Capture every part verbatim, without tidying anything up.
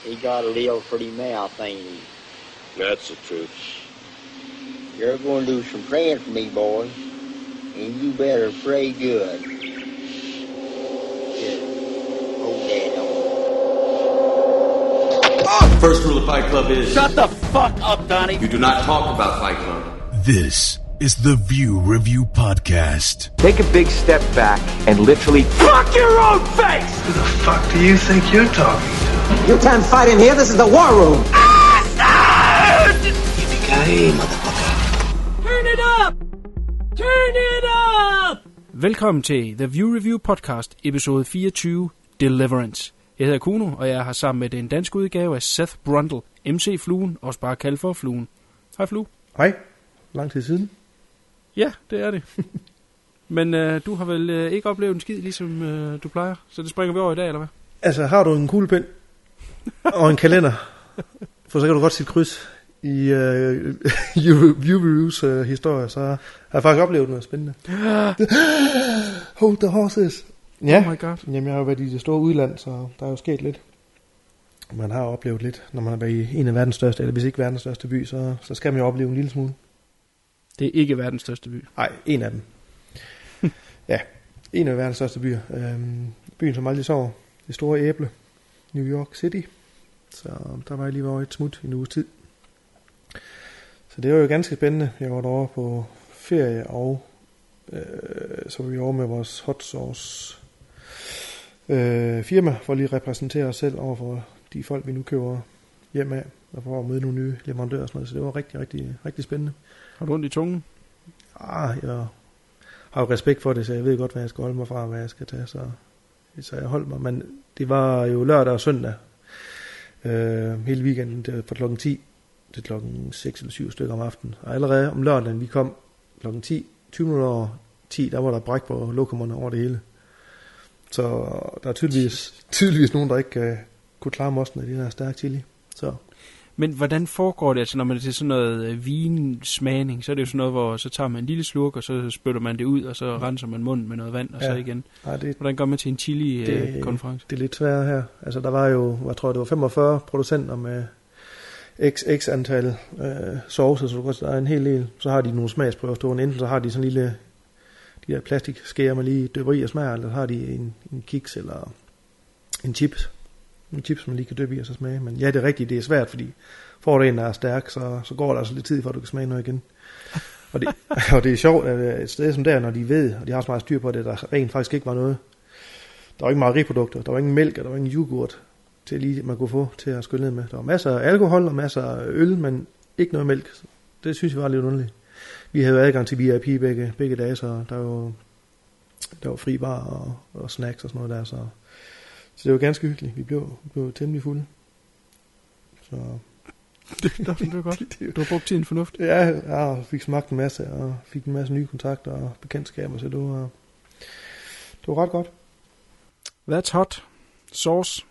he got a little pretty mouth, ain't he? That's the truth. You're going to do some praying for me, boy, and you better pray good. Here, hold that on. First rule of Fight Club is... Shut the fuck up, Donnie! You do not talk about Fight Club. This is the View Review Podcast. Take a big step back and literally fuck your own face! Who the fuck do you think you're talking to? You can't fight in here, this is the war room! Yippee-ki-yay, motherfucker. Turn it up! Turn it up! Velkommen til The View Review Podcast, episode fireogtyve, Deliverance. Jeg hedder Kuno, og jeg har sammen med den danske udgave af Seth Brundle, M C Fluen, også bare kaldt for Fluen. Hej Flue. Hej. Lang tid siden. Ja, det er det. Men øh, du har vel øh, ikke oplevet en skid, ligesom øh, du plejer, så det springer vi over i dag, eller hvad? Altså, har du en kuglepen og en kalender, for så kan du godt sætte kryds i uh, View Reviews uh, historie, så har jeg faktisk oplevet noget spændende. Hold the horses. Ja, oh my God. Jamen, jeg har jo været i det store udland, så der er jo sket lidt. Man har oplevet lidt, når man er i en af verdens største, eller hvis ikke verdens største by, så, så skal man jo opleve en lille smule. Det er ikke verdens største by. Nej, en af dem. Ja, en af verdens største byer. Øhm, byen, som aldrig sover. Det store æble. New York City. Så der var jeg lige over et smut i en uges tid. Så det var jo ganske spændende. Jeg var derovre på ferie, og øh, så var vi over med vores hot sauce øh, firma, for at lige repræsentere os selv over for de folk, vi nu køber hjem af, og for at møde nogle nye leverandører og sådan noget. Så det var rigtig, rigtig, rigtig spændende. Har du ondt i tungen? Ah, jeg har jo respekt for det, så jeg ved godt, hvad jeg skal holde mig fra, hvad jeg skal tage, så, så jeg holdt mig. Men det var jo lørdag og søndag, øh, hele weekenden, det var fra klokken ti til klokken seks eller syv stykker om aftenen. Og allerede om lørdagen, vi kom klokken ti, tyve minutter over ti, der var der bræk på lokummerne over det hele. Så der er tydeligvis, tydeligvis nogen, der ikke uh, kunne klare mosten af de her stærke chili. Så... Men hvordan foregår det, altså når man er til sådan noget vinsmagning, så er det jo sådan noget, hvor så tager man en lille slurk, og så spytter man det ud, og så renser man munden med noget vand, og ja. Så igen. Ja, det, hvordan går man til en chili-konference? Det, det er lidt svært her. Altså der var jo, jeg tror det var femogfyrre producenter med x, x antal øh, saucer, så der er en hel del. Så har de nogle smagsprøver stående, enten så har de sådan en lille, de der plastikskeer, man lige døber i og smager, eller så har de en, en kiks eller en chips. En chips, man lige kan dyppe i og så smage. Men ja, det er rigtigt, det er svært, fordi får du en, der er stærk, så, så går der altså lidt tid, for at du kan smage noget igen. Og det, og det er sjovt, at et sted som der, når de ved, og de har så meget styr på det, der rent faktisk ikke var noget. Der var ikke mejeriprodukter, der var ingen mælk, og der var ingen yoghurt, til lige man kunne få til at skylle ned med. Der var masser af alkohol og masser af øl, men ikke noget mælk. Det synes jeg var lidt underligt. Vi havde jo adgang til V I P begge, begge dage, så der var jo der var fri bar og, og snacks og sådan noget der, så... Så det var ganske hyggeligt. Vi blev, blev temmelig fulde. Så... Det, det, det var godt. Du har brugt tiden fornuft. Ja, jeg fik smagt en masse, og fik en masse nye kontakter og bekendtskaber, så det var, det var ret godt. That's hot. Sauce.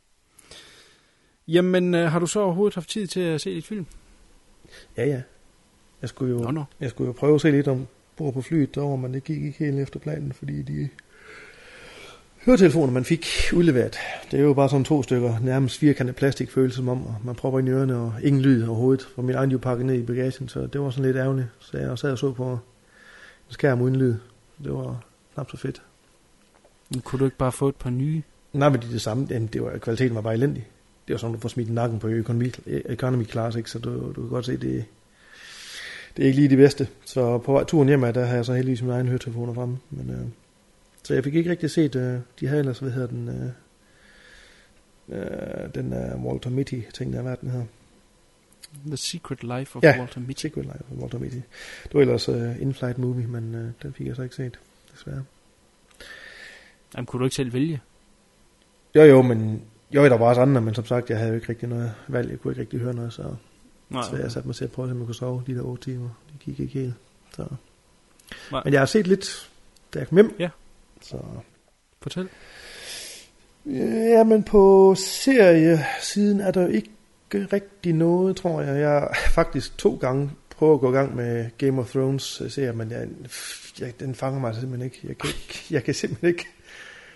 Jamen, har du så overhovedet haft tid til at se dit film? Ja, ja. Jeg skulle jo, no, no. jeg skulle jo prøve at se lidt om bord på flyet derovre, men det gik ikke helt efter planen, fordi de... høretelefoner, man fik udleveret. Det er jo bare sådan to stykker, nærmest firkantet plastik, føles som om, og man propper ind i ørerne, og ingen lyd overhovedet, for min egen jo pakket ned i bagagen, så det var sådan lidt ærgerligt. Så jeg sad og så på en skærm uden lyd. Det var knap så fedt. Men kunne du ikke bare få et par nye? Nej, men det er det samme. Det var, kvaliteten var bare elendig. Det var sådan, du får smidt nakken på økonomi, economy class, ikke? Så du, du kan godt se, det, det er ikke lige det bedste. Så på turen hjem af, der har jeg så heldigvis mine egne høretelefoner fremme, men... Øh, Så jeg fik ikke rigtig set, uh, de havde ellers, hvad hedder den, uh, uh, den uh, Walter Mitty ting, der er været den her. The Secret Life of ja, Walter Mitty. Secret Life of Walter Mitty. Det var ellers uh, in-flight movie, men uh, den fik jeg så ikke set, desværre. Jamen, kunne du ikke selv vælge? Jo, jo, men jo, der var også andre, men som sagt, jeg havde jo ikke rigtig noget valg, jeg kunne ikke rigtig høre noget, så, Nej, så jeg satte mig til at prøve, om jeg kunne sove de der otte timer. Det gik ikke helt, så. Men jeg har set lidt, da jeg kom hjem. Ja. Så. Fortæl. Ja, men på seriesiden er der jo ikke rigtig noget, tror jeg. Jeg har faktisk to gange prøvet at gå i gang med Game of Thrones serier, men jeg, jeg, den fanger mig simpelthen ikke. Jeg kan, ikke, jeg kan simpelthen ikke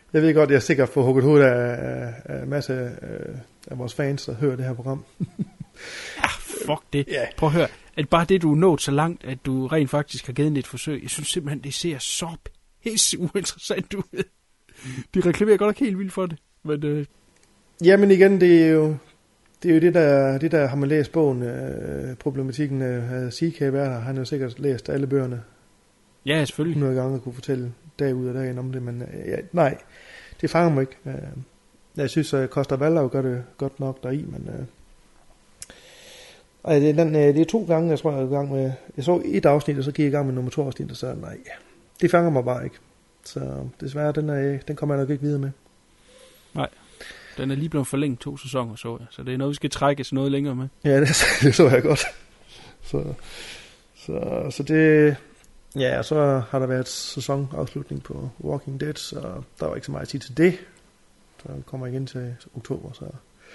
Jeg ved godt, jeg er sikkert får hugget hovedet af, af en masse af, af vores fans, der hører det her program. Ja, fuck det. Yeah. Prøv at høre. At bare det, du er nået så langt, at du rent faktisk har givet det et forsøg. Jeg synes simpelthen, det ser så pisse uinteressant ud. De reklamerer godt nok helt vildt for det. Men, øh... Jamen igen, det er jo det, er jo det, der, det der har man læst bogen, øh, problematikken af C K været her. Han har jo sikkert læst alle bøgerne. Ja, selvfølgelig. hundrede gange kunne fortælle dag ud og dag ind om det, men øh, ja, nej, det fanger mig ikke. Øh, jeg synes, at Costa Waldau gør det godt nok deri, men... Øh, ej, det, er den, øh, det er to gange, jeg tror, jeg er i gang med... Jeg så et afsnit, og så gik jeg i gang med nummer to afsnit, og så nej, det fanger mig bare ikke. Så desværre, den, er, den kommer jeg nok ikke videre med. Nej, den er lige blevet forlænget to sæsoner, så jeg. Så det er noget, vi skal trække sig noget længere med. Ja, det, det så jeg godt. Så, så, så det... Ja, og så har der været sæsonafslutning på Walking Dead, så der var ikke så meget at sige til det. Så kommer jeg igen til oktober, så...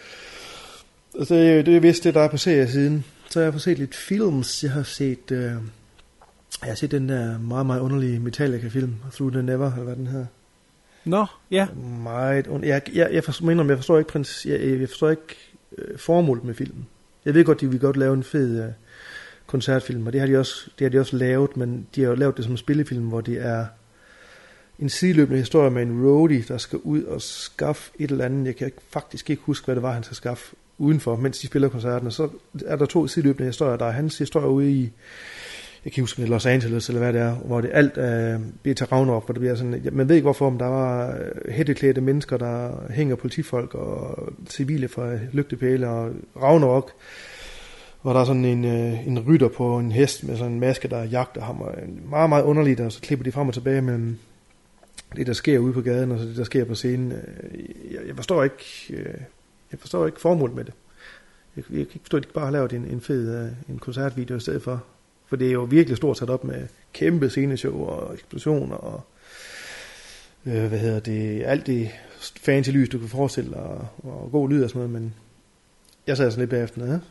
Altså, det er vist det, der er på seriesiden. Så jeg har fået set lidt films. Jeg har set... Øh, jeg har set den der meget, meget underlige Metallica-film, Through the Never, eller hvad den hedder. Nå, ja. Meget under... Jeg, jeg, jeg, forstår, jeg, jeg forstår ikke, prins, jeg, jeg forstår ikke øh, formålet med filmen. Jeg ved godt, de vil godt lave en fed... Øh, koncertfilm, og det har de også, det har de også lavet, men de har jo lavet det som en spillefilm, hvor det er en sideløbende historie med en roadie, der skal ud og skaffe et eller andet. Jeg kan faktisk ikke huske, hvad det var, han skal skaffe udenfor, mens de spiller koncerten. Og så er der to sideløbende historier. Der er hans historie ude i, jeg kan ikke huske, Los Angeles, eller hvad det er, hvor det alt er bliver til Ragnarok, hvor det bliver sådan, man ved ikke hvorfor, om der var hætteklædte mennesker, der hænger politifolk og civile fra lygtepæle og Ragnarok. Hvor der er sådan en, øh, en rytter på en hest med sådan en maske, der jagter ham. Og meget, meget underligt, og så klipper de frem og tilbage mellem det, der sker ude på gaden, og så det, der sker på scenen. Jeg, jeg forstår ikke øh, jeg forstår ikke formålet med det. Jeg, jeg kan ikke forstå, at de bare har lavet en, en fed øh, en koncertvideo i stedet for. For det er jo virkelig stort sat op med kæmpe sceneshow og eksplosioner og øh, hvad hedder det, alt det fancy lys, du kan forestille dig, og, og god lyd og sådan noget, men jeg sad sådan lidt bagefter, ja.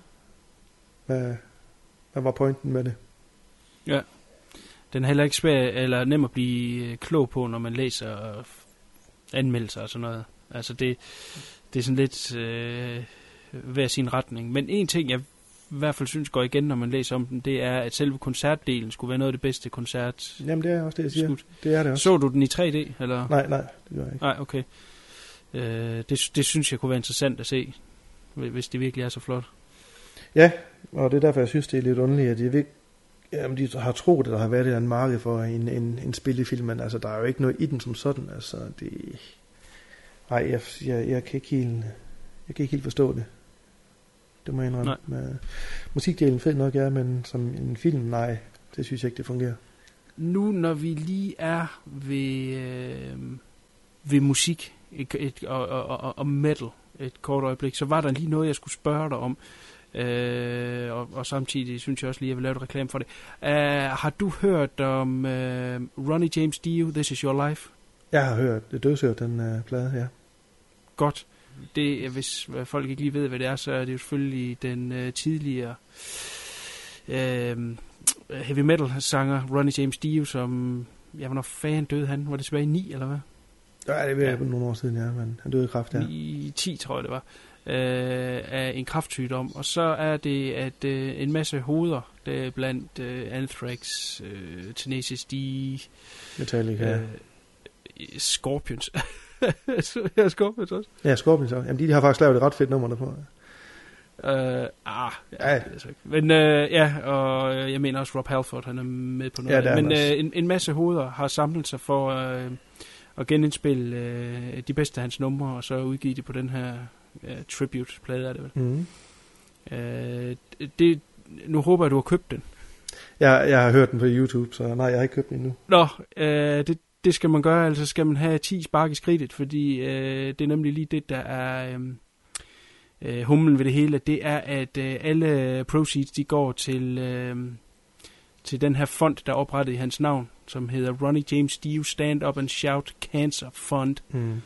Hvad, hvad var pointen med det? Ja, den er heller ikke svær eller nem at blive klog på, når man læser anmeldelser og sådan noget. Altså det, det er sådan lidt øh, hver sin retning. Men en ting, jeg i hvert fald synes går igen, når man læser om den, det er, at selve koncertdelen skulle være noget af det bedste koncert. Jamen det er også det, jeg siger. Skud. Det er det også. Så du den i tre D? Eller? Nej, nej, det gør jeg ikke. Nej, okay. Øh, det, det synes jeg kunne være interessant at se, hvis det virkelig er så flot. Ja, og det er derfor, jeg synes, det er lidt underligt, at de, jamen, de har troet, at der har været et eller andet marked for en, en, en spillefilm, men altså, der er jo ikke noget i den som sådan. Altså, det... Nej, jeg, jeg, jeg, kan ikke helt, jeg kan ikke helt forstå det. Det må jeg indrømme. Med, musikdelen fed nok, ja, men som en film, nej, det synes jeg ikke, det fungerer. Nu, når vi lige er ved, øh, ved musik et, et, og, og, og metal et kort øjeblik, så var der lige noget, jeg skulle spørge dig om. Øh, og, og samtidig synes jeg også lige, at jeg vil lave et reklame for det. Uh, har du hørt om uh, Ronnie James Dio, This Is Your Life? Jeg har hørt, det dødshørt den uh, plade, ja. Godt. Det, hvis folk ikke lige ved, hvad det er, så er det jo selvfølgelig den uh, tidligere uh, heavy metal sanger Ronnie James Dio, som, ja, hvornår fan døde han? Var det tilbage i ni, eller hvad? Ja, det er ja. nogle år siden, ja, men han døde i kræft, ja. I ti, tror jeg det var. Øh, af en kræftsygdom, og så er det at øh, en masse hoveder der blandt øh, Anthrax, øh, Tenacious D, Metallica, øh, Scorpions. Ja, Scorpions også. Ja, Scorpions også. Jamen, de, de har faktisk lavet et ret fedt nummer derpå. Øh, ah, ja, ja. Det men øh, ja, og jeg mener også Rob Halford, han er med på noget. Ja, men øh, en, en masse hoveder har samlet sig for øh, at genindspille øh, de bedste af hans numre, og så udgive det på den her Uh, tribute-plade er det vel. Mm. Uh, det, nu håber jeg, du har købt den. Jeg, jeg har hørt den på YouTube, så nej, jeg har ikke købt den endnu. Nå, uh, det, det skal man gøre, altså skal man have ti spark i skridtet, fordi uh, det er nemlig lige det, der er um, uh, humlen ved det hele. Det er, at uh, alle proceeds, de går til, uh, til den her fond, der er oprettet i hans navn, som hedder Ronnie James Dio Stand Up and Shout Cancer Fund. Mm.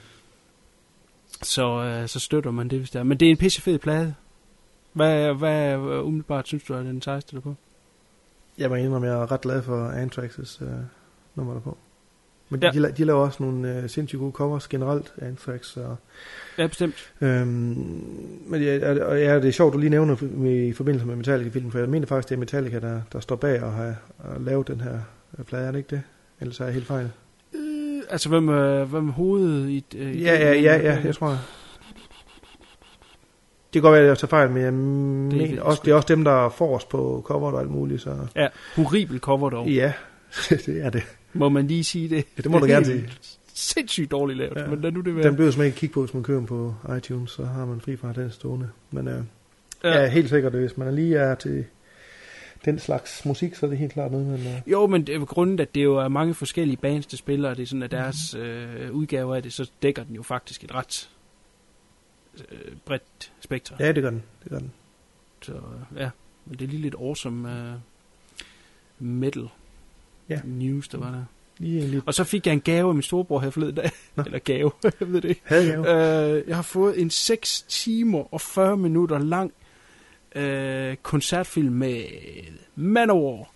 Så, øh, så støtter man det, hvis det er. Men det er en pissefed plade. Hvad, hvad umiddelbart synes du, er den sejeste der på? Jeg må indrømme, jeg er ret glad for Anthrax's øh, nummer der på. Men de, ja. de, de laver også nogle øh, sindssygt gode covers generelt af Anthrax. Og, ja, bestemt. Øhm, men ja, og ja, det er sjovt, du lige nævner i forbindelse med Metallica-filmen, for jeg mener faktisk, det er Metallica, der, der står bag og har og lavet den her plade, er det ikke det? Ellers er jeg helt fejl. Øh, altså, hvem er hvem hovedet i... Øh, ja, ja, ja, ja, jeg tror... Det kan godt være, at jeg tager fejl, men jeg mener, det, også, det er også dem, der får os på coveret og alt muligt. Så. Ja, horribel cover dog. Ja, det er det. Må man lige sige det? Ja, det må du gerne sige. Sindssygt dårligt lavet, ja. Men lad nu det være. Den bliver simpelthen ikke kigge på, hvis man køber den på iTunes, så har man fri fra den stående. Men øh, ja. Ja, helt sikkert, hvis man lige er til den slags musik, så er det helt klart noget, man... Øh... Jo, men det er grunden, at det jo er mange forskellige bands, der spiller, og det er sådan, at deres øh, udgaver af det, så dækker den jo faktisk et ret øh, bredt spektrum. Ja, det gør den. Det gør den. Så ja, men det er lige lidt awesome uh, metal ja. news, der var der. Lige lidt. Og så fik jeg en gave af min storebror her forleden dag. Eller gave, jeg ved det ikke. Havde gave. Uh, jeg har fået en seks timer og fyrre minutter lang uh, koncertfilm med Manowar.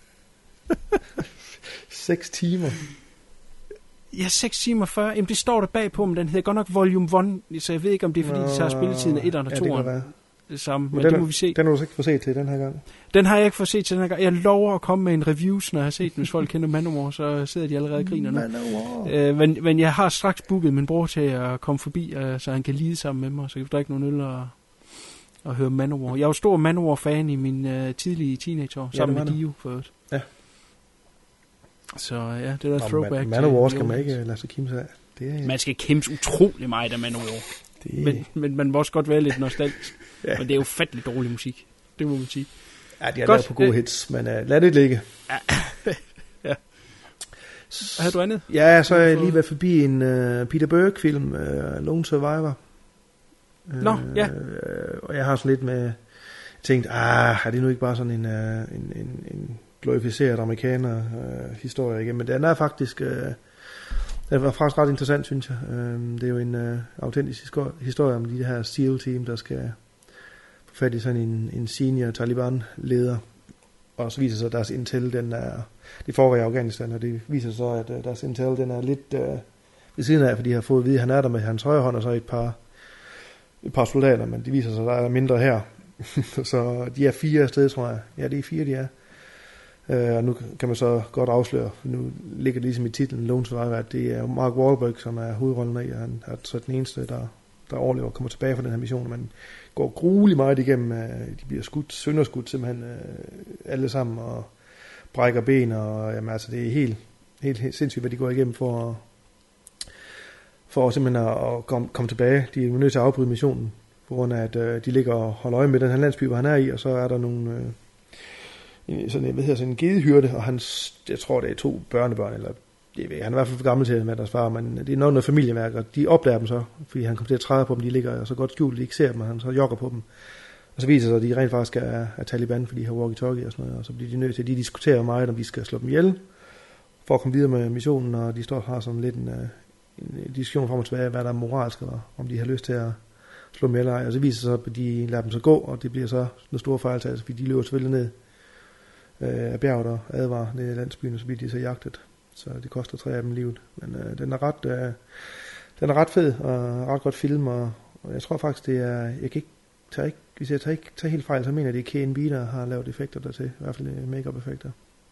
seks timer? Ja, seks timer fyrre. Jamen, det står der bagpå, men den hedder godt nok Volume et, så jeg ved ikke, om det er, fordi Nå, de tager spilletiden af et eller to. Ja, det kan være. Det samme, men, men den, det må vi se. Den har du ikke fået set til den her gang? Den har jeg ikke fået set til den her gang. Jeg lover at komme med en reviews, når jeg har set den. Hvis folk kender Manowar, så sidder de allerede og griner nu. Manowar. Øh, men, men jeg har straks booket min bror til at komme forbi, øh, så han kan lide sammen med mig, så kan vi drikke nogle øl og, og høre Manowar. Jeg er jo stor Manowar-fan i min øh, tidlige teenageår, ja, sammen med Dio for øvrigt. Ja. Så ja, det der Nå, throwback. Manowar skal man ikke lade sig kimse af. Det er... Man skal kimse utrolig meget af Manowar. Det... Men, men man må også godt være lidt nostalgisk. Ja. Men det er jo fattelig dårlig musik. Det må man sige. Ja, de har lavet på gode hits, men uh, lad det ligge. Ja. Ja. Har du andet? Ja, så har jeg lige været forbi en uh, Peter Berg-film, uh, Lone Survivor. Nå, uh, ja. Og jeg har sådan lidt med tænkt, ah, er det nu ikke bare sådan en, uh, en, en, en glorificeret amerikaner-historie uh, igen? Men den er faktisk... Uh, Det var faktisk ret interessant, synes jeg. Det er jo en uh, autentisk historie om de her SEAL-team, der skal få fat i sådan en, en senior Taliban-leder. Og så viser sig, at deres intel, den er... Det foregår i Afghanistan, og det viser sig så, at uh, deres intel, den er lidt uh, ved siden af, fordi de har fået at vide, at han er der med hans højre hånd, og så et par, et par soldater, men det viser sig, at der er mindre her. Så de er fire afsted, tror jeg. Ja, det er fire, de er. Uh, og nu kan man så godt afsløre, for nu ligger det ligesom i titlen Lone Survivor, at det er Mark Wahlberg, som er hovedrollen i, og han er så den eneste, der, der overlever og kommer tilbage fra den her mission. Man går grueligt meget igennem, uh, de bliver skudt, sønderskudt simpelthen uh, alle sammen, og brækker ben, og jamen, altså, det er helt, helt, helt sindssygt, hvad de går igennem for at, for simpelthen at komme, komme tilbage. De er nødt til at afbryde missionen, på grund af, at uh, de ligger og holder øje med den her landsby, hvor han er i, og så er der nogle... Uh, sådan, hvad hedder sådan en gedehyrde, og hans, jeg tror det er to børnebørn, eller jeg ved, han er i hvert fald for gammel til at være deres far, men det er nok noget familieværk, og de opdager dem så, fordi han kommer til at træde på dem, de ligger og så godt skjult, de ikke ser dem, og han så jogger på dem. Og så viser det sig, at de rent faktisk er, er Taliban, fordi de har walkie-talkie og sådan noget, og så bliver de nødt til, at de diskuterer meget, om de skal slå dem ihjel, for at komme videre med missionen, og de står og har sådan lidt en, en diskussion frem og tilbage, hvad der er moralsk, og om de har lyst til at slå dem ihjel, og så viser det sig, at de lader dem så gå, og det bliver så en stor fejltagelse, fordi de løber selvfølgelig ned af bjerget og advarer ned i landsbyen, og så bliver de så jagtet. Så det koster tre af dem livet. Men øh, den er ret øh, den er ret fed og ret godt film, og, og jeg tror faktisk det er, jeg kan ikke tage ikke, hvis jeg tager ikke tager helt fejl, så mener jeg det er K N B, der har lavet effekter dertil, i hvert fald make-up effekter.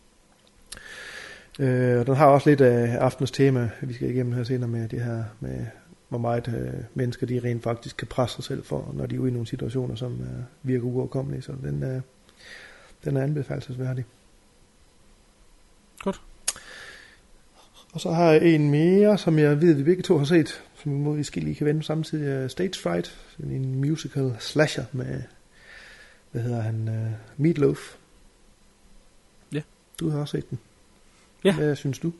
Øh, og den har også lidt af aftens tema, vi skal igennem her senere med det her med hvor meget øh, mennesker de rent faktisk kan presse sig selv for, når de er ude i nogle situationer, som øh, virker uoverkommelige. Så den øh, Den er anbefalelsesværdig. Godt. Og så har jeg en mere, som jeg ved, vi begge to har set, som vi måske lige kan vende samtidig. Stage Fright, en musical slasher med, hvad hedder han, uh, Meatloaf. Ja. Du har også set den. Ja. Hvad synes du?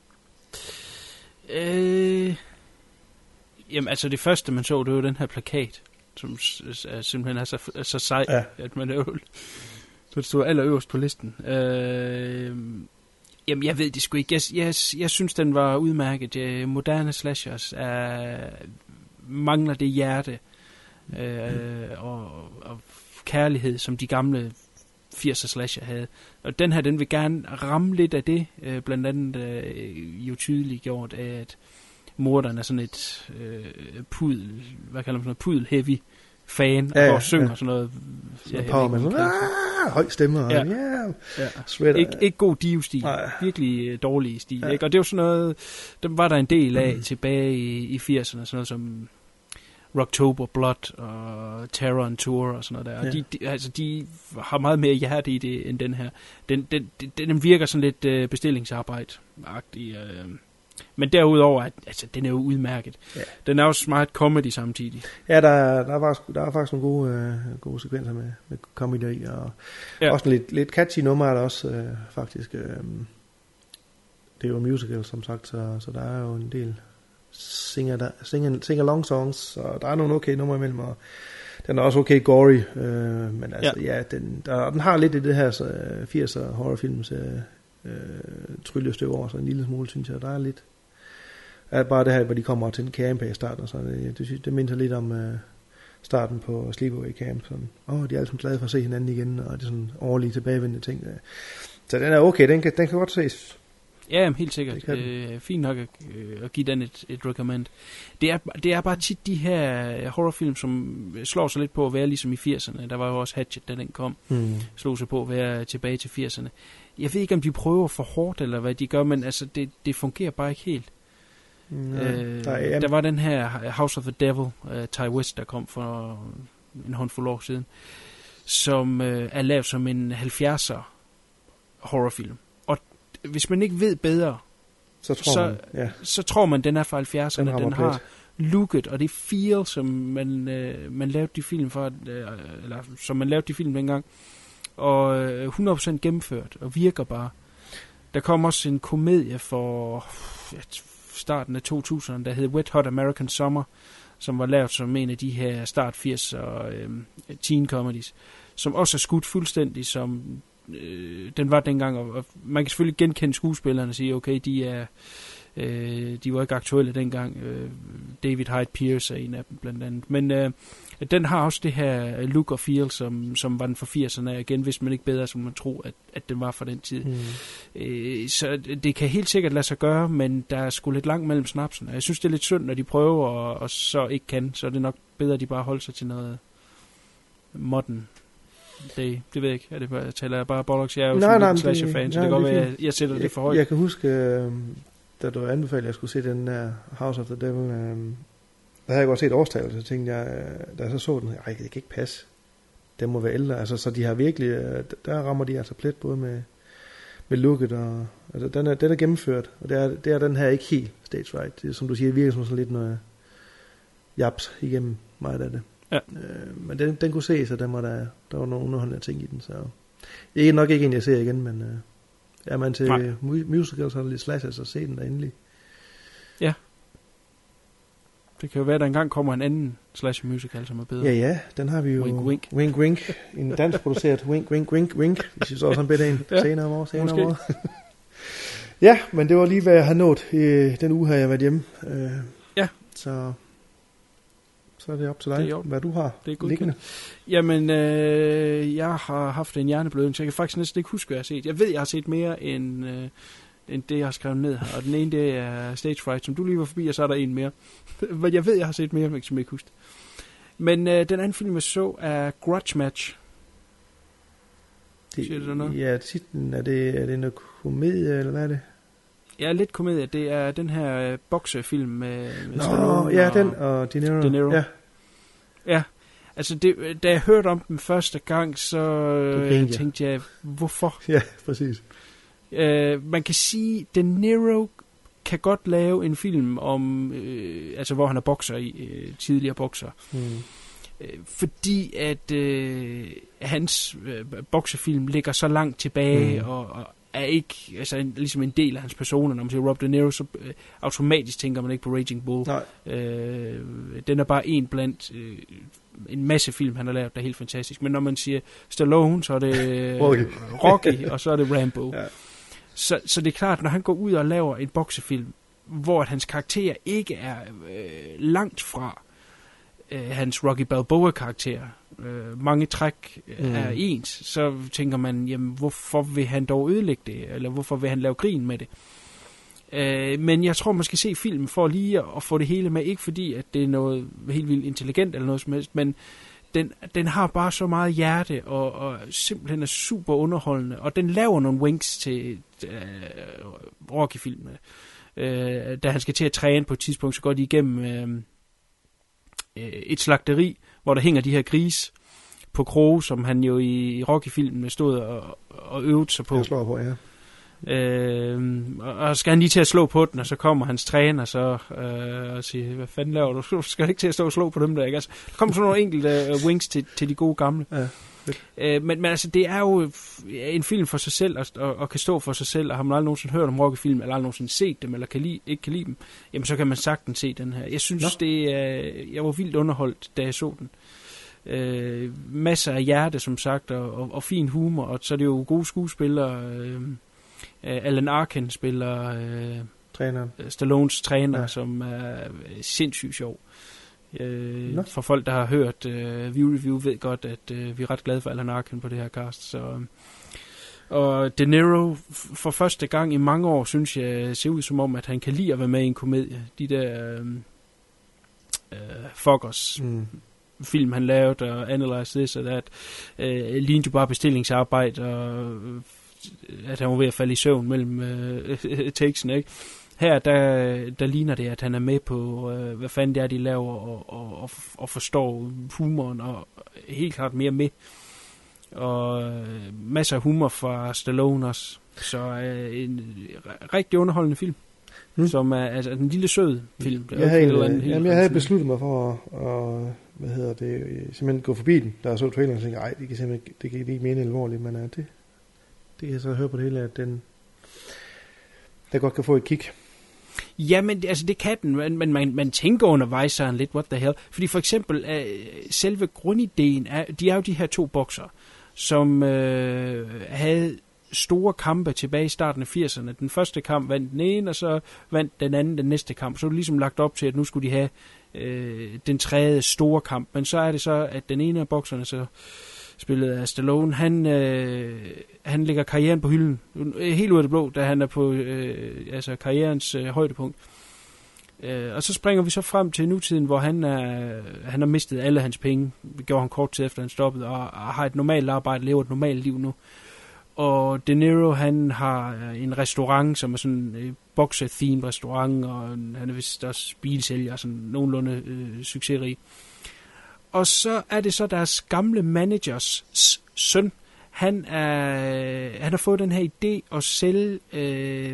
Øh, jamen altså det første man så, det var den her plakat, som er, simpelthen er så, er så sej, ja. At man er jo... Så det stod allerøverst på listen. Øh, jamen, jeg ved det sgu ikke. Jeg, jeg, jeg synes, den var udmærket. Jeg, moderne slashers er, mangler det hjerte øh, og, og kærlighed, som de gamle firser slasher havde. Og den her, den vil gerne ramme lidt af det, øh, blandt andet øh, jo tydeligt gjort af, at morderen er sådan et øh, pudel, hvad kalder man sådan noget, pudel-heavy fan, ja, og går synger ja. sådan noget. Ja, power med sådan noget, høj stemme, og ja. yeah, ja. Ik- ikke god div-stil, Nej. virkelig øh, dårlig stil. Ja. Ikke? Og det var sådan noget, dem var der en del af mm. tilbage i, i firserne, sådan noget som Rocktober Blood og Terror on Tour og sådan noget der. Og ja. de, de, altså, de har meget mere hjerte i det, end den her. Den, den, den, den virker sådan lidt øh, bestillingsarbejde-agtig. Øh. Men derudover, at, altså, den er jo udmærket. Ja. Den er også meget comedy samtidig. Ja, der, der, er, faktisk, der er faktisk nogle gode, øh, gode sekvenser med, med comedy, og ja. også lidt, lidt catchy nummer er der også, øh, faktisk. Øh, det er jo en musical, som sagt, så, så der er jo en del singer, singer, sing-along songs, så der er nogle okay numre imellem, og den er også okay gory, øh, men altså, ja, ja den, der, den har lidt i det her så, firser horrorfilms øh, øh, tryllestøv over, så en lille smule, synes jeg, der er lidt. Er bare det her, hvor de kommer til en camp i starten, og så det, det, det minder lidt om øh, starten på Sleepaway Camp. Sådan, åh, de er altid glade for at se hinanden igen, og det er sådan årlige tilbagevendende ting. Så den er okay, den kan, den kan godt ses. Ja, helt sikkert. Øh, fint nok at, øh, at give den et, et recommend. Det er, det er bare tit de her horrorfilm, som slår sig lidt på at være ligesom i firserne. Der var jo også Hatchet, da den kom. Mm. Slog sig på at være tilbage til firserne. Jeg ved ikke, om de prøver for hårdt, eller hvad de gør, men altså, det, det fungerer bare ikke helt. Ja, øh, der, er, der var den her House of the Devil, uh, Ty West, der kom for en håndfuld år siden, som uh, er lavet som en halvfjerdser horrorfilm. Og hvis man ikke ved bedre, så tror, så, man, ja. så tror man, den er fra halvfjerdserne. Den, den har looket, og det feel, som man, uh, man lavede de film for, uh, eller som man lavede de film dengang, og uh, hundrede procent gennemført, og virker bare. Der kom også en komedie for uh, starten af to tusind, der hed Wet Hot American Summer, som var lavet som en af de her start firser øhm, teen comedies, som også er skudt fuldstændig som øh, den var dengang, og, og man kan selvfølgelig genkende skuespillerne og sige, okay, de er øh, de var ikke aktuelle dengang. øh, David Hyde Pierce er en af dem blandt andet, men øh, den har også det her look og feel, som, som var den for firserne. Igen, hvis man ikke bedre, som man tror, at, at den var fra den tid. Mm. Øh, så det kan helt sikkert lade sig gøre, men der er sgu lidt langt mellem snapsen. Jeg synes, det er lidt synd, når de prøver, og, og så ikke kan. Så er det nok bedre, at de bare holder sig til noget modern. Det, det ved jeg ikke. Er det bare, jeg taler bare bollocks. Jeg er jo nej, sådan en slasher-fan, så det kan godt være, jeg, jeg sætter jeg, det for højt. Jeg kan huske, øh, da du anbefalede, at jeg skulle se den der House of the Devil, øh, der havde jeg godt set årstallet, så tænkte jeg, da jeg så så den, ej, det kan ikke passe. Den må være ældre. Altså, så de har virkelig, der rammer de altså plet både med, med looket, og altså, den, er, den er gennemført, og det er, det er den her ikke helt stage right. Det er, som du siger, virker som sådan lidt noget japs igennem meget af det. Ja. Øh, men den, den kunne ses, og den var der, der var nogle underholdende ting i den, så det er nok ikke en, jeg ser igen, men øh, er man til Nej. musicals, så er det lidt slasher, så se den der endelig. Ja. Det kan jo være, at der engang kommer en anden slash musical, som er bedre. Ja, ja, den har vi jo. Wink, wink. Wink, wink. En dansk produceret wink, wink, wink, wink. Hvis vi så sådan bedre en ja. senere om år, senere om år. Ja, men det var lige, hvad jeg har nået i den uge, har jeg været hjemme. Øh, ja. Så, så er det op til dig, hvad du har det er liggende. Jamen, øh, jeg har haft en hjerneblødning, så jeg kan faktisk næsten ikke huske, hvad jeg har set. Jeg ved, jeg har set mere end... Øh, end det, jeg har skrevet ned her. Og den ene, det er Stage Fright, som du lige var forbi, og så er der en mere. Men jeg ved, jeg har set mere, men som jeg ikke husker. Men øh, den anden film, jeg så, er Grudge Match. Det, Siger det noget? Ja, titlen, er det, er det noget komedie, eller hvad er det? Ja, lidt komedie. Det er den her øh, boksefilm med, med Nå, Stallone ja, og den og De Niro. De Niro. Ja. Ja, altså det, da jeg hørte om den første gang, så øh, tænkte jeg, hvorfor? Ja, præcis. Uh, man kan sige, De Niro kan godt lave en film om, uh, altså hvor han er bokser i, uh, tidligere bokser. Mm. Uh, fordi at uh, hans uh, boksefilm ligger så langt tilbage, mm. og, og er ikke, altså en, ligesom en del af hans personer. Når man siger Rob De Niro, så uh, automatisk tænker man ikke på Raging Bull. Nej. Uh, den er bare en blandt uh, en masse film, han har lavet, der er helt fantastisk. Men når man siger Stallone, så er det uh, Rocky, og så er det Rambo. Ja. Så, så det er klart, når han går ud og laver en boksefilm, hvor hans karakter ikke er øh, langt fra øh, hans Rocky Balboa-karakter, øh, mange træk mm. er ens, så tænker man, jamen hvorfor vil han dog ødelægge det, eller hvorfor vil han lave grin med det? Øh, men jeg tror, man skal se filmen for lige at, at få det hele med, ikke fordi, at det er noget helt vildt intelligent eller noget som helst, men den, den har bare så meget hjerte, og, og simpelthen er super underholdende, og den laver nogle winks til øh, Rocky-filmene. Øh, da han skal til at træne på et tidspunkt, så går de igennem øh, et slagteri, hvor der hænger de her grise på kroge, som han jo i, i Rocky-filmene stod og, og øvede sig på. Jeg slår på, ja. Øh, og, og skal han lige til at slå på den, og så kommer hans træner så øh, og siger, hvad fanden laver du? Du skal ikke til at stå og slå på dem der, ikke? Altså, der kommer sådan nogle enkelte uh, wings til, til de gode gamle. Ja. Øh, men, men altså, det er jo en film for sig selv, og, og, og kan stå for sig selv, og har man aldrig nogensinde hørt om Rocky-film, eller aldrig nogensinde set dem, eller kan lide, ikke kan lide dem, jamen så kan man sagtens se den her. Jeg synes, Nå. det er, jeg var vildt underholdt, da jeg så den. Øh, masser af hjerte, som sagt, og, og, og fin humor, og så er det jo gode skuespillere. Øh, Alan Arkin spiller øh, træneren. Stallones træner, ja. Som er sindssygt sjov. Øh, for folk, der har hørt øh, View Review, ved godt, at øh, vi er ret glade for Alan Arkin på det her cast. Så, og De Niro, f- for første gang i mange år, synes jeg, ser ud som om, at han kan lide at være med i en komedie. De der øh, øh, Foggers mm. film, han lavede, og Analyze This og That, øh, lignede jo bare bestillingsarbejde, og at han var ved at falde i søvn mellem øh, takesene, ikke? Her, der, der ligner det, at han er med på, øh, hvad fanden det er, de laver, og, og, og, og forstår humoren, og helt klart mere med. Og øh, masser af humor fra Stallone også. Så øh, en rigtig underholdende film, mm. som er altså en lille sød film. Jeg havde, eller andet, jamen, jeg havde besluttet mig for at, og, hvad hedder det, simpelthen gå forbi den, der så traileren og tænkte, ej, det kan simpelthen det kan ikke mene alvorligt, men uh, det, det kan jeg så høre på det hele, at den der godt kan få et kig. Ja, men altså det kan den, men, men man, man tænker undervejs sådan lidt, what the hell. Fordi for eksempel, øh, selve grundideen er, de er jo de her to bokser, som øh, havde store kampe tilbage i starten af firserne. Den første kamp vandt den ene, og så vandt den anden den næste kamp. Så er det ligesom lagt op til, at nu skulle de have øh, den tredje store kamp. Men så er det så, at den ene af bokserne, så spillet af Stallone, han, øh, han lægger karrieren på hylden. Helt ud af det blå, da han er på øh, altså karrierens øh, højdepunkt. Øh, og så springer vi så frem til nutiden, hvor han, er, han har mistet alle hans penge. Det gjorde han kort tid efter, han stoppede, og, og har et normalt arbejde, lever et normalt liv nu. Og De Niro, han har en restaurant, som er sådan en boxe-themed restaurant, og han er vist også bilsælger, sådan nogenlunde øh, succesrig. Og så er det så deres gamle managers søn. Han, er, han har fået den her idé at sælge øh,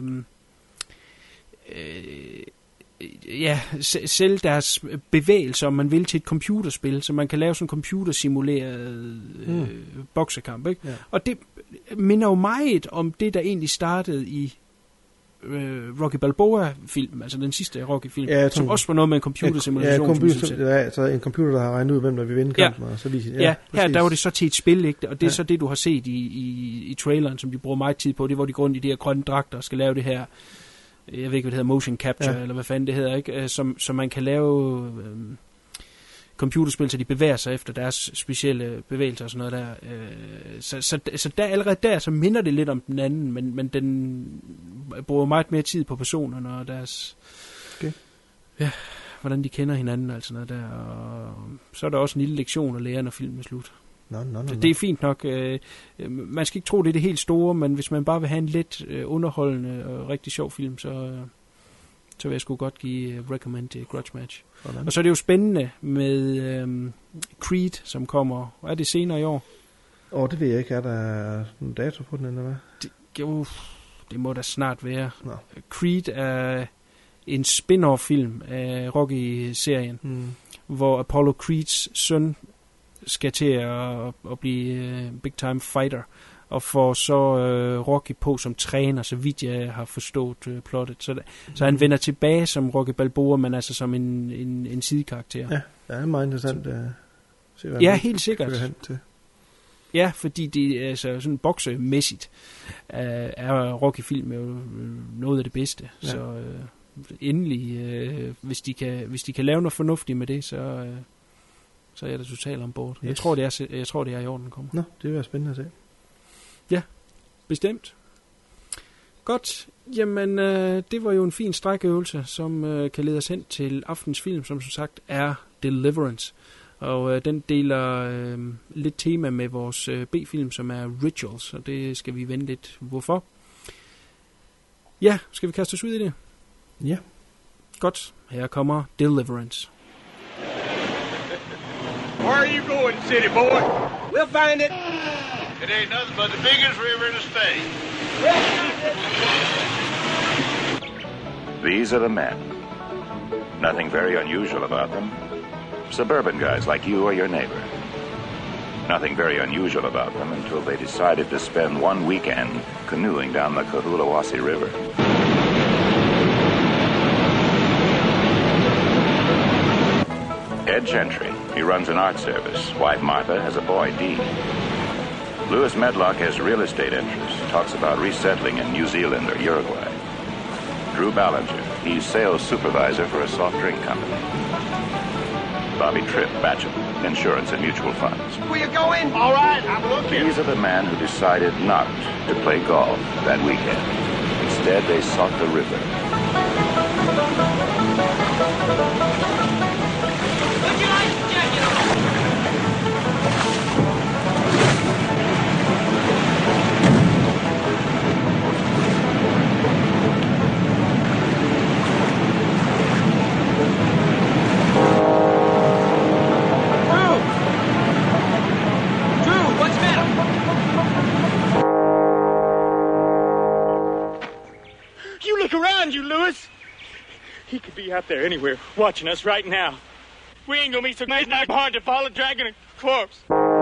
øh, ja, sælge deres bevægelser, om man vil, til et computerspil, så man kan lave sådan en computersimuleret øh, mm. boksekamp. Ikke? Ja. Og det minder jo meget om det, der egentlig startede i øh, Rocky Balboa-film, altså den sidste Rocky-film, ja, som også var noget med en computersimulation. Ja, computer, ja, så en computer, der har regnet ud, hvem der vil vinde kampen. Ja, og så lige, ja, ja her der var det så til et spil, ikke? Og det er ja. så det, du har set i, i, i traileren, som de bruger meget tid på. Det var de grund i de her grønne dragter og skal lave det her, jeg ved ikke, hvad det hedder, motion capture, ja. eller hvad fanden det hedder, ikke? Som, som man kan lave øh, computerspil, så de bevæger sig efter deres specielle bevægelser og sådan noget der. Øh, så, så, så der, allerede der, så minder det lidt om den anden, men, men den bruger meget mere tid på personerne og deres, okay. ja, hvordan de kender hinanden og sådan noget der. Og så er der også en lille lektion at lære, når filmen er slut. No, no, no, no. Det er fint nok. Øh, man skal ikke tro, det er det helt store, men hvis man bare vil have en let øh, underholdende og rigtig sjov film, så, øh, så vil jeg sgu godt give uh, recommend til Grudge Match. Hvordan? Og så er det jo spændende med øh, Creed, som kommer. Er det senere i år? Åh, oh, det ved jeg ikke. Er der en dato på den, eller hvad? Det, jo, det må da snart være. No. Creed er en spin-off-film af Rocky-serien, mm. hvor Apollo Creeds søn skal til at, at blive uh, big time fighter, og får så uh, Rocky på som træner, så vidt jeg har forstået uh, plottet. Så, så han vender tilbage som Rocky Balboa, men altså som en, en, en sidekarakter. Ja, det er meget interessant. Uh, se, ja, helt sikkert. Hen til. Ja, fordi det er altså sådan boksemæssigt uh, er Rocky-film jo noget af det bedste. Ja. Så uh, endelig, uh, hvis, de kan, hvis de kan lave noget fornuftigt med det, så... Uh, så er jeg da totalt ombord. Yes. Jeg tror, det er, jeg tror, det er i orden, den kommer. Nå, det vil være spændende at se. Ja, bestemt. Godt. Jamen, øh, det var jo en fin strækøvelse, som øh, kan lede os hen til aftens film, som som sagt er Deliverance. Og øh, den deler øh, lidt tema med vores øh, B-film, som er Rituals, og det skal vi vende lidt hvorfor. Ja, skal vi kaste os ud i det? Ja. Godt. Her kommer Deliverance. Where are you going, city boy? We'll find it. It ain't nothing but the biggest river in the state. These are the men. Nothing very unusual about them. Suburban guys like you or your neighbor. Nothing very unusual about them until they decided to spend one weekend canoeing down the Cohulawasi River. Ed Gentry, he runs an art service. Wife Martha has a boy, Dean. Lewis Medlock has real estate interests, talks about resettling in New Zealand or Uruguay. Drew Ballinger, he's sales supervisor for a soft drink company. Bobby Tripp, bachelor, insurance and mutual funds. Where you going? All right, I'm looking. These are the men who decided not to play golf that weekend. Instead, they sought the river. Would you like to check it out? You, Lewis. He could be out there anywhere, watching us right now. We ain't gonna be so nice, not hard to follow, dragging a corpse.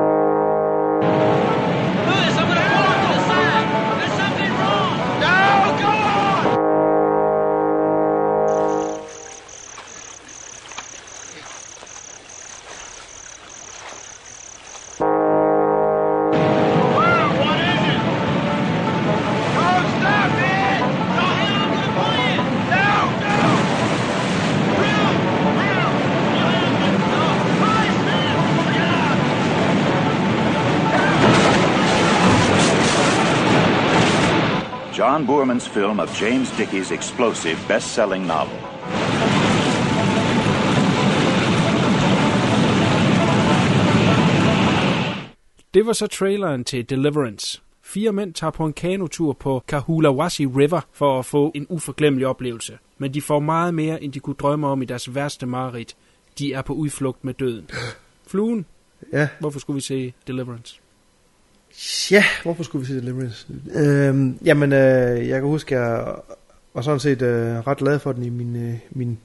Lewis, I'm gonna pull off to the side. There's something wrong. No, go on! Well, what is it? Don't stop it! Go ahead, I'm gonna pull in. No, no! Real, real! No, Christ, man. Yeah! John Boorman's film of James Dickey's explosive best-selling novel. Det var så traileren til Deliverance. Fire mænd tager på en kanotur på Cohulawasi River for at få en uforglemmelig oplevelse. Men de får meget mere, end de kunne drømme om i deres værste mareridt. De er på udflugt med døden. Fluen, Ja. hvorfor skulle vi se Deliverance? Ja, hvorfor skulle vi se Deliverance? Øhm, jamen, øh, jeg kan huske, jeg var sådan set øh, ret glad for den i min, øh, min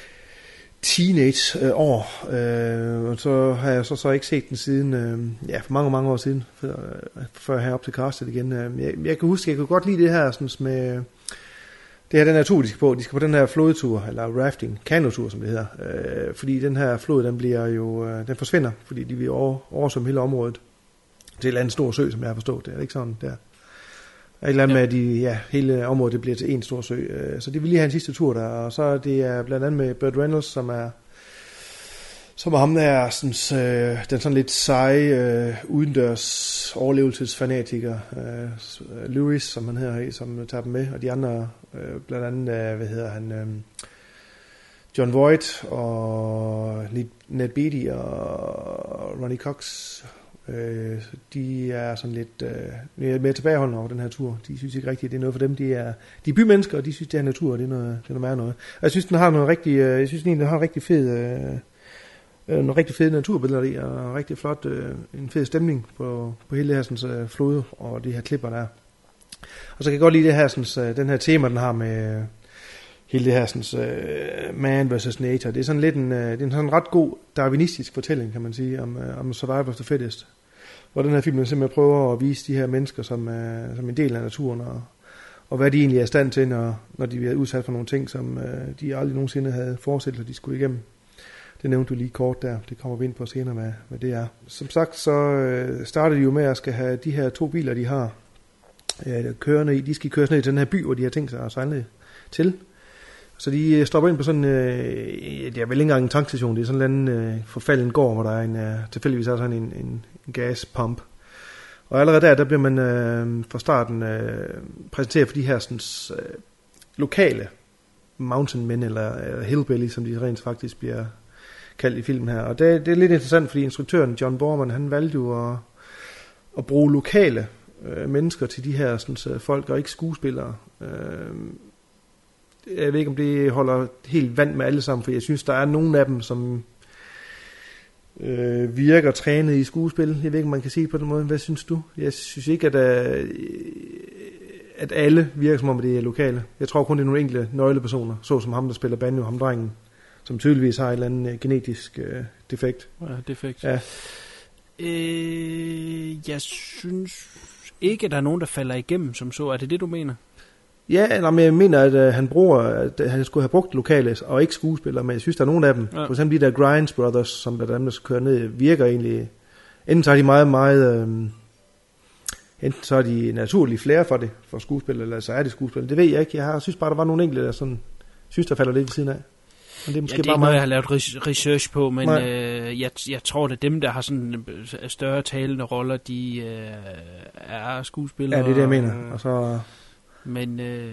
teenage-år. Øh, og så har jeg så, så ikke set den siden, øh, ja, for mange, mange år siden, før, før jeg op til castet igen. Øh, jeg, jeg kan huske, jeg kunne godt lide det her sådan med... Det her, den her tur, de skal på. De skal på den her flodtur, eller rafting, kanotur, som det hedder. Øh, fordi den her flod, den bliver jo, øh, den forsvinder, fordi de vil over, oversvømme hele området. Det er en eller anden stor sø, som jeg har forstået. Det er ikke sådan der. Der er et eller andet med, at de, ja, hele området det bliver til en stor sø. Øh, så de vil lige have en sidste tur der. Og så er det er blandt andet med Burt Reynolds, som er som er ham der, sådan, øh, den sådan lidt seje, øh, udendørs overlevelsesfanatiker, øh, Lewis, som han hedder, som tager dem med, og de andre, øh, blandt andet, øh, hvad hedder han, øh, John Voight og Ned Beatty og Ronnie Cox, øh, de er sådan lidt øh, mere tilbageholdende over den her tur. De synes ikke rigtigt, at det er noget for dem. De er, de er bymennesker, og de synes, det er natur, og det er noget, det er noget mere noget. Og jeg synes, den har noget rigtig, øh, jeg synes, den har en rigtig fed... Øh, nogle rigtig fede naturbilleder i, og rigtig flot, øh, en fed stemning på, på hele det her sådan, øh, flod og de her klipper der. Og så kan jeg godt lide det her, sådan, øh, den her tema, den har med øh, hele det her sådan, øh, man versus nature. Det er sådan lidt en, øh, det er en sådan ret god darwinistisk fortælling, kan man sige, om, øh, om survival of the fittest. Hvor den her film simpelthen prøver at vise de her mennesker som, øh, som en del af naturen, og, og hvad de egentlig er i stand til, når, når de er udsat for nogle ting, som øh, de aldrig nogensinde havde forestillet sig, de skulle igennem. Det nævnte du lige kort der. Det kommer vi ind på senere, hvad, hvad det er. Som sagt, så øh, starter de jo med at skal have de her to biler, de har øh, kørende i. De skal køres ned til den her by, hvor de har tænkt sig at sejle til. Så de stopper ind på sådan, øh, det er vel ikke engang en tankstation, det er sådan en anden øh, forfalden gård, hvor der er en, øh, tilfældigvis er sådan en, en, en gaspump. Og allerede der, der bliver man øh, fra starten øh, præsenteret for de her sådan, øh, lokale mountain men, eller øh, hillbilly, som de rent faktisk bliver kaldt i filmen her. Og det, det er lidt interessant, fordi instruktøren John Borman, han valgte jo at, at bruge lokale øh, mennesker til de her sådan, folk, og ikke skuespillere. Øh, Jeg ved ikke, om det holder helt vand med alle sammen, for jeg synes, der er nogle af dem, som øh, virker trænet i skuespil. Jeg ved ikke, om man kan sige på den måde. Hvad synes du? Jeg synes ikke, at, øh, at alle virker som om, det er lokale. Jeg tror kun, det er nogle enkelte nøglepersoner, så som ham, der spiller banjo, ham drengen, som tydeligvis har et eller andet øh, genetisk øh, defekt. Ja, defekt. Ja. Øh, jeg synes ikke, at der er nogen, der falder igennem som så. Er det det, du mener? Ja, men jeg mener, at uh, han bruger, at han skulle have brugt lokale og ikke skuespillere, men jeg synes, der er nogle af dem. Ja. For eksempel de der Grimes Brothers, som der dem, der skal køre ned, virker egentlig. Enten så er de meget, meget, øhm, enten så er de naturligt flere for det, for skuespil, eller så er det skuespil. Det ved jeg ikke. Jeg har, synes bare, der var nogle enkelte, der sådan, synes, der falder lidt ved siden af. Men det er måske ja, det er bare ikke noget, jeg har lavet research på, men øh, jeg, jeg tror, at dem, der har sådan større talende roller, de øh, er skuespillere. Ja, det er det, jeg mener. Og så... Men øh,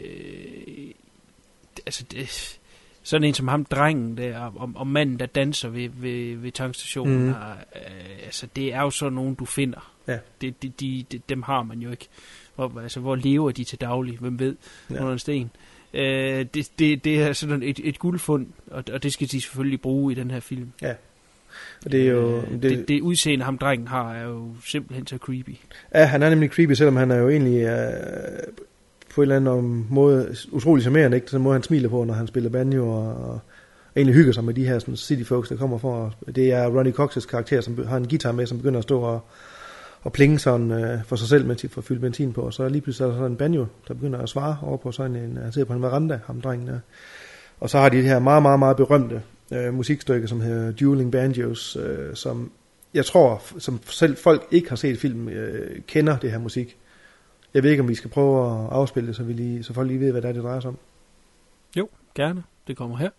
altså det, sådan en som ham, drengen der, og, og manden, der danser ved, ved, ved tankstationen, mm. har, øh, altså det er jo sådan nogen, du finder. Ja. Det, de, de, de, dem har man jo ikke. Hvor, altså, hvor lever de til daglig? Hvem ved? Ja. Under en sten. Øh, det, det, det er sådan et, et guldfund, og, og det skal de selvfølgelig bruge i den her film. Ja. Og det er jo... Øh, det, det, det udseende, ham drengen har, er jo simpelthen så creepy. Ja, han er nemlig creepy, selvom han er jo egentlig... Øh, på en eller anden måde utrolig charmerende, ikke? Den måde han smiler på, når han spiller banjo, og, og egentlig hygger sig med de her sådan, city folks, der kommer for. Det er Ronny Cox's karakter, som har en guitar med, som begynder at stå og, og plinge sådan øh, for sig selv, mens de får fyldt benzin på. Og så lige pludselig er der sådan en banjo, der begynder at svare over på sådan en, han sidder på en veranda, ham drengen der. Og så har de det her meget, meget, meget berømte øh, musikstykke, som hedder Dueling Banjos, øh, som jeg tror, som selv folk ikke har set film, øh, kender det her musik. Jeg ved ikke, om vi skal prøve at afspille det, så, vi lige, så folk lige ved, hvad det er, det drejer sig om. Jo, gerne. Det kommer her.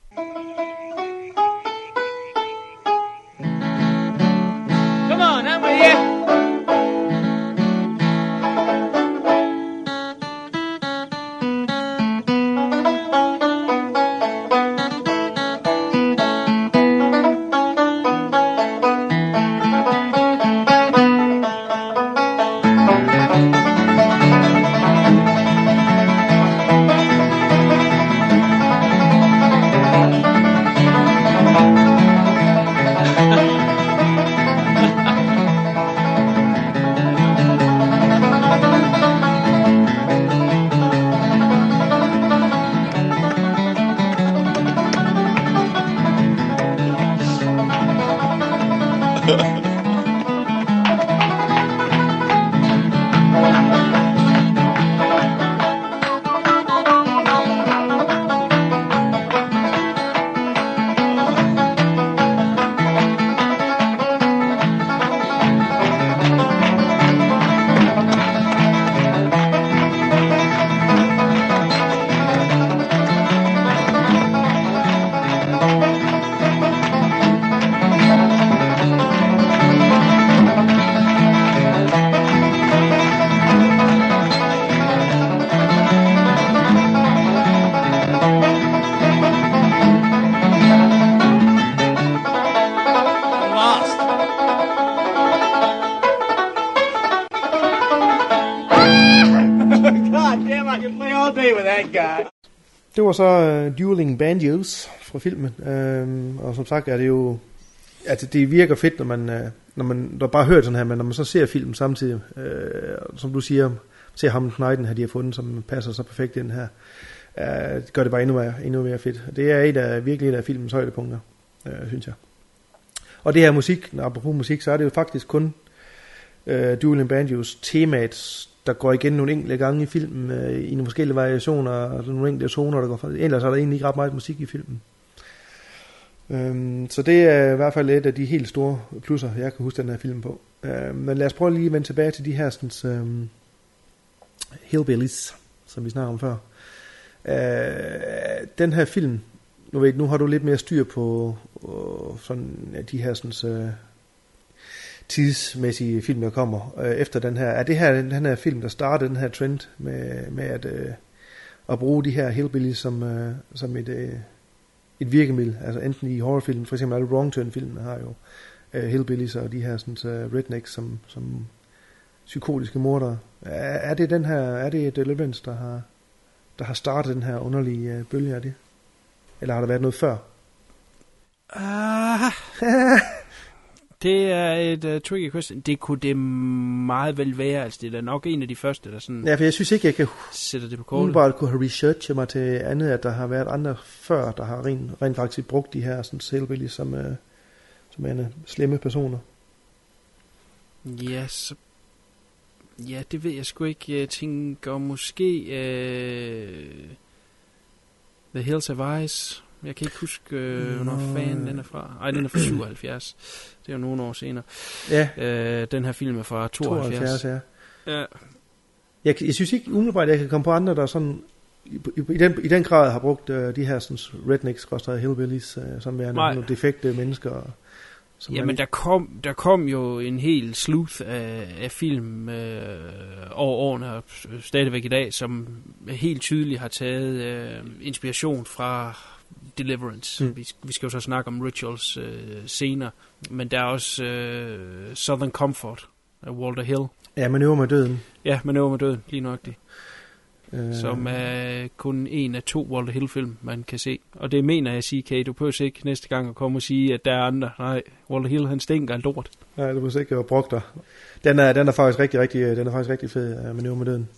Come on, I'm with you. Det var så uh, Dueling Banjos fra filmen, uh, og som sagt er det jo, altså det virker fedt, når man, uh, når man når bare hører sådan her, men når man så ser filmen samtidig, uh, som du siger, ser ham Knighten her, de har fundet, som passer så perfekt ind her, uh, det gør det bare endnu mere, endnu mere fedt. Det er et af, virkelig et af filmens højdepunkter, uh, synes jeg. Og det her musik, når apropos musik, så er det jo faktisk kun uh, Dueling Banjos temaet, der går igen nogle enkelte gange i filmen, øh, i nogle forskellige variationer, og nogle enkelte toner, der går fra. Ellers er der egentlig ikke ret meget musik i filmen. Øhm, så det er i hvert fald et af de helt store plusser, jeg kan huske den her film på. Øhm, men lad os prøve lige at vende tilbage til de her sådan, øhm, hillbillies, som vi snakker om før. Uh, den her film, nu ved nu har du lidt mere styr på uh, sådan, ja, de her sådan, uh, tidsmæssige film, der kommer uh, efter den her. Er det her den her film, der startede den her trend med, med at, uh, at bruge de her hillbillies som, uh, som et, uh, et virkemiddel, altså enten i horrorfilm, for eksempel alle Wrong Turn-filmene har jo uh, hillbillies og de her sådan, uh, rednecks som, som psykotiske mordere. Er, er det den her, er det Deliverance, der har der har startet den her underlige uh, bølge af det? Eller har der været noget før? Ah, det er et uh, tricky question. Det kunne det meget vel være. Altså, det er nok en af de første, der sådan... Ja, for jeg synes ikke, jeg kan sætter det på kortet. Umiddelbart kunne have researchet mig til andet, at der har været andre før, der har rent, rent faktisk brugt de her sådan hillbillies som, uh, som er slemme personer. Ja, så... Ja, det ved jeg sgu ikke. Jeg tænker måske... Uh... The Hills of Ice. Jeg kan ikke huske, øh, hvornår fanden den er fra. Ej, den er fra syvoghalvfjerds. Det er jo nogle år senere. Ja. Øh, den her film er fra tooghalvfjerds. tooghalvfjerds, ja. Ja. Jeg, jeg synes ikke umiddelbart, at jeg kan komme på andre, der sådan i, i, i, den, i den grad har brugt uh, de her sådan, rednecks, koster hillbillies, uh, som værende nogle defekte mennesker. Jamen, der kom, der kom jo en hel sleuth af, af film øh, over årene, og stadigvæk i dag, som helt tydeligt har taget øh, inspiration fra Deliverance. Mm. Vi, vi skal jo så snakke om Rituals øh, senere, men der er også øh, Southern Comfort af Walter Hill. Ja, Manøvre med døden. Ja, Manøvre med døden, lige nok det. Øh. Som er kun en af to Walter Hill-film, man kan se. Og det mener jeg, C K. Du behøver ikke næste gang at komme og sige, at der er andre. Nej, Walter Hill, han stinker en lort. Nej, du behøver ikke at brugt dig. Den er, den er faktisk rigtig, rigtig, den er faktisk rigtig fed, Manøvre med døden.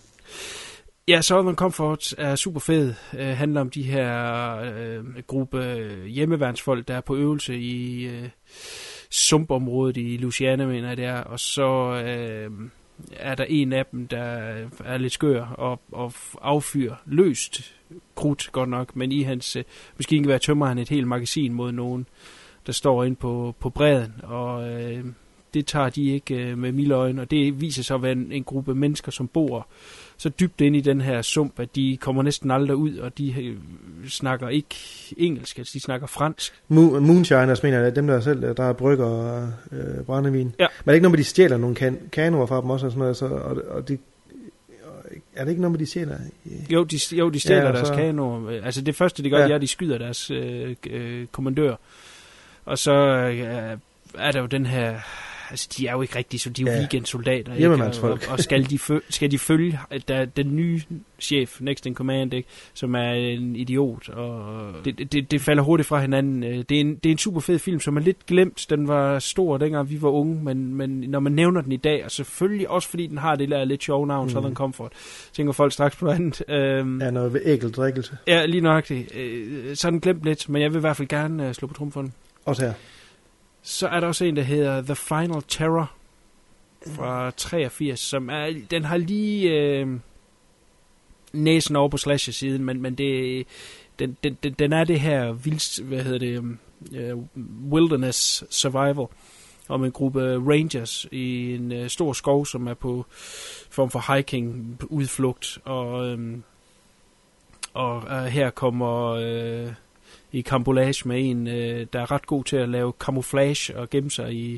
Ja, Southern Comfort er super fed. Uh, handler om de her uh, gruppe hjemmeværnsfolk, der er på øvelse i uh, sumpområdet i Louisiana, mener jeg det er. Og så uh, er der en af dem, der er lidt skør og, og affyrer løst krudt, godt nok. Men i hans uh, maskingevær tømmer han et helt magasin mod nogen, der står inde på, på bredden. Og uh, det tager de ikke uh, med milde øjne. Og det viser sig at være en, en gruppe mennesker, som bor så dybt ind i den her sump, at de kommer næsten aldrig ud, og de øh, snakker ikke engelsk, altså de snakker fransk. Mo- Moonshiners, mener jeg, dem der selv, der er brygger og øh, brændevin. Ja. Men er det ikke noget med, de stjæler nogle kan- kanoer fra dem også, og sådan noget, så, og, og de, er det ikke noget med, de stjæler? Jo, de, jo, de stjæler ja, deres så... kanoer. Altså det første, de gør, ja. er, at de skyder deres øh, øh, kommandør. Og så øh, er der jo den her... Altså, de er jo ikke rigtige, så de er jo ja. weekendsoldater, ikke? Og, og, og skal, de følge, skal de følge der, den nye chef, Next in Command, ikke? Som er en idiot, og det, det, det falder hurtigt fra hinanden. Det er, en, det er en super fed film, som er lidt glemt. Den var stor, dengang vi var unge, men, men når man nævner den i dag, og selvfølgelig også fordi den har det der lidt sjove navn, mm. Southern Comfort, tænker folk straks på noget andet. Øhm, ja, noget ægelt drikkelse. Ja, lige nøjagtigt. Så er den glemt lidt, men jeg vil i hvert fald gerne slå på trummen for den. Også her. Så er der også en, der hedder The Final Terror fra treogfirs, som er, den har lige øh, næsen over på slasher-siden, men, men det, den, den, den er det her vildt, hvad hedder det, uh, wilderness survival, om en gruppe rangers i en uh, stor skov, som er på form for hiking, udflugt, og, øhm, og uh, her kommer... Uh, i camouflage med en, øh, der er ret god til at lave camouflage og gemme sig i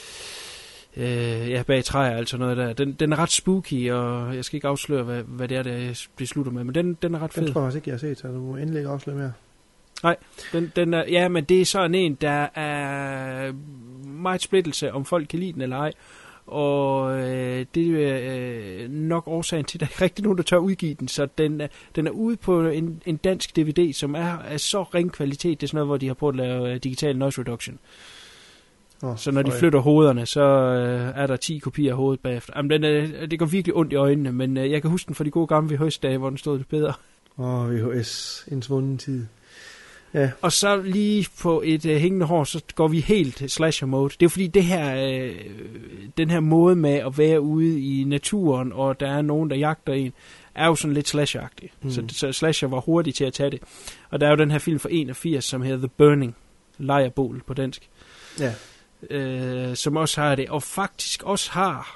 øh, ja, bag træer, altså noget der. Den, den er ret spooky, og jeg skal ikke afsløre, hvad, hvad det er, det, det slutter med, men den, den er ret fed. Den tror jeg også ikke, jeg har set, så du må endelig ikke afsløre mere. Nej, den, den er, ja, men det er sådan en, der er meget splittelse, om folk kan lide den eller ej. Og øh, det er øh, nok årsagen til, at der er ikke rigtig nogen, der tør udgive den. Så den, den er ude på en, en dansk D V D, som er af så ring kvalitet. Det er sådan noget, hvor de har prøvet at lave digital noise reduction. Oh, så når de flytter hovederne, så øh, er der ti kopier af hovedet bagefter. Jamen, den er, det går virkelig ondt i øjnene, men øh, jeg kan huske den fra de gode gamle V H S-dage, hvor den stod lidt bedre. Åh, oh, V H S, en svunden tid. Ja. Og så lige på et øh, hængende hår, så går vi helt slasher mode. Det er fordi det her, øh, den her måde med at være ude i naturen, og der er nogen, der jagter en, er jo sådan lidt slasher-agtig. Mm. Så, så slasher var hurtig til at tage det. Og der er jo den her film fra enogfirs, som hedder The Burning, lejrbål på dansk. Ja. Øh, som også har det, og faktisk også har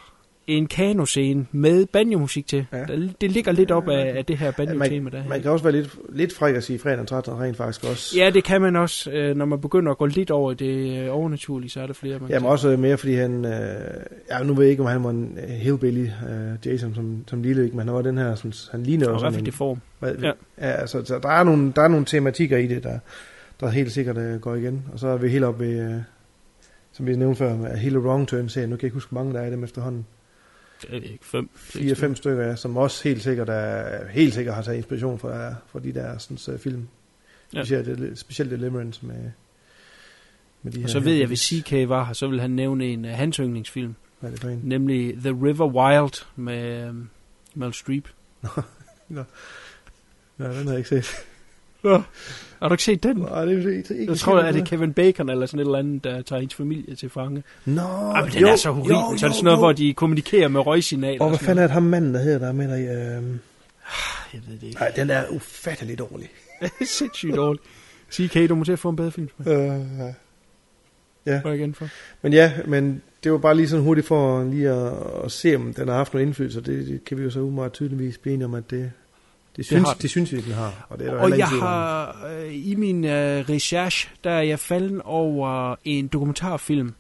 en kanoscene med banjo-musik til. Ja. Det ligger lidt op af, af det her banjo-tema man, der. Man kan også være lidt, lidt fræk at sige fredag den trettende rent faktisk også. Ja, det kan man også. Når man begynder at gå lidt over det overnaturlige, så er der flere. Man Jamen også mere, fordi han... Øh, ja, nu ved jeg ikke, om han var en hillbilly øh, Jason som, som lille, ikke? Men han var den her, som han ligner også. Og i hvert fald det form. Hvad, ja. Ja, altså, så der er, nogle, der er nogle tematikker i det, der, der helt sikkert uh, går igen. Og så er vi helt oppe ved, uh, som vi nævnte før, med hele Wrong Turn-serien. Nu kan jeg ikke huske, hvor mange der er i dem efterhånden. Det er ikke fem. Fire, fem stykker, ja, som også helt sikkert, er, helt sikkert har taget inspiration fra, fra de der sådan, uh, film. Ja. Specielt, specielt Deliverance med, med de her. Og så ved jeg, hvis C K var her, så vil han nævne en af hans yndlingsfilm. Hvad er det for en? Nemlig The River Wild med um, Meryl Streep. Nå. Nej, den har jeg ikke set. Nå. Har du ikke set den? Nej, det er ikke, ikke jeg tror, at det er Kevin Bacon eller sådan et eller andet, der tager ens familie til fange. Nå, ah, men den jo, er så horribel. Så er det sådan noget, jo. Hvor de kommunikerer med røgsignaler. Og hvad fanden er det ham manden, der hedder der med dig? Øh... Jeg ved det ikke. Nej, den er ufatteligt dårlig. Sindssygt dårlig. C K, du må til at få en bedre film. Øh, ja. Ja. Igen for. Men ja, men det var bare lige sådan hurtigt for lige at, at se, om den har haft noget indflydelse. Det, det kan vi jo så umiddelbart tydeligvis blive enige om, at det, det, synes, det, det synes vi, den har. Og, det er og jeg har øh, i min øh, research, der er jeg faldet over en dokumentarfilm.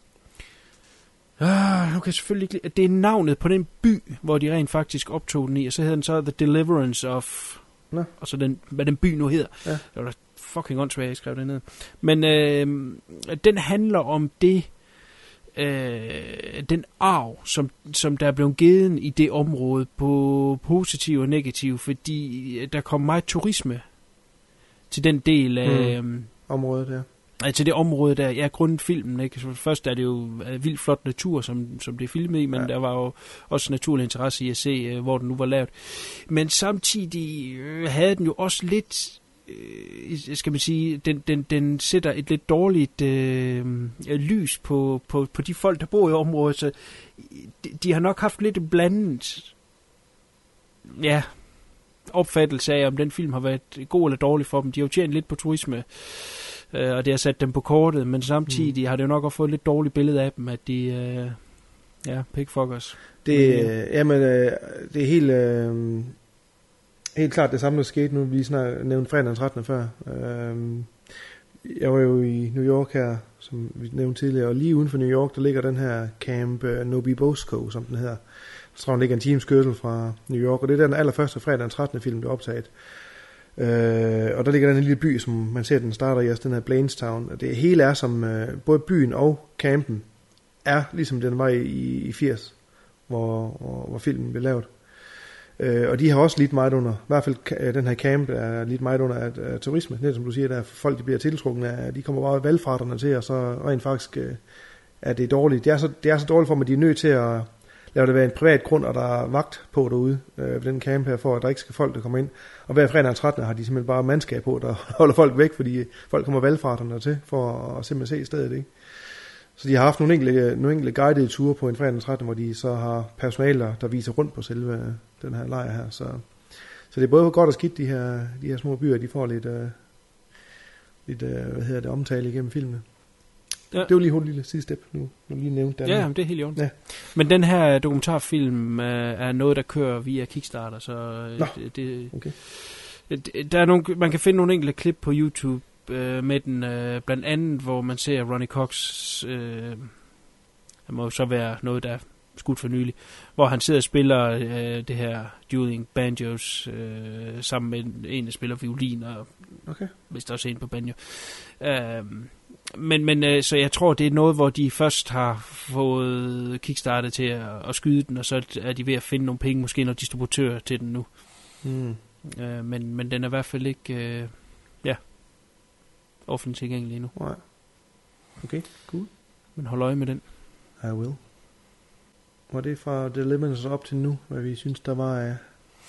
Ah, nu kan jeg selvfølgelig ikke... Det er navnet på den by, hvor de rent faktisk optog den i, og så hedder den så The Deliverance of... Nå. Og så den, hvad den by nu hedder. Ja. Det var da fucking åndssvagt, jeg skrev det ned. Men øh, den handler om det... Øh, den arv, som, som der er blevet givet i det område på positiv og negativ, fordi der kom meget turisme til den del af... Mm. Området, ja. Altså til det område der, ja, grundet filmen, ikke? Så først er det jo vildt flot natur, som, som det er filmet i, men ja. Der var jo også naturlig interesse i at se, hvor den nu var lavet. Men samtidig øh, havde den jo også lidt, øh, skal man sige, den, den, den sætter et lidt dårligt øh, lys på, på, på de folk, der bor i området, så de, de har nok haft lidt blandet, ja, opfattelse af, om den film har været god eller dårlig for dem. De har jo tjent lidt på turisme, Uh, og det har sat dem på kortet, men samtidig mm. har det jo nok også fået et lidt dårligt billede af dem, at de, uh, ja, pigfuckers. Det, øh, jamen, øh, det er helt, øh, helt klart det samme, der skete nu. Vi snart nævnte fredag den trettende før. Øh, jeg var jo i New York her, som vi nævnte tidligere, og lige uden for New York, der ligger den her Camp uh, Nobi Bosco, som den hedder. Så tror jeg, den ligger en times kørsel fra New York, og det er den allerførste fredag den trettende film, der er optaget. Øh, og der ligger den her lille by, som man ser, den starter i, altså den her Blainstown. Det hele er som, øh, både byen og campen er ligesom den var i, i firs, hvor, hvor, hvor filmen blev lavet. Øh, og de har også lidt meget under, i hvert fald den her camp er lidt meget under af, af turisme. Det som du siger, der folk de bliver tiltrukket af, de kommer bare valgfarterne til, og så rent faktisk øh, er det dårligt. Det er, så, det er så dårligt for dem, at de er nødt til at lave det være en privat grund, og der er vagt på derude øh, ved den camp her, for at der ikke skal folk, der kommer ind. Og hver fredag den trettende har de simpelthen bare mandskab på, der holder folk væk, fordi folk kommer valgfarterne til, for at simpelthen se stedet, ikke? Så de har haft nogle enkelte, nogle enkelte guidede ture på en fredag den trettende, hvor de så har personaler, der viser rundt på selve den her lejr her. Så, så det er både godt og skidt, de her, de her små byer, de får lidt, øh, lidt øh, hvad hedder det, omtale igennem filmene. Ja. Det var lige hurtigt lille sidste step, nu, nu lige nævnte ja, det er helt i orden. Ja. Men den her dokumentarfilm øh, er noget, der kører via Kickstarter, så øh, Nå, det, det, okay. det, der er nogle, man kan finde nogle enkelte klip på YouTube øh, med den, øh, blandt andet, hvor man ser Ronny Cox, øh, det må så være noget, der er skudt for nylig, hvor han sidder og spiller øh, det her dueling banjos øh, sammen med en, der spiller violin, og okay. hvis der også er en på banjo. Øh, Men, men øh, så jeg tror, det er noget, hvor de først har fået Kickstarter til at, at skyde den, og så er de ved at finde nogle penge, måske nogle distributører til den nu. Mm. Øh, men, men den er i hvert fald ikke øh, ja, offentligt tilgængelig endnu. Nej. Okay, cool. Men hold øje med den. I will. Var det fra Deliverance op til nu, hvad vi synes, der var af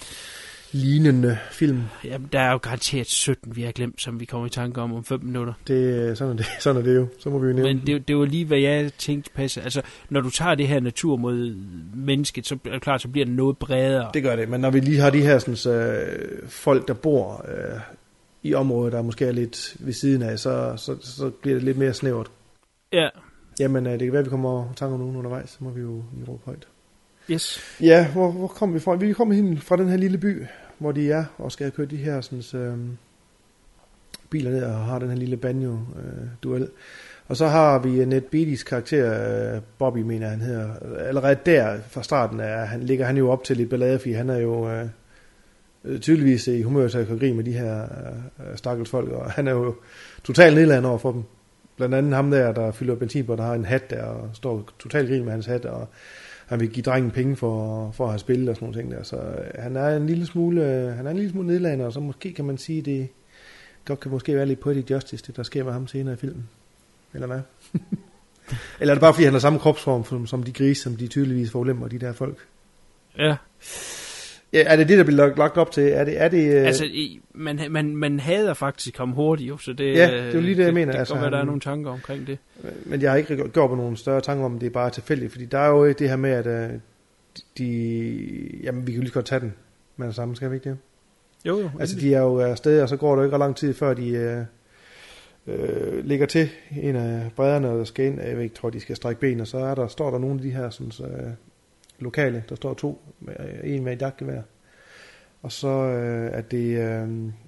lignende film? Jamen, der er jo garanteret sytten, vi har glemt, som vi kommer i tanke om om fem minutter. Det, sådan, er det, sådan er det jo. Så må vi jo nævne. Men det, det var lige, hvad jeg tænkte passe. Altså, når du tager det her natur mod mennesket, så er det klart, så bliver det noget bredere. Det gør det, men når vi lige har de her sådan, øh, folk, der bor øh, i området, der måske er lidt ved siden af, så, så, så bliver det lidt mere snævert. Ja. Jamen, øh, det kan være, vi kommer og tager nogen undervejs, så må vi jo råbe højt. Yes. Ja, hvor, hvor kom vi fra? Vi kom hen fra den her lille by, hvor de er, og skal køre de her sådan, øh, biler ned og har den her lille banjo-duel. Øh, og så har vi Ned Beattys karakter, Bobby mener han hedder. Allerede der fra starten er, han, ligger han jo op til lidt ballade, fordi han er jo øh, tydeligvis i humør til at kunne grine med de her øh, stakkels folk, og han er jo totalt nedladende over for dem. Blandt andet ham der, der fylder benzin på, der har en hat der, og står totalt grin med hans hat, og han vil give drengen penge for, for at have spillet og sådan nogle ting der. Så han er en lille smule, han er en lille smule nedladende, og så måske kan man sige, det godt kan måske være lidt på det justice, det der sker med ham senere i filmen. Eller hvad? Eller er det bare fordi han har samme kropsform som, som de grise, som de tydeligvis forulemper, de der folk? Ja. Ja, er det det, der bliver lagt op til? Er det, er det, øh... Altså, man, man, man hader faktisk komme hurtigt, jo, så det, ja, det er jo lige det, jeg mener. Det kan altså, godt være, han... der er nogle tanker omkring det. Men jeg har ikke gjort på nogle større tanker om, det er bare tilfældigt, fordi der er jo det her med, at de... Jamen, vi kan lige godt tage den med det samme, skal vi ikke det? Jo, jo. Altså, de er jo afsted, og så går der ikke ret lang tid, før de øh, øh, ligger til en af bredderne, og der skal ind. Jeg ved ikke, tror, de skal strække ben, og så er der, står der nogle af de her sådan, så, øh, lokale. Der står to, en med et jagtgevær. Og så øh, er det øh,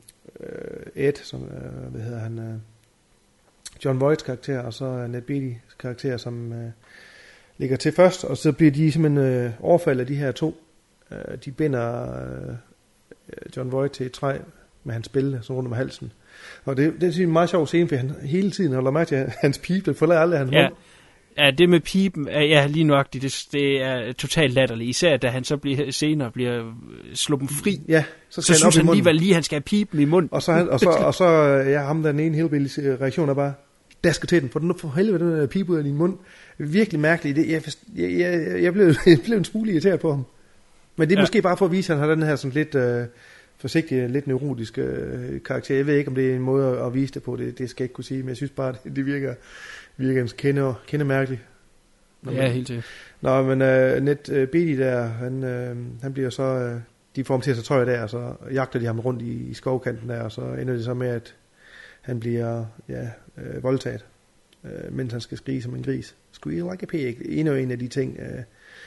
Ed, som, øh, hvad hedder han, øh, John Voights karakter, og så Ned Beattys karakter, som øh, ligger til først, og så bliver de simpelthen øh, overfaldet af de her to. Øh, de binder øh, John Voight til et træ med hans bælte, så rundt om halsen. Og det, det er en meget sjov scene, for han hele tiden holder mærke til hans pipe, det forlader aldrig hans ja. mund. Ja, det med pipen, ja, lige nøjagtigt, det, det er totalt latterligt. Især da han så bliver, senere bliver sluppet fri, ja, så, så synes han alligevel lige, at han skal have pipen i munden. Og så, han, og så, og så ja, ham der den ene hillbillies reaktion er bare, der skal til den, for den for helvede den der pipe ud af din mund. Virkelig mærkeligt. Det, jeg, jeg, jeg, jeg, blev, jeg blev en smule irriteret på ham. Men det er ja. måske bare for at vise, at han har den her sådan lidt øh, forsigtig, lidt neurotisk øh, karakter. Jeg ved ikke, om det er en måde at, at vise det på, det, det skal jeg ikke kunne sige, men jeg synes bare, det, det virker... virker en kende, kende mærkeligt. Ja, helt til. Nå, men uh, Ned uh, Beatty der, han, uh, han bliver så, uh, de får ham til at tage tøj der, og så jagter de ham rundt i, i skovkanten der, og så ender det så med, at han bliver ja, uh, voldtaget, uh, mens han skal skrige som en gris. Squeal like a pig. En og en af de ting. Uh,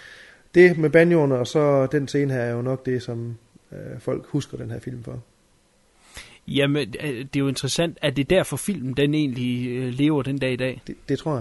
det med banjoerne, og så den scene her er jo nok det, som uh, folk husker den her film for. Jamen, det er jo interessant, at det er derfor filmen, den egentlig øh, lever den dag i dag. Det, det tror jeg.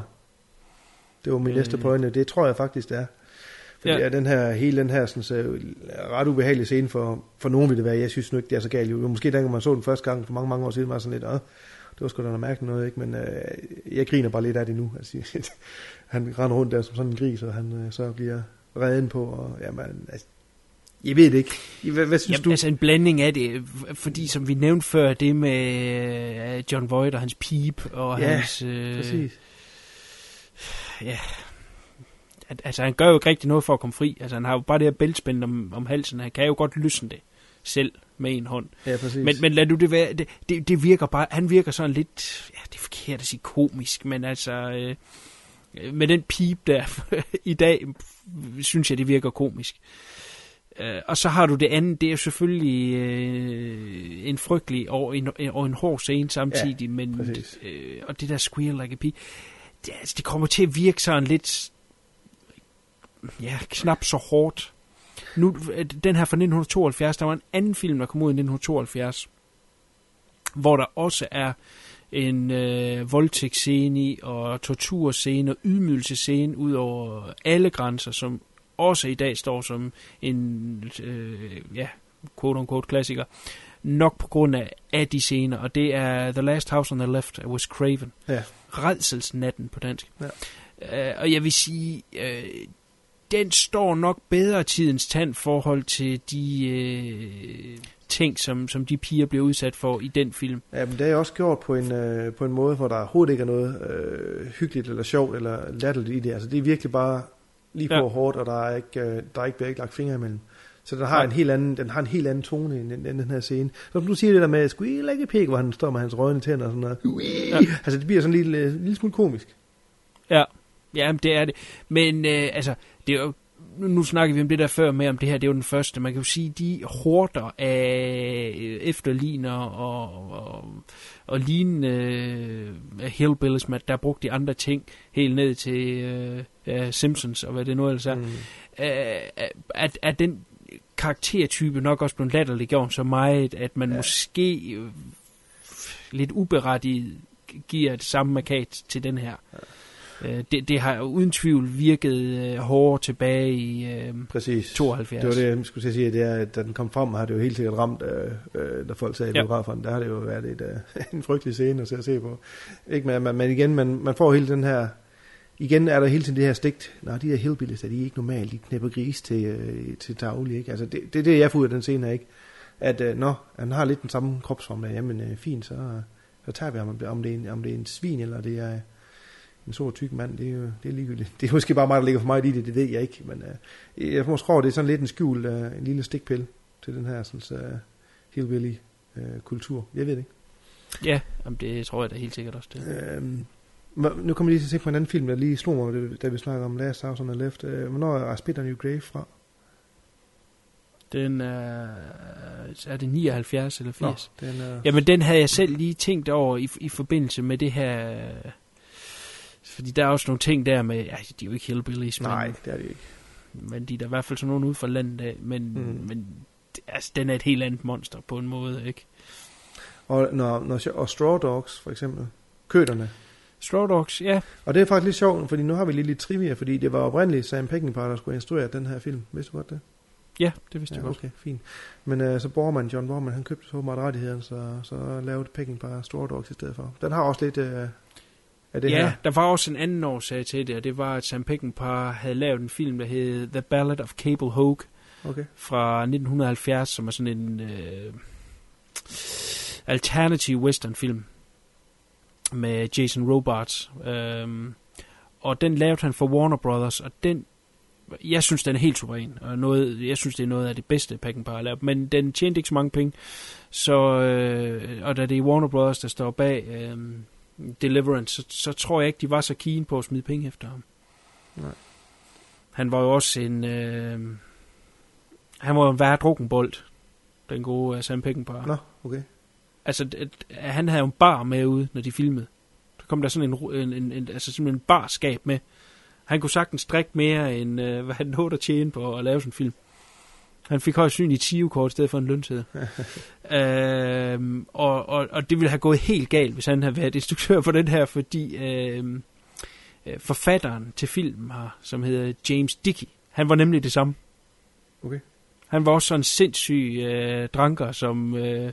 Det var min øh. næste pointe. Det tror jeg faktisk, det er. For ja. den her, hele den her sådan, så, ret ubehagelige scene for, for nogen vil det være. Jeg synes nu ikke, det er så galt. Jo, måske dengang man så den første gang for mange, mange år siden, var sådan lidt, åh, det var sgu da noget mærkeligt noget, ikke? Men øh, jeg griner bare lidt af det nu. Altså, han render rundt der som sådan en gris, og han øh, så bliver redden på, og jamen, altså, jeg ved det ikke. Hvad, hvad synes Jamen, du? Altså en blanding af det, fordi som vi nævnte før, det med John Voight og hans pip og ja, hans... Øh, præcis. Ja, altså han gør jo ikke rigtig noget for at komme fri. Altså han har jo bare det her bæltspænd om, om halsen. Han kan jo godt løsne det selv med en hånd. Ja, præcis. Men, men lad du det være, det, det, det virker bare, han virker sådan lidt, ja, det er forkert at sige komisk, men altså... Øh, med den pip der i dag, synes jeg, det virker komisk. Uh, og så har du det andet, det er jo selvfølgelig uh, en frygtelig og en, og en hård scene samtidig, ja, men uh, og det der squeal like a pig, det, altså, det kommer til at virke sådan lidt, ja, knap så hårdt. Nu, den her fra nitten tooghalvfjerds, der var en anden film, der kom ud i nitten tooghalvfjerds, hvor der også er en øh, voldtægtsscene i, og torturscene og ydmygelsescene ud over alle grænser, som også i dag står som en øh, ja, quote-unquote klassiker, nok på grund af, af de scener, og det er The Last House on the Left af Wes Craven. Ja. Rædselsnatten på dansk. Ja. Uh, og jeg vil sige, uh, den står nok bedre tidens tand forhold til de uh, ting, som, som de piger bliver udsat for i den film. Ja, men det er også gjort på en, øh, på en måde, hvor der overhovedet ikke er noget øh, hyggeligt eller sjovt eller latterligt i det. Altså det er virkelig bare lige på ja. hårdt, og der er ikke, øh, der er ikke, bliver ikke lagt fingre imellem. Så den har, ja. en helt anden, den har en helt anden tone end, end den her scene. Så du siger det der med squeal like a pig, hvor han står med hans rødne tænder og sådan noget. Ja. Altså det bliver sådan en lille, lille smule komisk. Ja, ja, det er det. Men øh, altså, det er jo nu, nu snakker vi om det der før med, om det her, det er jo den første. Man kan jo sige, de horder af efterligner og, og, og lignende uh, hillbillies, der brugte de andre ting helt ned til uh, uh, Simpsons og hvad det nu ellers er. Mm. Uh, at, at den karaktertype nok også blevet latterliggjort så meget, at man ja. måske uh, lidt uberettiget giver det samme markat til den her. Ja. Det, det har uden tvivl virket uh, hårdere tilbage i uh, Præcis. tooghalvfjerds. Det var det, jeg skulle sige, at det er, da den kom frem, har det jo helt sikkert ramt, uh, uh, da folk sagde i biograferne. Der har det jo været et, uh, en frygtelig scene at se, at se på. Ikke, men, men igen, man, man får hele den her... Igen er der hele tiden det her stigt. Nå, de her hillbillies, de er ikke normalt. De knæpper gris til, uh, til daglig. Ikke? Altså, det, det er det, jeg får ud af den scene her, ikke? At uh, nå, han har lidt den samme kropsform der. Jamen, uh, fint, så, så tager vi ham, om det, er en, om det er en svin, eller det er... en stor tyk mand, det er jo det er ligegyldigt. Det er måske bare mig, der ligger for mig i det, det ved jeg ikke, men uh, jeg må tror, det er sådan lidt en skjult, uh, en lille stikpille til den her sådan, uh, hillbilly uh, kultur. Jeg ved det ikke. Ja, jamen det tror jeg da helt sikkert også det. Um, nu kommer jeg lige til at se på en anden film, der lige slog mig, da vi snakker om Last House on the Left. Uh, hvornår er I Spit on Your Grave fra? Den er... Er det nioghalvfjerds eller firs? Nå, den er... Jamen den havde jeg selv lige tænkt over i, i forbindelse med det her... Fordi der er også nogle ting der med, ja, de er jo ikke hillbillies, men, nej, det er de ikke. Men de er der i hvert fald sådan nogen ude fra landet af, men, mm. men altså, den er et helt andet monster på en måde, ikke? Og, når, når, og Straw Dogs, for eksempel, køderne. Straw Dogs, ja. Og det er faktisk lidt sjovt, fordi nu har vi lige lidt trivia, fordi det var oprindeligt Sam Peckinpah, der skulle instruere den her film. Vidste du godt det? Ja, det vidste ja, jeg godt. Okay, fint. Men uh, så Borman, John Borman, han købte så meget rettigheden, så, så lavede Peckinpah Straw Dogs i stedet for. Den har også lidt... Uh, Det ja, her. Der var også en anden årsag til det, og det var, at Sam Peckinpah havde lavet en film, der hed The Ballad of Cable Hogue, okay. fra nitten halvfjerds, som er sådan en øh, alternative western-film med Jason Robards. Øhm, og den lavede han for Warner Brothers, og den, jeg synes, den er helt suveræn, og noget, jeg synes, det er noget af det bedste, Peckinpah har lavet, men den tjente ikke så mange penge, så, øh, og da det er Warner Brothers, der står bag... Øh, Deliverance, så, så tror jeg ikke, de var så keen på at smide penge efter ham. Nej. Han var jo også en... Øh, han var jo en værre drukkenbold, den gode uh, Sam Peckinpah. Nå, okay. Altså, det, han havde jo en bar med ude, når de filmede. Så kom der sådan en, en, en, en, altså sådan en barskab med. Han kunne sagtens drikke mere, end øh, hvad han nåede at tjene på at lave sådan en film. Han fik højst syn i et T-kort i stedet for en lønseddel. øhm, og, og, og det ville have gået helt galt, hvis han havde været instruktør for den her, fordi øhm, øh, forfatteren til filmen her, som hedder James Dickey, han var nemlig det samme. Okay. Han var også sådan en sindssyg øh, dranker, som... Øh,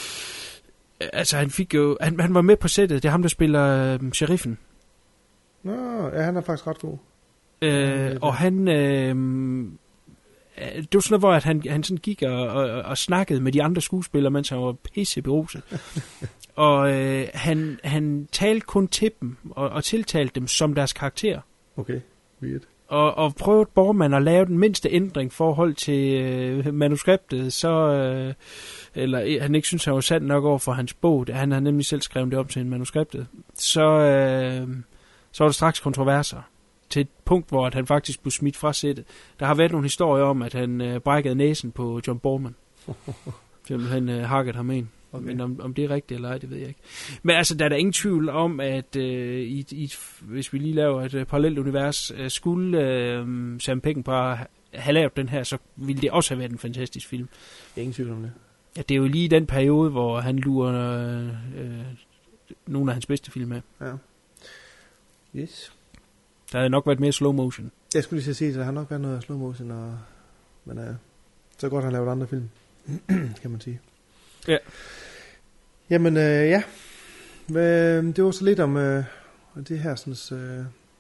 altså, han fik jo... Han, han var med på sættet. Det er ham, der spiller øh, sheriffen. Nå, ja, han er faktisk ret god. Øh, og han... Øh, det var sådan, hvor at han, han sådan gik og, og, og snakkede med de andre skuespillere, mens han var pisse beruset. og øh, han, han talte kun til dem, og, og tiltalte dem som deres karakter. Okay, weird. Og, og prøvede Borman at lave den mindste ændring i forhold til øh, manuskriptet, så... Øh, eller han ikke synes, han var sandt nok over for hans bog. Han har nemlig selv skrevet det op til en manuskriptet. Så, øh, så var der straks kontroverser. Til et punkt, hvor at han faktisk blev smidt fra sættet. Der har været nogle historier om, at han øh, brækkede næsen på John Borman. Han øh, hakket ham ind. Okay. Men om, om det er rigtigt eller ej, det ved jeg ikke. Men altså, der er der ingen tvivl om, at øh, i, i, hvis vi lige laver et øh, parallelt univers, øh, skulle øh, Sam Peckinpah have lavet den her, så ville det også have været en fantastisk film. Ingen tvivl om det. Ja, det er jo lige den periode, hvor han lurer øh, øh, nogle af hans bedste film af. Ja. Yes. Der havde nok været mere slow motion. Jeg skulle lige sige, at der har nok været noget slow motion, og, men uh, så godt han lavet andre film, kan man sige. Ja. Jamen, uh, ja. Men, det var så lidt om uh, det her sådan, uh,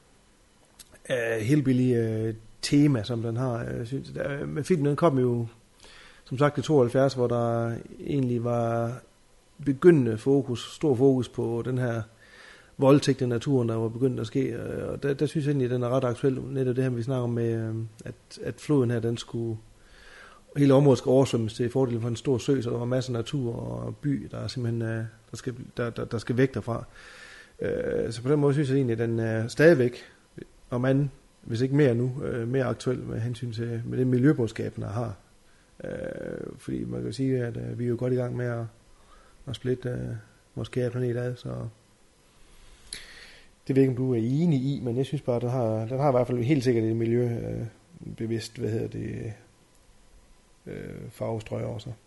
uh, hillbilly uh, tema, som den har. Jeg synes, der, men filmen den kom jo, som sagt, i tooghalvfjerds, hvor der egentlig var begyndende fokus, stor fokus på den her voldtægt i naturen, der var begyndt at ske, og der, der synes jeg egentlig, at den er ret aktuel, netop det her, vi snakker om med, at, at floden her, den skulle, hele området skal oversvømmes til fordel for en stor sø, så der var masser af natur og by, der er simpelthen, der skal, der, der, der skal væk derfra. Så på den måde synes jeg egentlig, at den er stadigvæk, om man hvis ikke mere nu, øh, mere aktuelt med hensyn til med det miljøbudskab, der har. Øh, fordi man kan sige, at øh, vi er jo godt i gang med at, at splitte øh, vores kære planet ad, så det ved ikke, om du er enig i, men jeg synes bare, at den har, den har i hvert fald helt sikkert et miljøbevidst, øh, hvad hedder det, øh, farvestrøg over sig.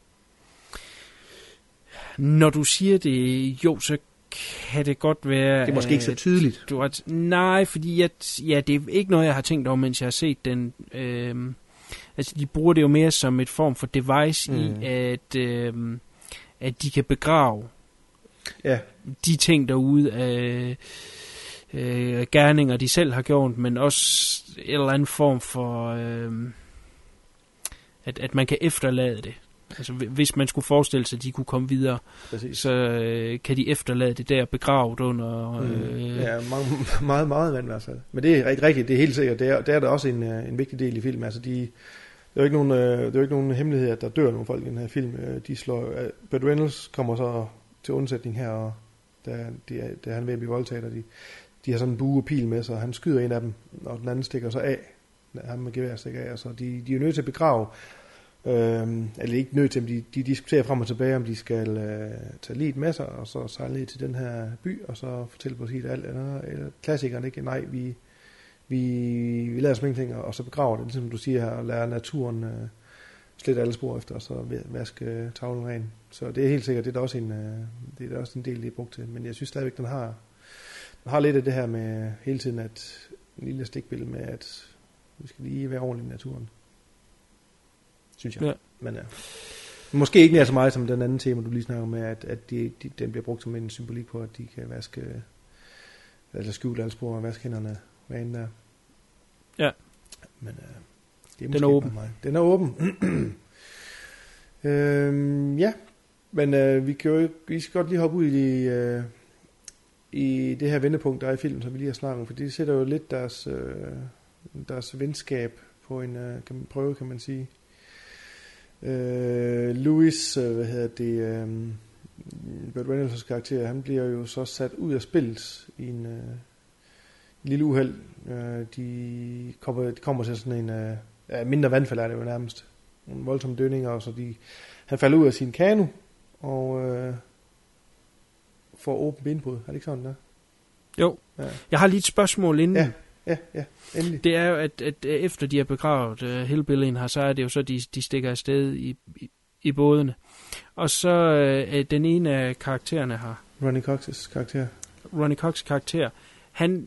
Når du siger det, jo, så kan det godt være... Det er måske ikke så tydeligt. Du har, nej, fordi jeg, ja, det er ikke noget, jeg har tænkt over, mens jeg har set den. Øh, altså, de bruger det jo mere som et form for device mm. i, at, øh, at de kan begrave ja. de ting derude af øh, gerninger, de selv har gjort, men også en eller anden form for... Øh, at, at man kan efterlade det. Altså, hvis man skulle forestille sig, at de kunne komme videre, Præcis. så øh, kan de efterlade det der begravet under... Øh... Ja, meget, meget, meget vand i hvert fald. Men det er rigtig rigtigt, det er helt sikkert. Det er, det er der også en, en vigtig del i filmen. Altså, de, det er jo ikke nogen, det er jo ikke nogen hemmelighed, at der dør nogle folk i den her film. De slår, Burt Reynolds kommer så til undsætning her, og da, de, da han er ved at blive voldtaget, og de, de har sådan en bue og pil med sig, og han skyder en af dem, og den anden stikker så af. Han med gevær stikker af, og så de, de er nødt til at begrave. Øhm, eller ikke nødt til, at de, de diskuterer frem og tilbage, om de skal øh, tage liget med sig, og så sejle ned til den her by, og så fortælle på sit alt, eller, eller klassikeren ikke, nej, vi, vi, vi lader som ingenting, og så begraver det, som du siger her, og lader naturen øh, slette alle spor efter, og så vaske tavlen ren. Så det er helt sikkert, det er da også en, øh, det er da også en del, det er brugt til, men jeg synes stadigvæk, den har, den har lidt af det her med hele tiden, at en lille stikbillede med, at vi skal lige være ordentligt i naturen. Synes jeg. Ja. Men ja. Måske ikke mere så meget som den anden tema, du lige snakker med, at, at de, de, den bliver brugt som en symbolik på, at de kan vaske, eller skjule alle spor og vaske hænderne hver ende der. Ja. Men uh, det er den er åben. Mig. Den er åben. øhm, ja, men uh, vi kan jo vi skal godt lige hoppe ud i, uh, i det her vendepunkt, der er i filmen, som vi lige har snakket om, for det sætter jo lidt deres, uh, deres venskab på en uh, kan man prøve, kan man sige. Uh, Louis, uh, hvad hedder det, um, Burt Reynolds' karakter, han bliver jo så sat ud af spillet i en, uh, en lille uheld. Uh, de, kommer, de kommer til sådan en uh, mindre vandfald, er det jo nærmest. Nogle voldsomme dønninger, og så de, han falder ud af sin kano, og uh, får åbent benbrud. Er det ikke sådan, der? Jo. Ja. Jeg har lige et spørgsmål inden. Ja. Ja, ja, endelig. Det er jo, at, at efter de har begravet uh, Hillbillyen her, så er det jo så, de, de stikker afsted i, i, i bådene. Og så uh, den ene af karaktererne her. Ronny Cox's karakter. Ronny Cox's karakter. Han,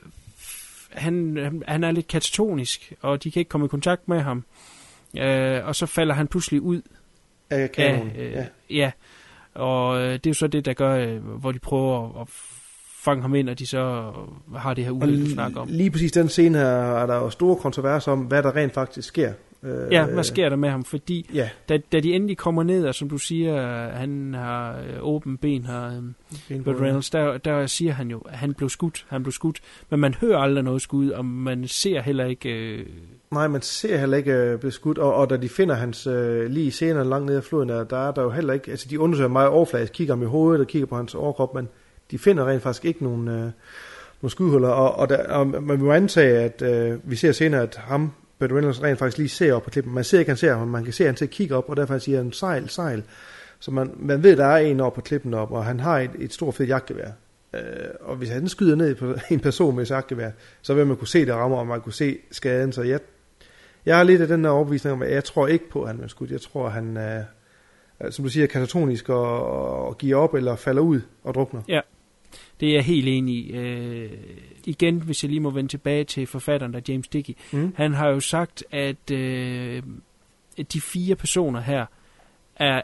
han, han er lidt katatonisk, og de kan ikke komme i kontakt med ham. Uh, og så falder han pludselig ud. Af kanonen, uh, ja. Ja, og uh, det er jo så det, der gør, uh, hvor de prøver at fange ham ind, og de så har det her uheld, du snakker om. Lige præcis den scene her er der jo store kontroverser om, hvad der rent faktisk sker. Ja, hvad sker der med ham? Fordi ja. da, da de endelig kommer ned, og som du siger, han har åben ben her, Burt Reynolds, der, der siger han jo, at han blev skudt, han blev skudt, men man hører aldrig noget skud, og man ser heller ikke... Øh... Nej, man ser heller ikke øh, blive skudt, og, og da de finder hans øh, lige senere langt ned ad floden, der, der er der jo heller ikke, altså de undersøger meget overfladisk, kigger ham i hovedet og kigger på hans overkrop, men de finder rent faktisk ikke nogen, øh, nogle skudhuller, og, og, der, og man må antage, at øh, vi ser senere, at ham, Burt Reynolds, rent faktisk lige ser op på klippen. Man ser ikke, han ser ham, man kan se, at han til at kigge op, og derfor siger han, sejl, sejl. Så man, man ved, at der er en op på klippen op, og han har et, et stort fedt jagtgevær. Øh, og hvis han skyder ned på en person med et jagtgevær, så vil man kunne se det rammer, og man kunne se skaden. Så jeg, jeg har lidt af den her overbevisning om, at jeg tror ikke på, at han er skudt. Jeg tror, at han, øh, som du siger, katatonisk og, og giver op, eller falder ud og drukner. Ja. Det er jeg helt enig i. Øh, igen, hvis jeg lige må vende tilbage til forfatteren, der James Dickey. Mm. Han har jo sagt, at øh, de fire personer her er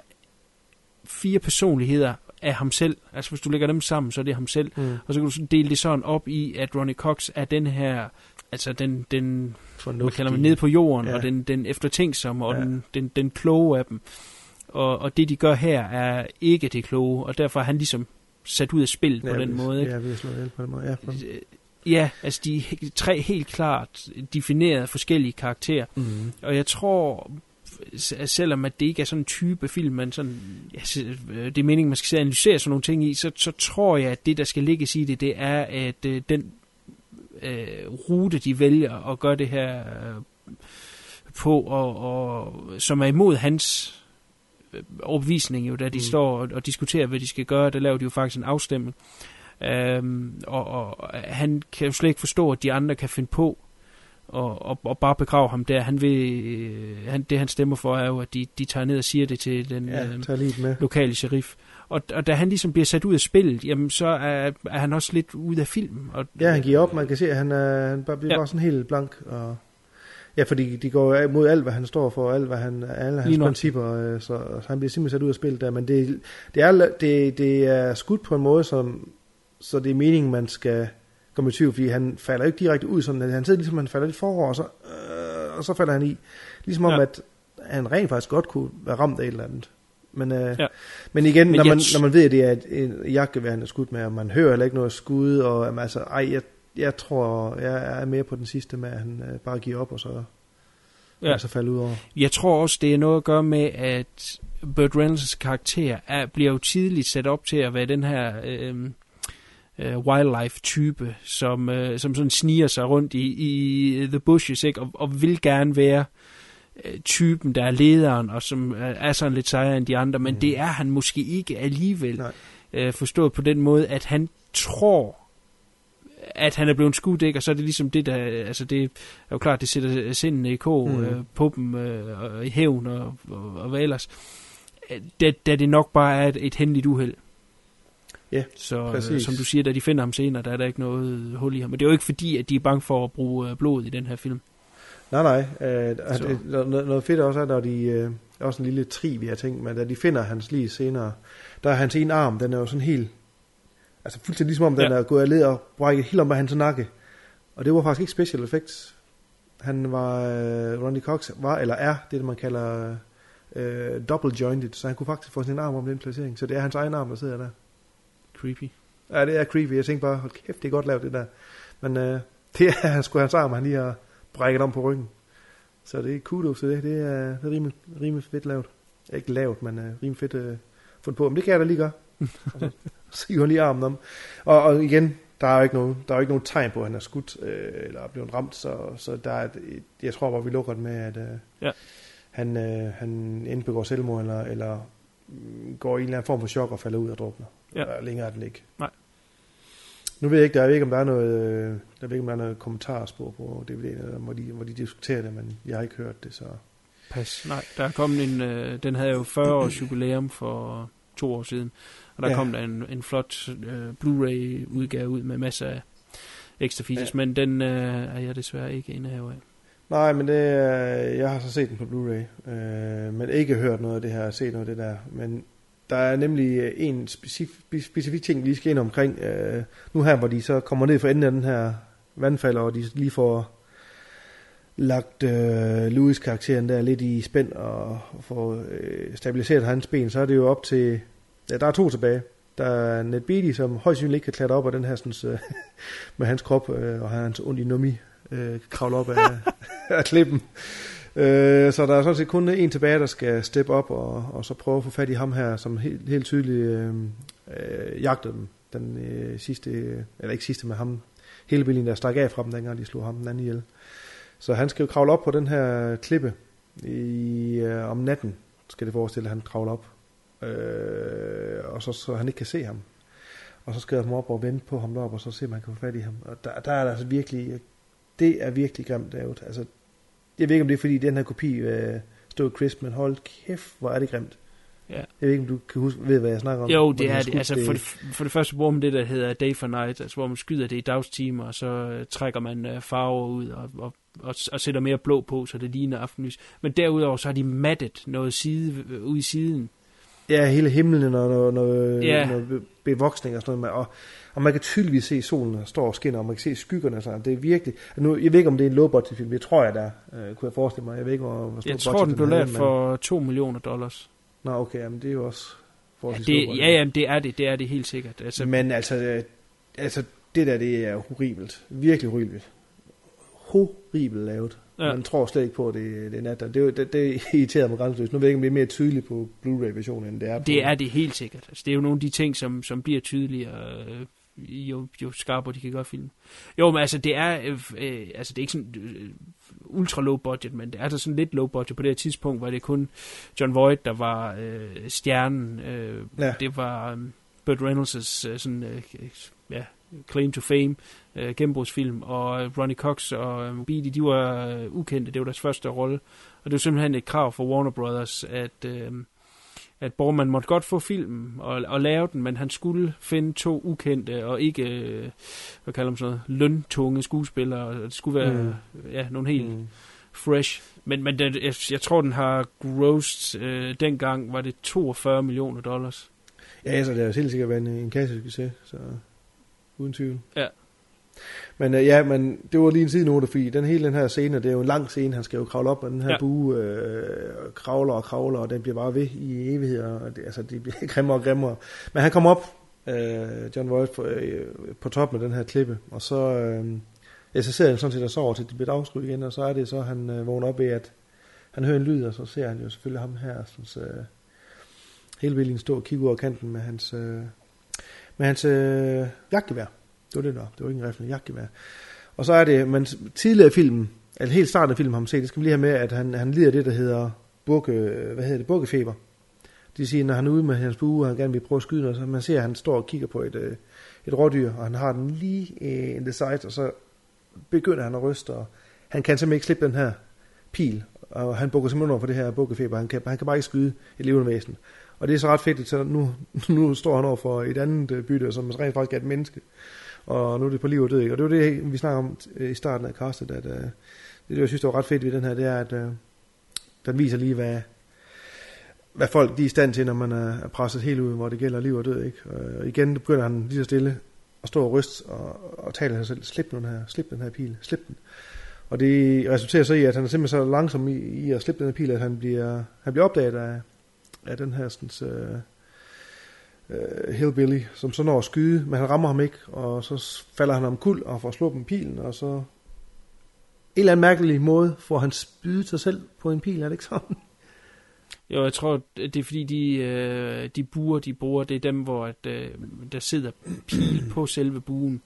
fire personligheder af ham selv. Altså hvis du lægger dem sammen, så er det ham selv. Mm. Og så kan du dele det sådan op i, at Ronny Cox er den her, altså den, den hvad kalder man, ned på jorden, ja. Og den, den eftertænksomme, og ja. den, den, den kloge af dem. Og, og det de gør her er ikke det kloge, og derfor er han ligesom sat ud af spil ja, på den måde. Ikke? Ja, vi har slået ihjel på den måde. Ja, på ja, altså de er tre helt klart definerede forskellige karakterer. Mm-hmm. Og jeg tror, selvom at det ikke er sådan en type film, man sådan, ja, det er meningen, man skal analysere sådan nogle ting i, så, så tror jeg, at det, der skal ligges i det, det er, at øh, den øh, rute, de vælger at gøre det her øh, på, og, og som er imod hans øh, overbevisning, jo, da de mm. står og, og diskuterer, hvad de skal gøre. Der laver de jo faktisk en afstemning. Øhm, og, og han kan jo slet ikke forstå, at de andre kan finde på og, og, og bare begrave ham der. Han vil, øh, han, det han stemmer for er jo, at de, de tager ned og siger det til den ja, øh, lokale sheriff. Og, og da han ligesom bliver sat ud af spillet, jamen så er, er han også lidt ude af filmen. Og, ja, han giver op. Man kan se, at han, er, han bare bliver ja. bare sådan helt blank. Og ja, fordi de går mod alt, hvad han står for, alt hvad han, alle hans principper, så, så han bliver simpelthen sat ud af spillet der. Men det, det, er, det, det er skudt på en måde, som så det er meningen, man skal komme i tvivl, fordi han falder ikke direkte ud, sådan, han sidder ligesom, han falder lidt forover, og så, øh, og så falder han i. Ligesom om, ja. at han rent faktisk godt kunne være ramt af et eller andet. Men, øh, ja. men igen, men når, man, t- når man ved, at det er et, et jagtgevær, han er skudt med, og man hører heller ikke noget skud, og jamen, altså, ej, jeg, jeg tror, jeg er mere på den sidste med, at han øh, bare giver op, og så, ja. og så falder ud over. Jeg tror også, det er noget at gøre med, at Burt Reynolds' karakter er, bliver jo tidligt sat op til at være den her øh, øh, wildlife-type, som, øh, som sådan sniger sig rundt i, i the bushes, ikke? Og, og vil gerne være øh, typen, der er lederen, og som øh, er sådan lidt sejere end de andre, men mm. det er han måske ikke alligevel. Øh, forstået på den måde, at han tror, at han er blevet skudt, ikke? Og så er det ligesom det, der, altså det er jo klart, det sætter sindene i kog mm. øh, på dem, øh, og i hævn, og, og, og hvad ellers. Da, da det nok bare er et, et hændeligt uheld. Ja, så øh, som du siger, da de finder ham senere, der er der ikke noget hul i ham. Men det er jo ikke fordi, at de er bange for at bruge øh, blod i den her film. Nej, nej. Øh, det, noget, noget fedt også er, når de, øh, også en lille trivia ting, men da de finder hans lige senere, der er hans ene arm, den er jo sådan helt, altså fuldstændig ligesom om, den ja. er gået af led og brækket helt om på hans nakke. Og det var faktisk ikke special effects. Han var, øh, Ronny Cox var, eller er, det man kalder øh, double jointed, så han kunne faktisk få sin arm om den placering. Så det er hans egen arm, der sidder der. Creepy. Ja, det er creepy. Jeg tænkte bare, hold kæft, det er godt lavet det der. Men øh, det er han sgu hans arm, han lige har brækket om på ryggen. Så det er kudos til det. Det er, det er rimelig, rimelig fedt lavet. Ikke lavet, men øh, rimelig fedt øh, fundet på. Men det kan jeg da lige gøre. Og så siger han lige armen om. Og, og igen, der er jo ikke noget, der er jo ikke nogen tegn på, at han er skudt øh, eller er blevet ramt. Så, så der er, et, jeg tror bare, vi lukker det med, at øh, ja. han, øh, han enten begår selvmord, eller, eller mm, går i en eller anden form for chok og falder ud og drukner. Ja. Længere er den ikke. Nej. Nu ved jeg ikke, der er ikke, om der er noget, der er ikke, om der er noget kommentarspor på D V D'en, hvor de, hvor de diskuterer det, men jeg har ikke hørt det, så. Pas. Nej, der er kommet en, øh, den havde jo fyrre års jubilæum for to år siden, og der ja. kom der en, en flot øh, Blu-ray udgave ud med masser af ekstra features, ja. men den øh, er jeg desværre ikke en af. Nej, men det, jeg har så set den på Blu-ray, øh, men ikke hørt noget af det her, set noget af det der, men der er nemlig en specifik, specifik ting, lige skal ind omkring, øh, nu her, hvor de så kommer ned for enden af den her vandfald, og de lige får lagt øh, Louis karakteren der lidt i spænd, og får øh, stabiliseret hans ben, så er det jo op til, ja, der er to tilbage. Der er Ned Beatty, som højst sandsynligt ikke kan klatre op af den her, sådan, øh, med hans krop, øh, og hans ondt i nummi, øh, kravle op af, af klippen. Øh, så der er sådan set kun en tilbage, der skal steppe op og, og så prøve at få fat i ham her, som helt, helt tydeligt øh, øh, jagtede dem. Den øh, sidste, eller ikke sidste med ham, hele bilen der stak af fra dem, dengang de slog ham den anden ihjel. Så han skal jo kravle op på den her klippe i, øh, om natten, skal det forestille, at han kravler op. Øh, og så, så han ikke kan se ham. Og så skal han op og vente på ham deroppe, og så se, om han kan få fat i ham. Og der, der er der altså virkelig, det er virkelig grimt lavet. Altså, jeg ved ikke, om det er, fordi den her kopi øh, stod crisp, men hold kæft, hvor er det grimt. Ja. Jeg ved ikke, om du kan huske, ved, hvad jeg snakker om. Jo, det er det. Altså, for, det, for det første bruger man det, der hedder day for night, altså hvor man skyder det i dagstimer, og så uh, trækker man uh, farver ud og, og, og, og sætter mere blå på, så det ligner aftenlys. Men derudover, så har de mattet noget side, uh, ude i siden. Ja, hele himlen og noget, noget, ja. noget bevoksning og sådan noget. Og, og man kan tydeligvis se solen, der står og skinner, og man kan se skyggerne og sådan. Det er virkelig. Nu, jeg ved ikke, om det er en low-budget film. Jeg tror, jeg der uh, kunne jeg forestille mig. Jeg ved ikke, hvor, hvor stor jeg tror, den blev lavet for to millioner dollars. Nå, okay, men det er jo også ja, det, ja, ja, det er det, det er det helt sikkert. Altså, men altså, altså, det der, det er horribelt. Virkelig horribelt. Horribelt lavet. Ja. Man tror slet ikke på, at det, det er nat. Det, det, det irriterer mig grænseløst. Nu ved jeg ikke, om det er mere tydeligt på Blu-ray-versionen, end det er på. Det er det helt sikkert. Altså, det er jo nogle af de ting, som, som bliver tydeligere jo, jo skarpere de kan gøre film. Jo, men altså, det er, øh, øh, altså, det er ikke sådan øh, ultra low budget, men det er altså sådan lidt low budget. På det her tidspunkt var det kun John Voight, der var øh, stjernen. Øh, ja. Det var øh, Burt Reynolds' øh, sådan, øh, ja, claim to fame, øh, gennembrudsfilm, og Ronny Cox og øh, Beatty, de var øh, ukendte. Det var deres første rolle. Og det var simpelthen et krav for Warner Brothers, at, øh, at Borman måtte godt få filmen og, og lave den, men han skulle finde to ukendte og ikke, øh, hvad kalder man sådan noget, løntunge skuespillere. Og det skulle være mm. ja, nogle helt mm. fresh. Men, men det, jeg, jeg tror, den har grossed, øh, dengang var det toogfyrre millioner dollars. Ja, altså, det har helt sikkert været en, en kassesucces, så uden tvivl. Ja. Men øh, ja, men det var lige en sidenote, fordi den hele den her scene, det er jo en lang scene, han skal jo kravle op, og den her ja. bue øh, kravler og kravler, og den bliver bare ved i evigheder, og det, altså, det bliver grimmere og grimmere. Men han kommer op, øh, John Voight, på, øh, på toppen af den her klippe, og så, øh, ja, så sidder han sådan set og sover til, det bliver afskruet igen, og så er det så, han øh, vågner op ved, at han hører en lyd, og så ser han jo selvfølgelig ham her, sådan, øh, hele vildt stå og kigge ud over kanten med hans, øh, med hans øh, jagtgevær. Det var det der. Det var ikke en rifle, en jagtgevær. Og så er det, men tidligere i filmen, eller helt starten af filmen har man set, det skal vi lige have med, at han, han lider det, der hedder bukke, hvad hedder det, bukkefeber. De siger, når han er ude med hans bue, og han gerne vil prøve at skyde noget, så man ser, at han står og kigger på et, et rådyr, og han har den lige in the sight, og så begynder han at ryste, og han kan simpelthen ikke slippe den her pil, og han bukker simpelthen over for det her bukkefeber. Han kan, han kan bare ikke skyde et levende væsen. Og det er så ret fedt, så nu, nu står han over for et andet bytte, som rent faktisk er et menneske. Og nu er det på liv og død, ikke? Og det var det, vi snakker om i starten af castet, at uh, det, jeg synes, det var ret fedt ved den her, det er, at uh, den viser lige, hvad, hvad folk de er i stand til, når man er presset helt ud, hvor det gælder liv og død, ikke? Og igen begynder han lige så stille at stå og ryste og, og tale sig selv, slip den her, slip den her pil, slip den. Og det resulterer så i, at han er simpelthen så langsom i, i at slippe den her pil, at han bliver, han bliver opdaget af, af den her sådan, uh, Uh, hillbilly, som så når at skyde, men han rammer ham ikke, og så falder han omkuld og får slået med pilen, og så en eller anden mærkelig måde får han spydet sig selv på en pil, er det ikke sådan? Jo, jeg tror, det er fordi de, øh, de buer, de bruger, det er dem, hvor at, øh, der sidder pil på selve buen.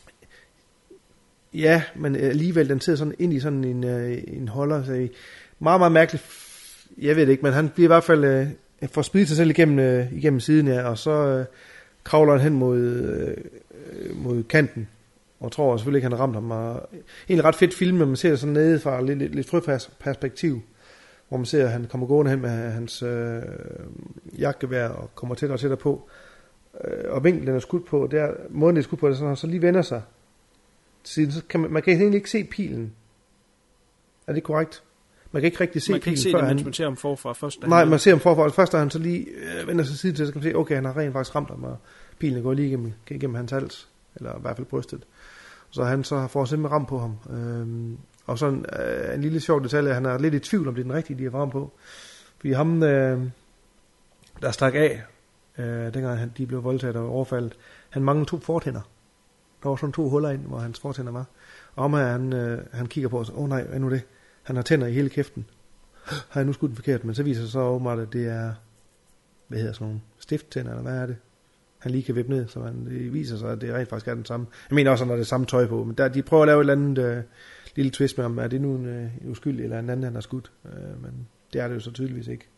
Ja, men alligevel, den sidder sådan ind i sådan en, øh, en holder, så meget, meget mærkeligt, jeg ved det ikke, men han bliver i hvert fald øh, får spiddet sig selv igennem, øh, igennem siden, ja, og så øh, kravler han hen mod, øh, mod kanten, og tror selvfølgelig ikke, han har ramt ham. Og en ret fedt film, men man ser det sådan nede fra lidt, lidt, lidt frøperspektiv, hvor man ser, at han kommer gående hen med hans øh, jagtgevær og kommer tættere og tættere på. Øh, og vinklen er skudt på, der, måden det er skudt på, det er sådan, og så lige vender sig til siden. Så kan man, man kan egentlig ikke se pilen. Er det korrekt? Man kan ikke rigtig se man kan pilen, ikke se før det, han... mens man ser ham forfra først. Nej, man ser ham forfra. Først da han så lige øh, vender sig side til, så kan man se, okay, han har rent faktisk ramt ham, og pilen går lige igennem, igennem hans hals, eller i hvert fald brystet. Så han så får simpelthen ramt på ham. Øhm, og sådan øh, en lille sjov detalje, han er lidt i tvivl, om det er den rigtige, de har ramt på. Fordi ham, øh, der stak af, øh, dengang han, de blev voldtaget og overfaldet, han manglede to fortænder. Der var sådan to huller ind, hvor hans fortænder var. Og ham her, han, øh, han kigger på os, åh oh, nej, hvad er nu det? Han har tænder i hele kæften. Har jeg nu skudt den forkert, men så viser det så åbenbart, at det er, hvad hedder sådan nogle stifttænder, eller hvad er det? Han lige kan vippe ned, så man, det viser sig, at det rent faktisk er den samme. Jeg mener også, når det er samme tøj på, men der, de prøver at lave et eller andet øh, lille twist med, om er det nu en øh, uskyldig, eller en anden, han har skudt. Øh, men det er det jo så tydeligvis ikke.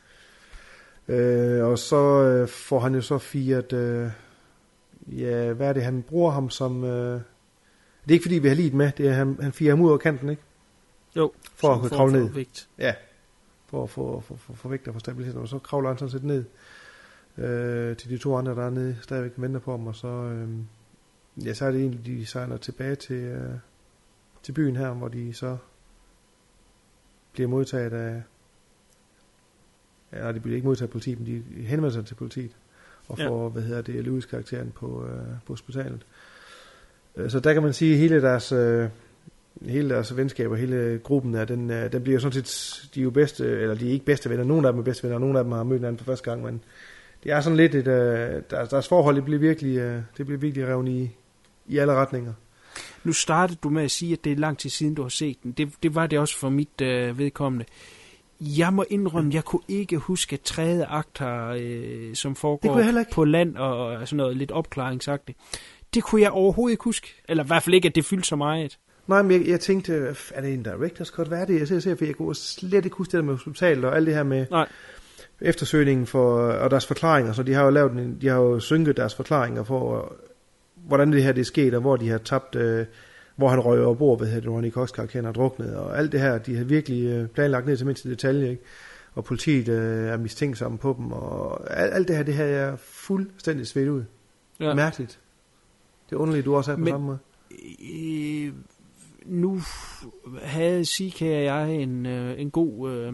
Øh, og så øh, får han jo så firet, øh, ja, hvad er det, han bruger ham som, øh, det er ikke fordi, vi har lidt med, det er, han, han firer ham ud over kanten, ikke? Jo, for at kunne kravle ned. Vægt. Ja, for at få for, for, for vægt og for stabilitet, og så kravler han sådan set ned øh, til de to andre, der er nede, stadigvæk venter på ham, og så, øh, ja, så er det egentlig, de sejler tilbage til, øh, til byen her, hvor de så bliver modtaget af, ja, de bliver ikke modtaget af politiet, men de henvender sig til politiet, og får, ja. hvad hedder det, Lewis-karakteren på, øh, på hospitalet. Øh, så der kan man sige, at hele deres... Øh, hele deres venskaber, hele gruppen er, den, den bliver sådan set, de er jo bedste, eller de er ikke bedste venner, nogle af dem er bedste venner, nogle af dem har mødt hinanden for første gang, men det er sådan lidt et, deres, deres forhold, det bliver virkelig, det bliver virkelig revnet i, i alle retninger. Nu startede du med at sige, at det er lang tid siden, du har set den. Det, det var det også for mit øh, vedkommende. Jeg må indrømme, jeg kunne ikke huske tredje akt her, øh, som foregår på land og, og sådan noget lidt opklaringsagtigt. det kunne jeg overhovedet ikke huske. Eller i hvert fald ikke, at det fyldte så meget. Nej, men jeg, jeg tænkte, er det en director's cut? Hvad er det, jeg ser, ser, for jeg kunne slet ikke huske det der med hospitalet og alt det her med Nej. eftersøgningen for, og deres forklaringer. Så de har jo lavet en, de har jo synket deres forklaringer for, hvordan det her det er sket, og hvor de har tabt, øh, hvor han røg over bord, ved at Ronny Cox karakteren har druknet, og alt det her, de har virkelig planlagt ned til mindste detalje, ikke? Og politiet øh, er mistænksomme på dem, og alt, alt det her, det her er fuldstændig svedt ud. Ja. Mærkeligt. Det er underligt, du også er på Men, samme måde. Øh, nu havde Sika og jeg en, øh, en god øh,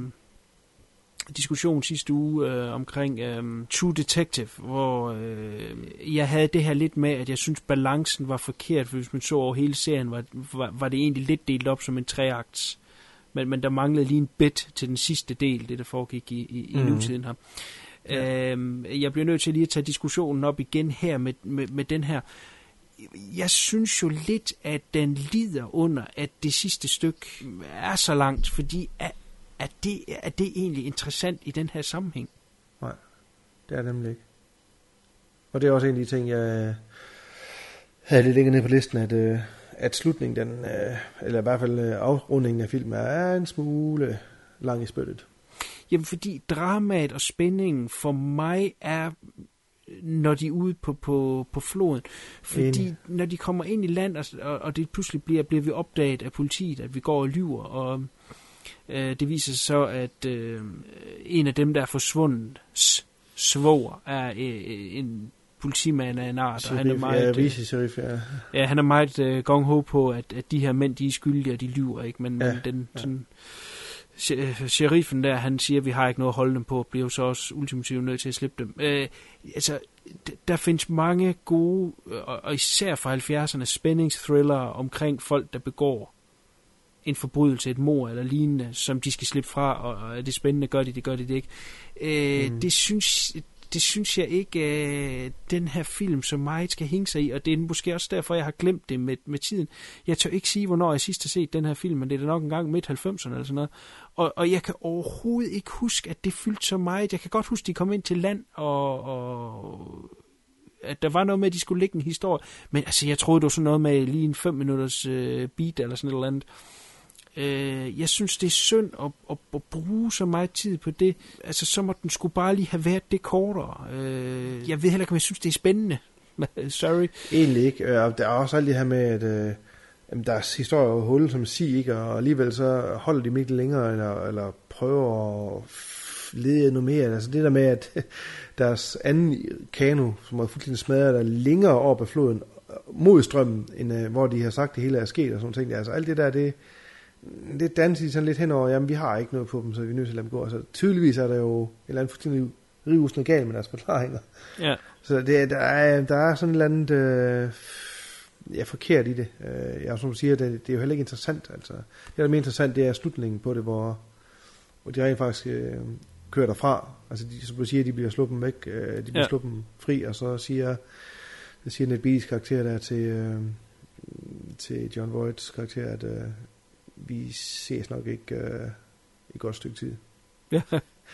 diskussion sidste uge øh, omkring øh, True Detective, hvor øh, jeg havde det her lidt med, at jeg synes balancen var forkert, for hvis man så over hele serien, var, var, var det egentlig lidt delt op som en treakts. Men, men der manglede lige en bit til den sidste del, det der foregik i, i, mm. i nutiden her. Ja. Øhm, jeg bliver nødt til lige at tage diskussionen op igen her med, med, med den her. Jeg synes jo lidt, at den lider under, at det sidste stykke er så langt, fordi er, er, det, er det egentlig interessant i den her sammenhæng? Nej, det er nemlig ikke. Og det er også en af de ting, jeg havde lidt længere ned på listen, at... Øh at slutningen, den, eller i hvert fald afrundingen af filmen, er en smule lang i spyttet. Jamen, fordi dramaet og spændingen for mig er, når de er ude på, på, på floden. Fordi en. når de kommer ind i land, og, og det pludselig bliver, bliver vi opdaget af politiet, at vi går og lyver, og øh, det viser sig så, at øh, en af dem, der er forsvundet, svoger, er øh, en politimand af en art, Sheriff, og han er meget, ja, vice-sheriff, ja. Ja, han er meget uh, gung-ho på, at, at de her mænd, de er skyldige, og de lyver, ikke? Men, ja, men den ja. sådan, sheriffen der, han siger, at vi har ikke noget at holde dem på, bliver jo så også ultimativt nødt til at slippe dem. Uh, altså, d- der findes mange gode, og, og især fra halvfjerdserne, spændingsthriller omkring folk, der begår en forbrydelse, et mord eller lignende, som de skal slippe fra, og, og er det spændende, gør de det, gør de det ikke. Uh, mm. Det synes Det synes jeg ikke, øh, den her film så meget skal hænge sig i, og det er måske også derfor, jeg har glemt det med, med tiden. Jeg tør ikke sige, hvornår jeg sidst har set den her film, men det er da nok en gang midt halvfemserne eller sådan noget. Og, og jeg kan overhovedet ikke huske, at det fyldte så meget. Jeg kan godt huske, at de kom ind til land, og, og at der var noget med, at de skulle lægge en historie. Men altså, jeg troede, det var sådan noget med lige en fem minutters øh, beat eller sådan noget andet. Øh, jeg synes, det er synd at, at, at bruge så meget tid på det. Altså, så må den skulle bare lige have været det kortere. Øh, jeg ved heller ikke, om jeg synes, det er spændende. Sorry. Egentlig ikke. Der er også alt det her med, at øh, deres historie er jo hullet som sig, ikke? Og alligevel så holder de dem ikke længere, eller, eller prøver at lede noget mere. Altså det der med, at deres anden kano, som er fuldstændig smadret, er længere op ad floden mod strømmen, end øh, hvor de har sagt, det hele er sket og sådan ting. Altså alt det der, det det danser sådan lidt henover, jamen vi har ikke noget på dem, så vi er nødt til at lade dem gå. Altså tydeligvis er der jo en eller anden fuldstændig rivusende galt med deres forklaringer. Ja. Så det, der, er, der er sådan et eller andet øh, ja, forkert i det. Øh, jeg, som du siger, det, det er jo heller ikke interessant. Altså. Det, der er mere interessant, det er slutningen på det, hvor, hvor de rent faktisk øh, kører derfra. Altså de, som du siger, de bliver sluppet væk, øh, de bliver ja. sluppet fri, og så siger, det siger Ned Beatty's karakter der til, øh, til John Voights karakter, at øh, vi ses nok ikke øh, et godt stykke tid. Ja.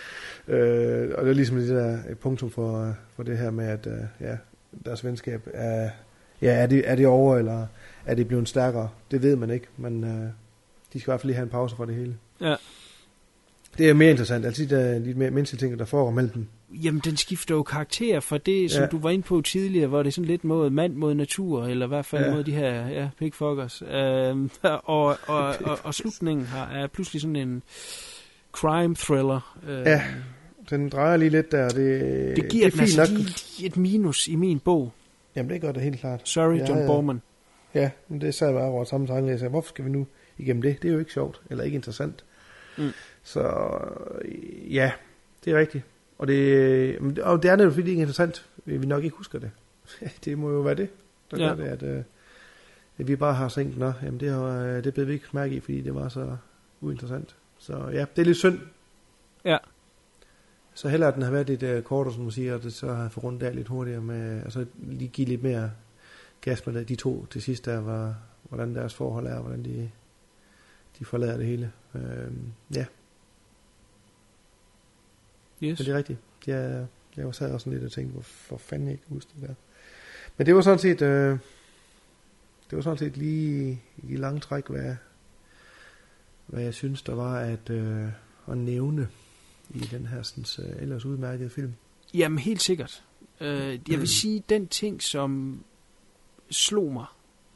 øh, og det er ligesom det der et punktum for, for det her med, at øh, ja, deres venskab er, ja, er det, er det over, eller er det blevet stærkere? Det ved man ikke, men øh, de skal i hvert fald lige have en pause fra det hele. Ja. Det er mere interessant, altså der er lidt mere menneskelige ting, der foregår mellem dem. Jamen, den skifter jo karakter fra det, som ja. du var inde på tidligere, hvor det er sådan lidt mod mand mod natur, eller i hvert fald ja. mod de her ja, pigfuckers. Øhm, og, og, og, og, og slutningen her er pludselig sådan en crime thriller. Øhm, ja, den drejer lige lidt der. Det, det giver det den altså lige et minus i min bog. Jamen, det gør det helt klart. Sorry, John ja, Borman. Ja, men det sagde jeg bare over samme tanke. Jeg sagde, hvorfor skal vi nu igennem det? Det er jo ikke sjovt, eller ikke interessant. Mm. Så ja, det er rigtigt. Og det, og det er netop fordi det ikke er interessant. Vi nok ikke husker det. Det må jo være det, der ja. gør det, at, at vi bare har tænkt, nå, jamen det, har, det blev vi ikke mærke i, fordi det var så uinteressant. Så ja, det er lidt synd. Ja. Så hellere at den har været lidt uh, kortere, som du siger, og det så har fået rundt der lidt hurtigere med, altså lige give lidt mere gas med de to til sidst der, var, hvordan deres forhold er, hvordan de, de forlader det hele. Øhm, ja. Yes. Men det er rigtigt. Jeg, jeg var sad også sådan lidt og tænkte, hvor, hvor fanden jeg ikke huske det der. Men det var sådan set, øh, det var sådan set lige i lange træk, hvad, hvad jeg synes, der var at, øh, at nævne i den her sådan, øh, ellers udmærkede film. Jamen helt sikkert. Øh, jeg vil sige, den ting, som slog mig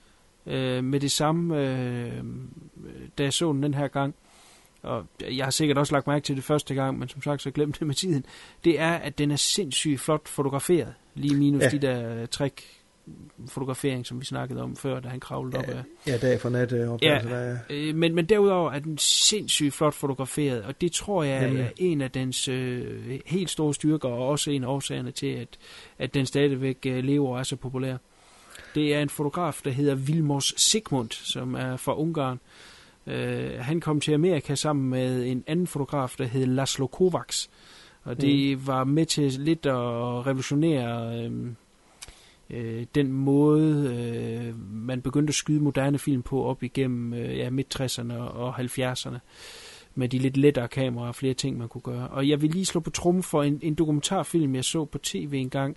øh, med det samme, øh, da jeg så den den her gang, og jeg har sikkert også lagt mærke til det første gang, men som sagt så glemte det med tiden, det er, at den er sindssygt flot fotograferet. Lige minus ja. de der trick fotografering, som vi snakkede om før, da han kravlede ja, op af. Ja, dag for nat. Øh, ja, der, øh, men, men derudover er den sindssygt flot fotograferet, og det tror jeg Jamen. er en af dens øh, helt store styrker, og også en af årsagerne til, at, at den stadigvæk øh, lever og er så populær. Det er en fotograf, der hedder Vilmos Zsigmond, som er fra Ungarn. Uh, han kom til Amerika sammen med en anden fotograf, der hed Laszlo Kovacs, og det mm. var med til lidt at revolutionere øh, øh, den måde, øh, man begyndte at skyde moderne film på op igennem øh, ja, midt-tresserne og halvfjerdserne, med de lidt lettere kameraer og flere ting, man kunne gøre. Og jeg vil lige slå på tromme for en, en dokumentarfilm, jeg så på tv en gang,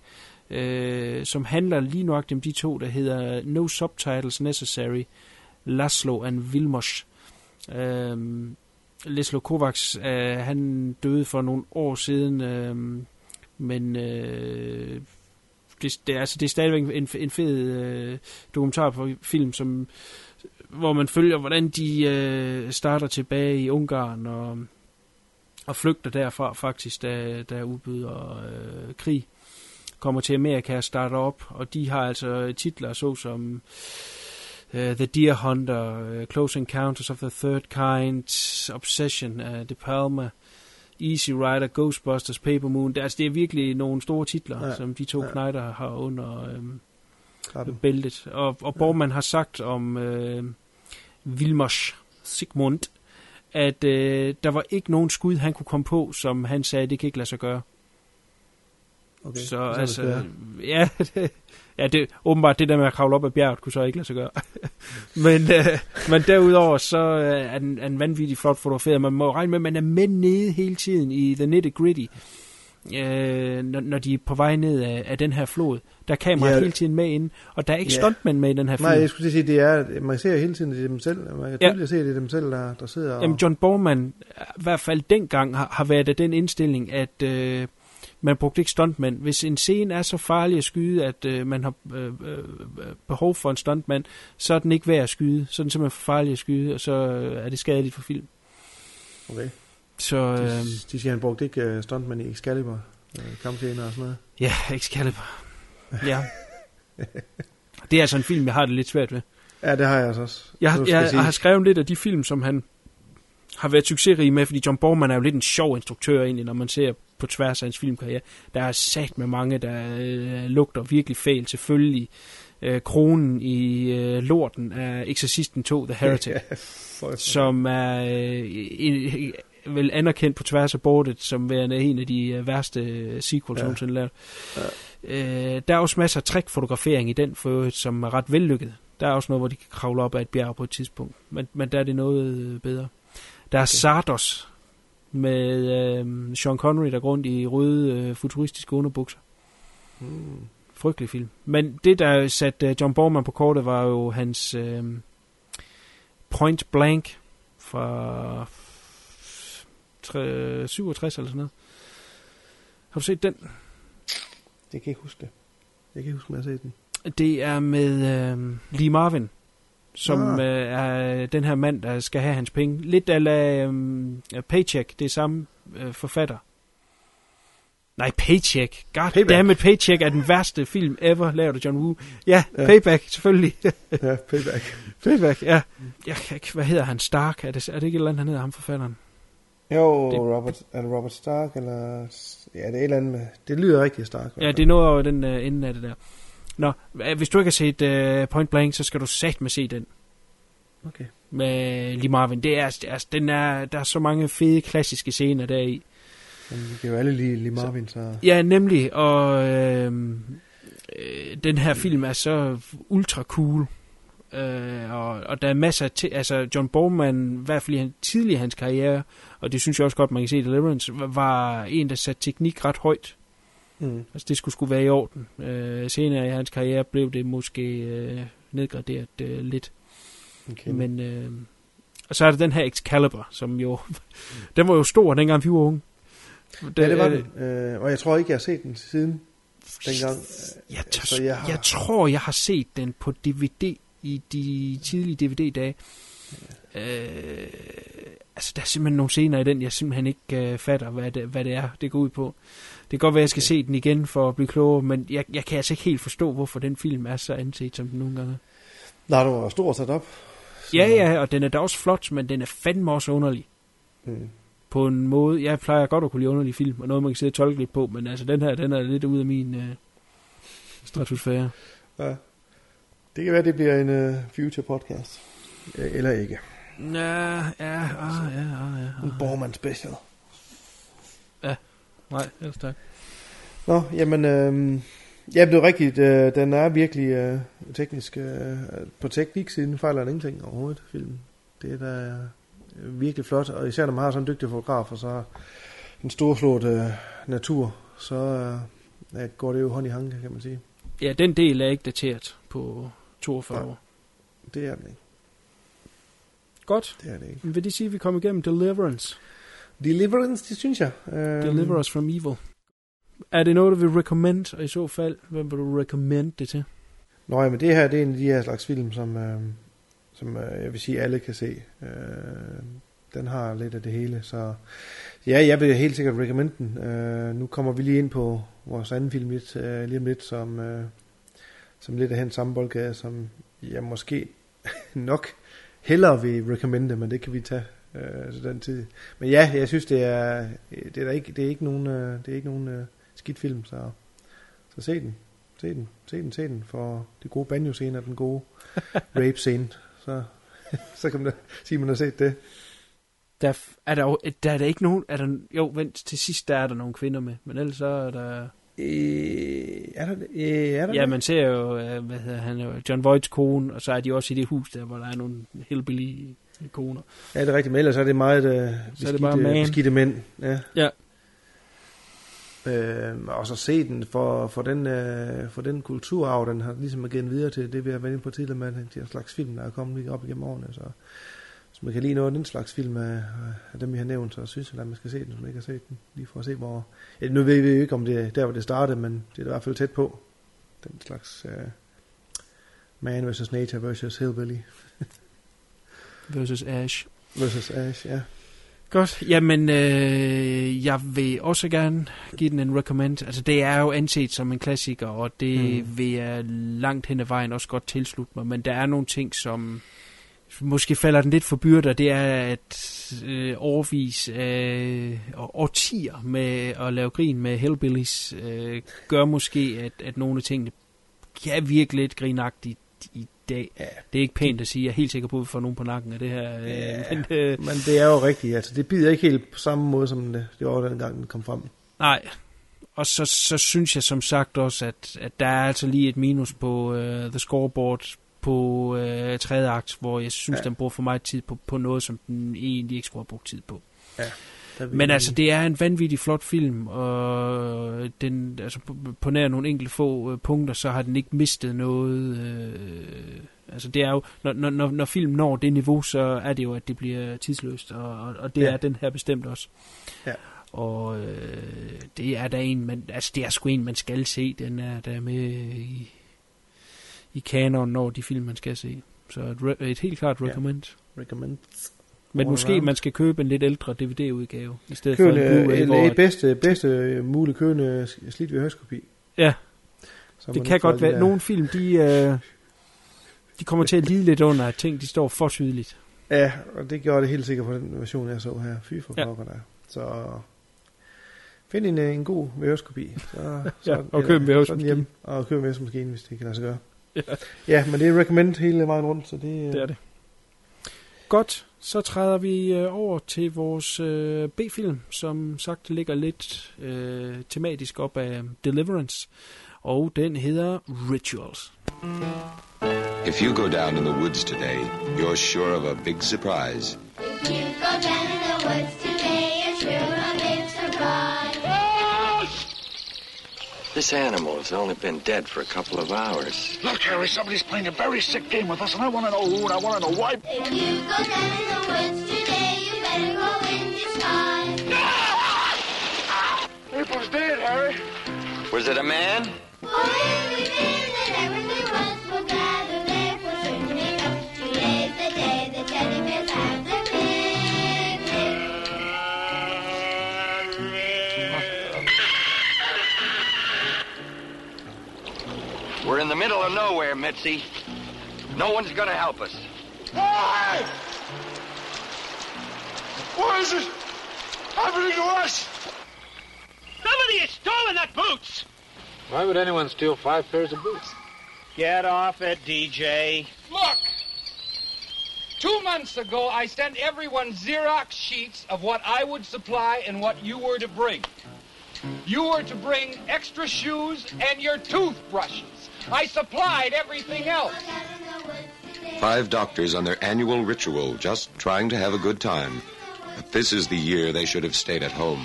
øh, som handler lige nok om de to, der hedder No Subtitles Necessary, Laszlo and Vilmos. Øhm, Laszlo Kovacs, øh, han døde for nogle år siden, øh, men øh, det, det, altså, det er stadigvæk en, en fed øh, dokumentarfilm, som, hvor man følger, hvordan de øh, starter tilbage i Ungarn og, og flygter derfra faktisk, da der udbyder øh, krig, kommer til Amerika og starter op, og de har altså titler såsom Uh, The Deer Hunter, uh, Close Encounters of the Third Kind, Obsession, uh, De Palma, Easy Rider, Ghostbusters, Paper Moon. Det, altså, det er virkelig nogle store titler, ja, som de to ja. knejder har under øhm, bæltet. Og, og Borgman ja. har sagt om øh, Vilmos Zsigmond, at øh, der var ikke nogen skud, han kunne komme på, som han sagde, det kan ikke lade sig gøre. Okay, så altså, ja, det, ja, det åbenbart det der med at kravle op ad bjerget kunne så ikke lade sig gøre. men, øh, men derudover så er den, er den vanvittigt flot fotograferet. Man må regne med, at man er med nede hele tiden i the nitty gritty, øh, når, når de er på vej ned af, af den her flod. Der er kameraet ja. hele tiden med inde, og der er ikke ja. stuntmænd med i den her film. Nej, jeg skulle sige, det er, man ser hele tiden det er dem selv. Man kan tydeligt ja. se, det er dem selv, der, der sidder. Og... Jamen, John Borman, i hvert fald dengang, har, har været af den indstilling, at øh, man brugte ikke stuntmænd. Hvis en scene er så farlig at skyde, at øh, man har øh, øh, behov for en stuntmand, så er den ikke værd at skyde. Så er den simpelthen for farlig at skyde, og så er det skadeligt for film. Okay. Så, øh, de, de siger, han brugte ikke uh, stuntmænd i Excalibur, uh, kampscener og sådan noget. Ja, Excalibur. Ja. Det er altså en film, jeg har det lidt svært ved. Ja, det har jeg altså også. Jeg, jeg, jeg har skrevet lidt af de film, som han har været succesrig med, fordi John Borman er jo lidt en sjov instruktør egentlig, når man ser på tværs af hans filmkarriere. Der er sat med mange, der øh, lugter virkelig fejl. Selvfølgelig øh, kronen i øh, lorten af Exorcisten to, The Heretic, som er øh, vel anerkendt på tværs af bordet, som værende en af de øh, værste sequels, ja. som lavet. Ja. Øh, der er også masser af trickfotografering i den, for, som er ret vellykket. Der er også noget, hvor de kan kravle op ad et bjerg på et tidspunkt, men, men der er det noget bedre. Der er okay. Sardos med øh, Sean Connery, der går rundt i røde øh, futuristiske underbukser. Mm. Frygtelig film. Men det, der satte øh, John Borman på kortet, var jo hans øh, Point Blank fra syvogtres eller sådan noget. Har du set den? Det kan jeg ikke huske det. Jeg kan ikke huske, om jeg har set den. Det er med øh, Lee Marvin, som ah. øh, er den her mand, der skal have hans penge. Lidt af øh, Paycheck, det er samme øh, forfatter. Nej, Paycheck. God Payback. Damn it, Paycheck er den værste film ever lavet af John Woo. Ja, ja. Payback, selvfølgelig. ja, Payback. Payback, ja. Jeg kan ikke, hvad hedder han? Stark? Er det, er det ikke et eller andet, han hedder ham forfatteren? Jo, det, Robert, er det Robert Stark, eller... Ja, det er et eller andet med... Det lyder rigtig Stark. Ja, det er noget over den uh, enden af det der. Nå, hvis du ikke har set uh, Point Blank, så skal du satme se den. Okay. Med Lee Marvin. Det er, altså, den er, der er så mange fede, klassiske scener deri. Men vi kan jo alle lide Lee Marvin, så... Ja, nemlig. Og øh, øh, den her film er så ultra cool. Øh, og, og der er masser af... T- altså, John Borman, i hvert fald i tidligere i hans karriere, og det synes jeg også godt, man kan se i Deliverance, var en, der satte teknik ret højt. Mm. Altså det skulle skulle være i orden. Øh, senere i hans karriere blev det måske øh, nedgraderet øh, lidt. Okay. Men øh, og så er der den her Excalibur, som jo den var jo stor dengang vi var unge. Den, ja, det var den. Øh, og jeg tror ikke jeg har set den siden dengang. Jeg, tør, jeg, har... jeg tror jeg har set den på D V D i de tidlige D V D-dage. Ja. Øh, altså der er simpelthen nogle scener i den jeg simpelthen ikke øh, fatter hvad det, hvad det er det går ud på. Det kan godt være, at jeg skal se den igen for at blive klogere, men jeg, jeg kan altså ikke helt forstå, hvorfor den film er så anset, som den nogle gange. Nej, det var stort sat op. Så... Ja, ja, og den er da også flot, men den er fandme også underlig. Mm. På en måde, jeg plejer godt at kunne lide underlige film, og noget, man kan sidde og tolke lidt på, men altså den her, den er lidt ude af min øh, stratosfære. Ja. Det kan være, det bliver en uh, future podcast. Eller ikke. Ja, ja, ah, ja, ah, ja. En Borman special. Ja. Nej, ellers tak. Nå, jamen, øh, ja, det er rigtigt. Øh, den er virkelig øh, teknisk. Øh, på tekniksiden fejler den ingenting overhovedet, filmen. Det er da øh, virkelig flot, og især når man har sådan en dygtig fotograf, og så har en storslået øh, natur, så øh, ja, går det jo hånd i hanke, kan man sige. Ja, den del er ikke dateret på toogfyrre år. Det er den ikke. Godt. Det er det ikke. Vil det sige, at vi kommer igennem Deliverance? Deliverance, det synes jeg. Um... Deliver us from evil. Er det noget, du vil recommend, og i så fald, hvem vil du recommend det til? Nå ja, men det her, det er en af de her slags film, som, øh, som øh, jeg vil sige, alle kan se. Øh, den har lidt af det hele, så ja, jeg vil helt sikkert recommend den. Øh, nu kommer vi lige ind på vores anden film lidt, øh, lige om lidt, som, øh, som lidt er hen samme boldgade, som jeg måske nok hellere vil recommende, men det kan vi tage øh, til den tid. Men ja, jeg synes det er det er der ikke det er ikke nogen øh, det er ikke nogen øh, skidt film, så så se den. Se den. Se den, se den for de gode banjo scener, den gode rape scene. Så så kan man da sige man har set det. Der er der jo, der er der ikke nogen er der jo vent til sidst der er der nogle kvinder med, men ellers så er der Øh, er der, øh, er der ja, det? Man ser jo, hvad hedder han, John Voights kone, og så er de også i det hus der, hvor der er nogle hillbilly koner. Ja, det er rigtigt, men ellers er det meget øh, beskidte, beskidte mænd. Ja. Ja. Øh, og så se den for, for, den, øh, for den kulturarv, den har ligesom givet videre til det, vi har været inde på tidligere med den slags film, der er kommet lige op igennem årene. Så hvis man kan lide noget af den slags film af, af dem, vi har nævnt, så synes jeg, at man skal se den, hvis man ikke har set den. Lige for at se, hvor... Ja, nu ved vi jo ikke, om det er der, hvor det startede, men det er i hvert fald tæt på. Den slags uh, Man versus Nature versus Hillbilly. versus Ash. Versus Ash, ja. Godt. Jamen, øh, jeg vil også gerne give den en recommend. Altså, det er jo anset som en klassiker, og det mm. vil jeg langt hen ad vejen også godt tilslutte mig. Men der er nogle ting, som... Måske falder den lidt for byrde, det er at øh, overvis øh, årtier med at lave grin med hillbillies øh, gør måske, at, at nogle af tingene kan virke lidt grinagtigt i dag. Ja. Det er ikke pænt at sige, jeg er helt sikker på, at vi får nogen på nakken af det her. Øh, ja, men, øh, men det er jo rigtigt, altså det bider ikke helt på samme måde, som det, det var dengang, den kom frem. Nej, og så, så synes jeg som sagt også, at, at der er altså lige et minus på uh, The Scoreboard, på øh, tredje akt, hvor jeg synes, ja. Den bruger for meget tid på, på noget, som den egentlig ikke skulle have brugt tid på. Ja, men altså, det er en vanvittig flot film, og den, altså, på, på nær nogle enkelte få øh, punkter, så har den ikke mistet noget. Øh, altså, det er jo, når, når, når film når det niveau, så er det jo, at det bliver tidsløst, og, og, og det ja. Er den her bestemt også. Ja. Og øh, det er der en, man, altså, det er sgu en, man skal se, den er der med i i kanon, når de film, man skal se. Så et, re- et helt klart recommend. Ja. Recommend. Men måske around. Man skal købe en lidt ældre D V D-udgave, i stedet køle, for en Blu-ray. En, en, et bedste, bedste mulige køende slidt ved højskopi. Ja, så det kan godt være. Der... Nogle film, de, øh, de kommer til at lide lidt under, at ting, de står for tydeligt. Ja, og det gjorde det helt sikkert på den version, jeg så her. Fy for ja. Pokker der. Så find en, en god højskopi. Så, så, ja, og køb en højskopi. Og køb en højskopi, hvis det kan lade sig gøre. Ja. Ja, men det er recommend hele vejen rundt, så det, det er det. Godt, så træder vi øh, over til vores øh, B-film, som sagt ligger lidt øh, tematisk op af Deliverance, og den hedder Rituals. If you go down in the woods today, you're sure of a big surprise. If you go down in the woods today, you're sure of a big surprise. This animal's only been dead for a couple of hours. Look, Harry, somebody's playing a very sick game with us, and I want to know who, and I want to know why. If you go down in the woods today, you better go in disguise. April's dead, Harry. Was it a man? For everything that ever there was will gather there for certainly enough. Today's the day the teddy bears have their picnic. We're in the middle of nowhere, Mitzi. No one's gonna help us. Why? What is it happening to us? Somebody has stolen our boots! Why would anyone steal five pairs of boots? Get off it, D J. Look! Two months ago, I sent everyone Xerox sheets of what I would supply and what you were to bring. You were to bring extra shoes and your toothbrushes. I supplied everything else. Five doctors on their annual ritual, just trying to have a good time. But this is the year they should have stayed at home.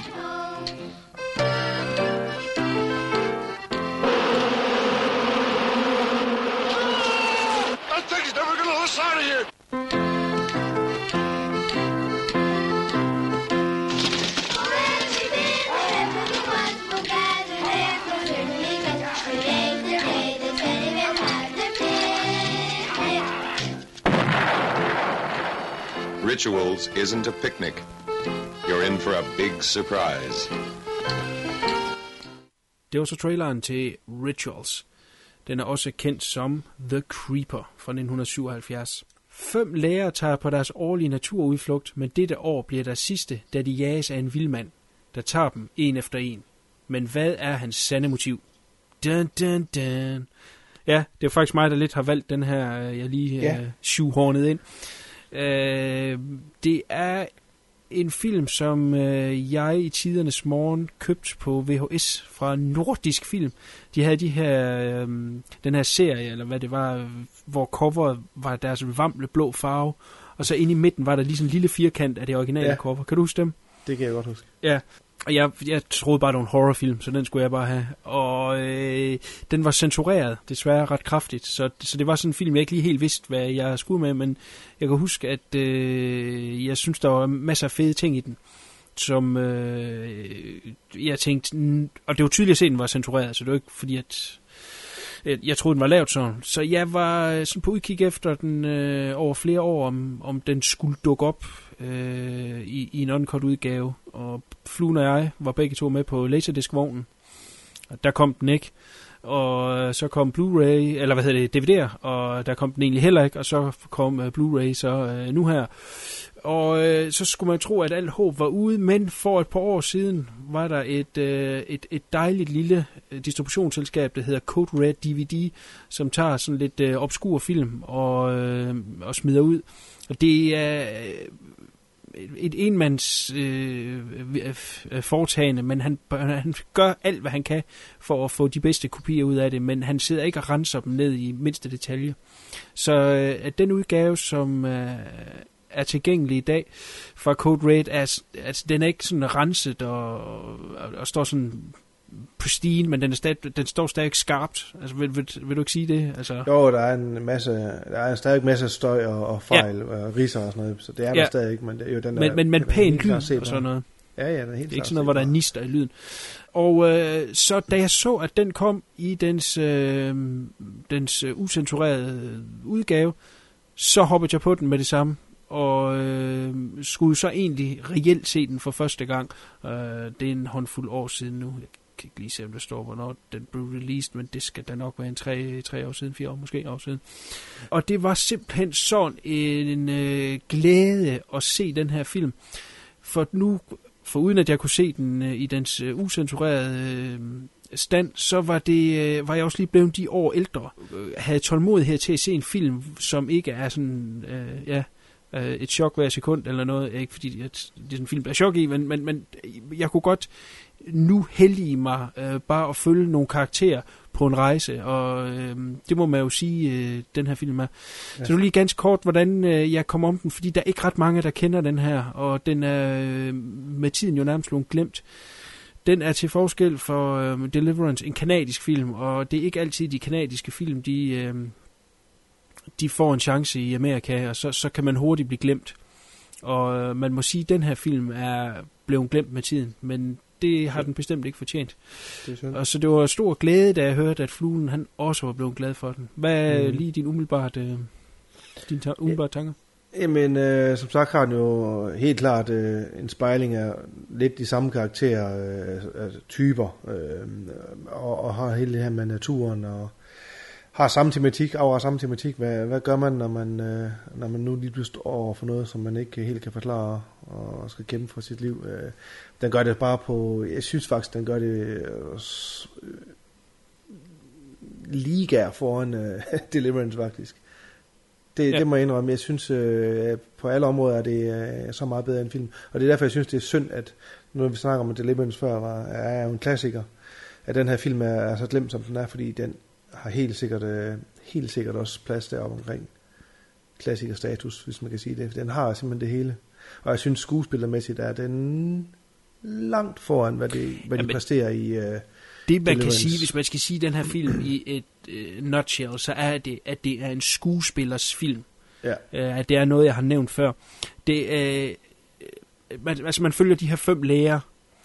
That thing's never gonna let us out of here. Rituals isn't a picnic. You're in for a big surprise. Det var så traileren til Rituals. Den er også kendt som The Creeper fra nitten syvoghalvfjerds. Fem lærere tager på deres årlige naturudflugt, men dette år bliver deres sidste, da de jages af en vildmand, der tager dem en efter en. Men hvad er hans sande motiv? Dun, dun, dun. Ja, det er faktisk mig, der lidt har valgt den her, jeg lige ja. uh, shoehornet ind. Uh, det er en film, som uh, jeg i tidernes morgen købte på V H S fra Nordisk Film. De havde de her, um, den her serie, eller hvad det var, hvor coveret var deres vamle blå farve, og så inde i midten var der lige sådan en lille firkant af det originale ja. cover. Kan du huske dem? Det kan jeg godt huske. Ja, og jeg, jeg troede bare, det var en horrorfilm, så den skulle jeg bare have. Og øh, den var censureret, desværre ret kraftigt, så, så det var sådan en film, jeg ikke lige helt vidste, hvad jeg skulle med, men jeg kan huske, at øh, jeg synes, der var masser af fede ting i den, som øh, jeg tænkte, og det var tydeligt at se, at den var censureret, så det var ikke fordi, at jeg, jeg troede, den var lavet sådan. Så jeg var sådan på udkig efter den øh, over flere år, om, om den skulle dukke op øh, i, i en uncut udgave, og Fluen og jeg var begge to med på Laserdisc-vognen, og der kom den ikke, og så kom Blu-ray, eller hvad hedder det, D V D'er, og der kom den egentlig heller ikke, og så kom uh, Blu-ray så uh, nu her, og uh, så skulle man tro, at alt håb var ude, men for et par år siden var der et, uh, et, et dejligt lille distributionsselskab, der hedder Code Red D V D, som tager sådan lidt uh, obskur film og, uh, og smider ud, og det er uh, et enmands øh, foretagende, men han, han gør alt, hvad han kan for at få de bedste kopier ud af det, men han sidder ikke og renser dem ned i mindste detalje. Så øh, den udgave, som øh, er tilgængelig i dag fra Code Red, er, altså, den er ikke sådan renset og, og, og står sådan pristine, men den, er stadig, den står stadig skarpt. Altså, vil, vil, vil du ikke sige det? Altså... Jo, der er en masse, der er stadig en masse støj og, og fejl ja. og ridser og sådan noget, så det er ja. der stadig ikke, men det er jo den der... Men, men, men pæn lyd og sådan noget. Ja, ja, den er helt det er ikke sådan noget, hvor der er nister i lyden. Og øh, så da jeg så, at den kom i dens, øh, dens øh, usensurerede udgave, så hoppede jeg på den med det samme, og øh, skulle så egentlig reelt se den for første gang. Øh, det er en håndfuld år siden nu. Jeg kan ikke lige se, om der står, hvornår den blev released, men det skal da nok være en tre, tre år siden, fire år måske år siden. Og det var simpelthen sådan en øh, glæde at se den her film. For nu, for uden at jeg kunne se den øh, i dens øh, usensurerede øh, stand, så var, det, øh, var jeg også lige blevet de år ældre. Øh, havde tålmodighed til at se en film, som ikke er sådan, øh, ja, øh, et chok hver sekund eller noget. Ikke fordi at det er sådan en film, der er chok i, men, men, men jeg kunne godt nu heldige mig øh, bare at følge nogle karakterer på en rejse, og øh, det må man jo sige, øh, den her film er. Ja. Så nu lige ganske kort, hvordan øh, jeg kom om den, fordi der er ikke ret mange, der kender den her, og den er øh, med tiden jo nærmest blevet glemt. Den er til forskel for øh, Deliverance en kanadisk film, og det er ikke altid de kanadiske film, de, øh, de får en chance i Amerika, og så, så kan man hurtigt blive glemt. Og øh, man må sige, at den her film er blevet glemt med tiden, men det har den bestemt ikke fortjent. Og så det var stor glæde, da jeg hørte, at Fluen han også var blevet glad for den. Hvad er mm. lige din umiddelbart, øh, din ta- umiddelbare tanker? Jamen, øh, som sagt har den jo helt klart øh, en spejling af lidt de samme karakterer, øh, altså typer, øh, og, og har hele det her med naturen, og har samme tematik, over samme tematik. Hvad, hvad gør man, når man, øh, når man nu lige pludselig står over for noget, som man ikke helt kan forklare, og skal kæmpe for sit liv? Øh, den gør det bare på, jeg synes faktisk, den gør det øh, ligaer foran øh, Deliverance faktisk. Det, ja. det må jeg indrømme. Jeg synes, øh, på alle områder er det øh, så meget bedre end film. Og det er derfor, jeg synes, det er synd, at når vi snakker om, at Deliverance før var, er jo en klassiker, at den her film er, er så glemt, som den er, fordi den har helt sikkert, øh, helt sikkert også plads deroppe omkring klassikerstatus, hvis man kan sige det. Den har simpelthen det hele. Og jeg synes, skuespillermæssigt er den langt foran, hvad, det, hvad de Jamen, præsterer i øh, det, man kan sige, hvis man skal sige den her film i et uh, nutshell, så er det, at det er en skuespillers film. Ja. Uh, at det er noget, jeg har nævnt før. Det, uh, man, altså, man følger de her fem læger,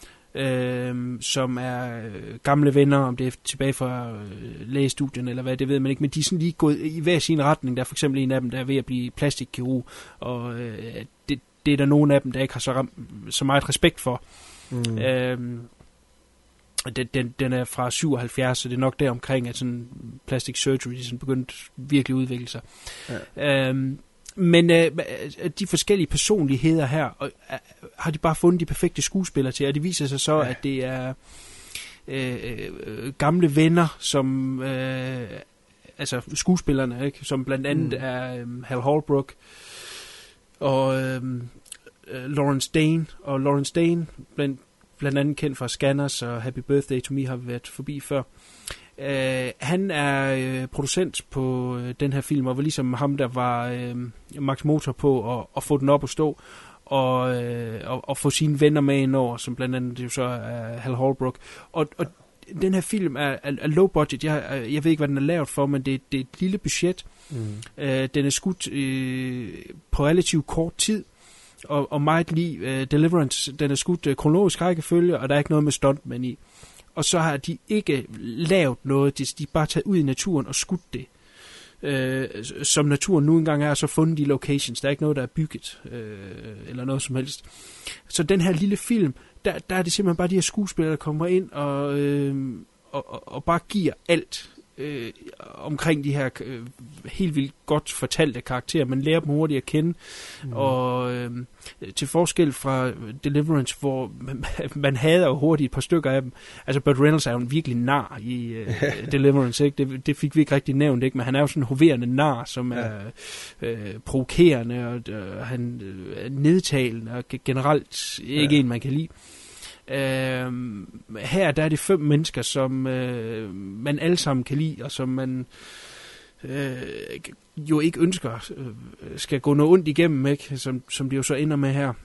uh, som er gamle venner, om det er tilbage fra uh, lægestudien, eller hvad, det ved man ikke, men de er sådan lige gået i hver sin retning. Der er for eksempel en af dem, der er ved at blive plastikkirurg, og uh, det, det er der nogen af dem, der ikke har så, ram, så meget respekt for. Mm. Uh, Den, den, den er fra syvoghalvfjerds, så det er nok der omkring, at sådan plastic surgery sådan begyndte virkelig at udvikle sig. Ja. Øhm, men øh, de forskellige personligheder her, og, øh, har de bare fundet de perfekte skuespillere til, og det viser sig så, ja. at det er øh, øh, gamle venner, som øh, altså skuespillerne, ikke? Som blandt andet mm. er øh, Hal Holbrook og øh, Lawrence Dane, og Lawrence Dane blandt blandt andet kendt fra Scanners og Happy Birthday to Me har vi været forbi før. Uh, han er uh, producent på uh, den her film, og var ligesom ham, der var uh, Max Motor på at, at få den op at stå, og, uh, og, og få sine venner med ind over, som blandt andet det så er Hal Holbrook. Og, og den her film er, er, er low budget. Jeg, jeg ved ikke, hvad den er lavet for, men det, det er et lille budget. Mm. Uh, den er skudt uh, på relativt kort tid, og, og meget lige uh, Deliverance, den er skudt uh, kronologisk rækkefølge, og der er ikke noget med stuntman i. Og så har de ikke lavet noget, de er bare taget ud i naturen og skudt det. Uh, som naturen nu engang er, så fundet de locations. Der er ikke noget, der er bygget, uh, eller noget som helst. Så den her lille film, der, der er det simpelthen bare de her skuespillere, der kommer ind og, uh, og, og, og bare giver alt øh, omkring de her øh, helt vildt godt fortalte karakterer. Man lærer dem hurtigt at kende, mm. og øh, til forskel fra Deliverance, hvor man, man hader jo hurtigt et par stykker af dem. Altså Burt Reynolds er jo en virkelig nar i øh, Deliverance, ikke? Det, det fik vi ikke rigtig nævnt, ikke? Men han er jo sådan en hoverende nar, som ja. er øh, provokerende, og øh, han er nedtalende, og generelt ikke ja. en, man kan lide. Uh, her der er det fem mennesker, som uh, man alle sammen kan lide, og som man uh, jo ikke ønsker uh, skal gå noget ondt igennem, ikke? Som, som de jo så ender med her.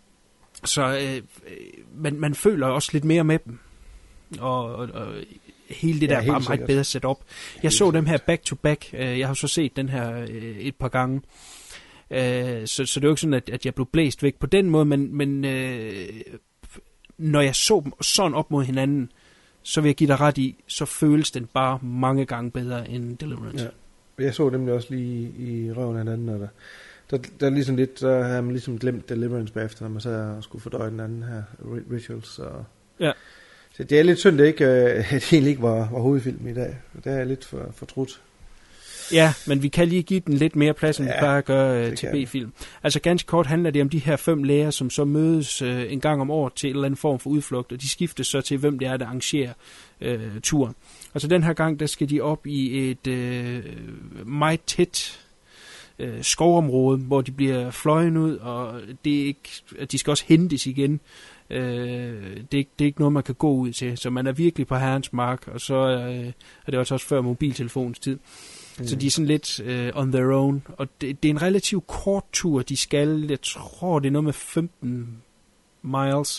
Så uh, man, man føler også lidt mere med dem, og, og, og hele det ja, der bare meget bedre sat op. Jeg helt så sikkert. Dem her back to back. uh, Jeg har så set den her uh, et par gange, uh, så, så det er jo ikke sådan, at, at jeg blev blæst væk på den måde, men, men uh, når jeg så dem sådan op mod hinanden, så vil jeg give dig ret i, så føles den bare mange gange bedre end Deliverance. Ja. Jeg så dem også lige i røven af hinanden, og der, der, der er ligesom lidt, der har man ligesom glemt Deliverance bagefter, når man så og skulle fordøje den anden her, Rituals. Og ja. Så det er lidt synd, det ikke, at det egentlig ikke var, var hovedfilm i dag. Det er lidt for, for trudt. Ja, men vi kan lige give den lidt mere plads, end ja, vi bare gør uh, til B-film. Altså ganske kort handler det om de her fem læger, som så mødes uh, en gang om året til en eller anden form for udflugt, og de skiftes så til, hvem det er, der arrangerer uh, turen. Altså den her gang, der skal de op i et uh, meget tæt uh, skovområde, hvor de bliver fløjet ud, og det er ikke, de skal også hentes igen. Uh, det, er ikke, det er ikke noget, man kan gå ud til, så man er virkelig på herrens mark, og så uh, er det også før mobiltelefonens tid. Mm. Så de er sådan lidt uh, on their own. Og det, det er en relativt kort tur, de skal. Jeg tror, det er noget med femten miles,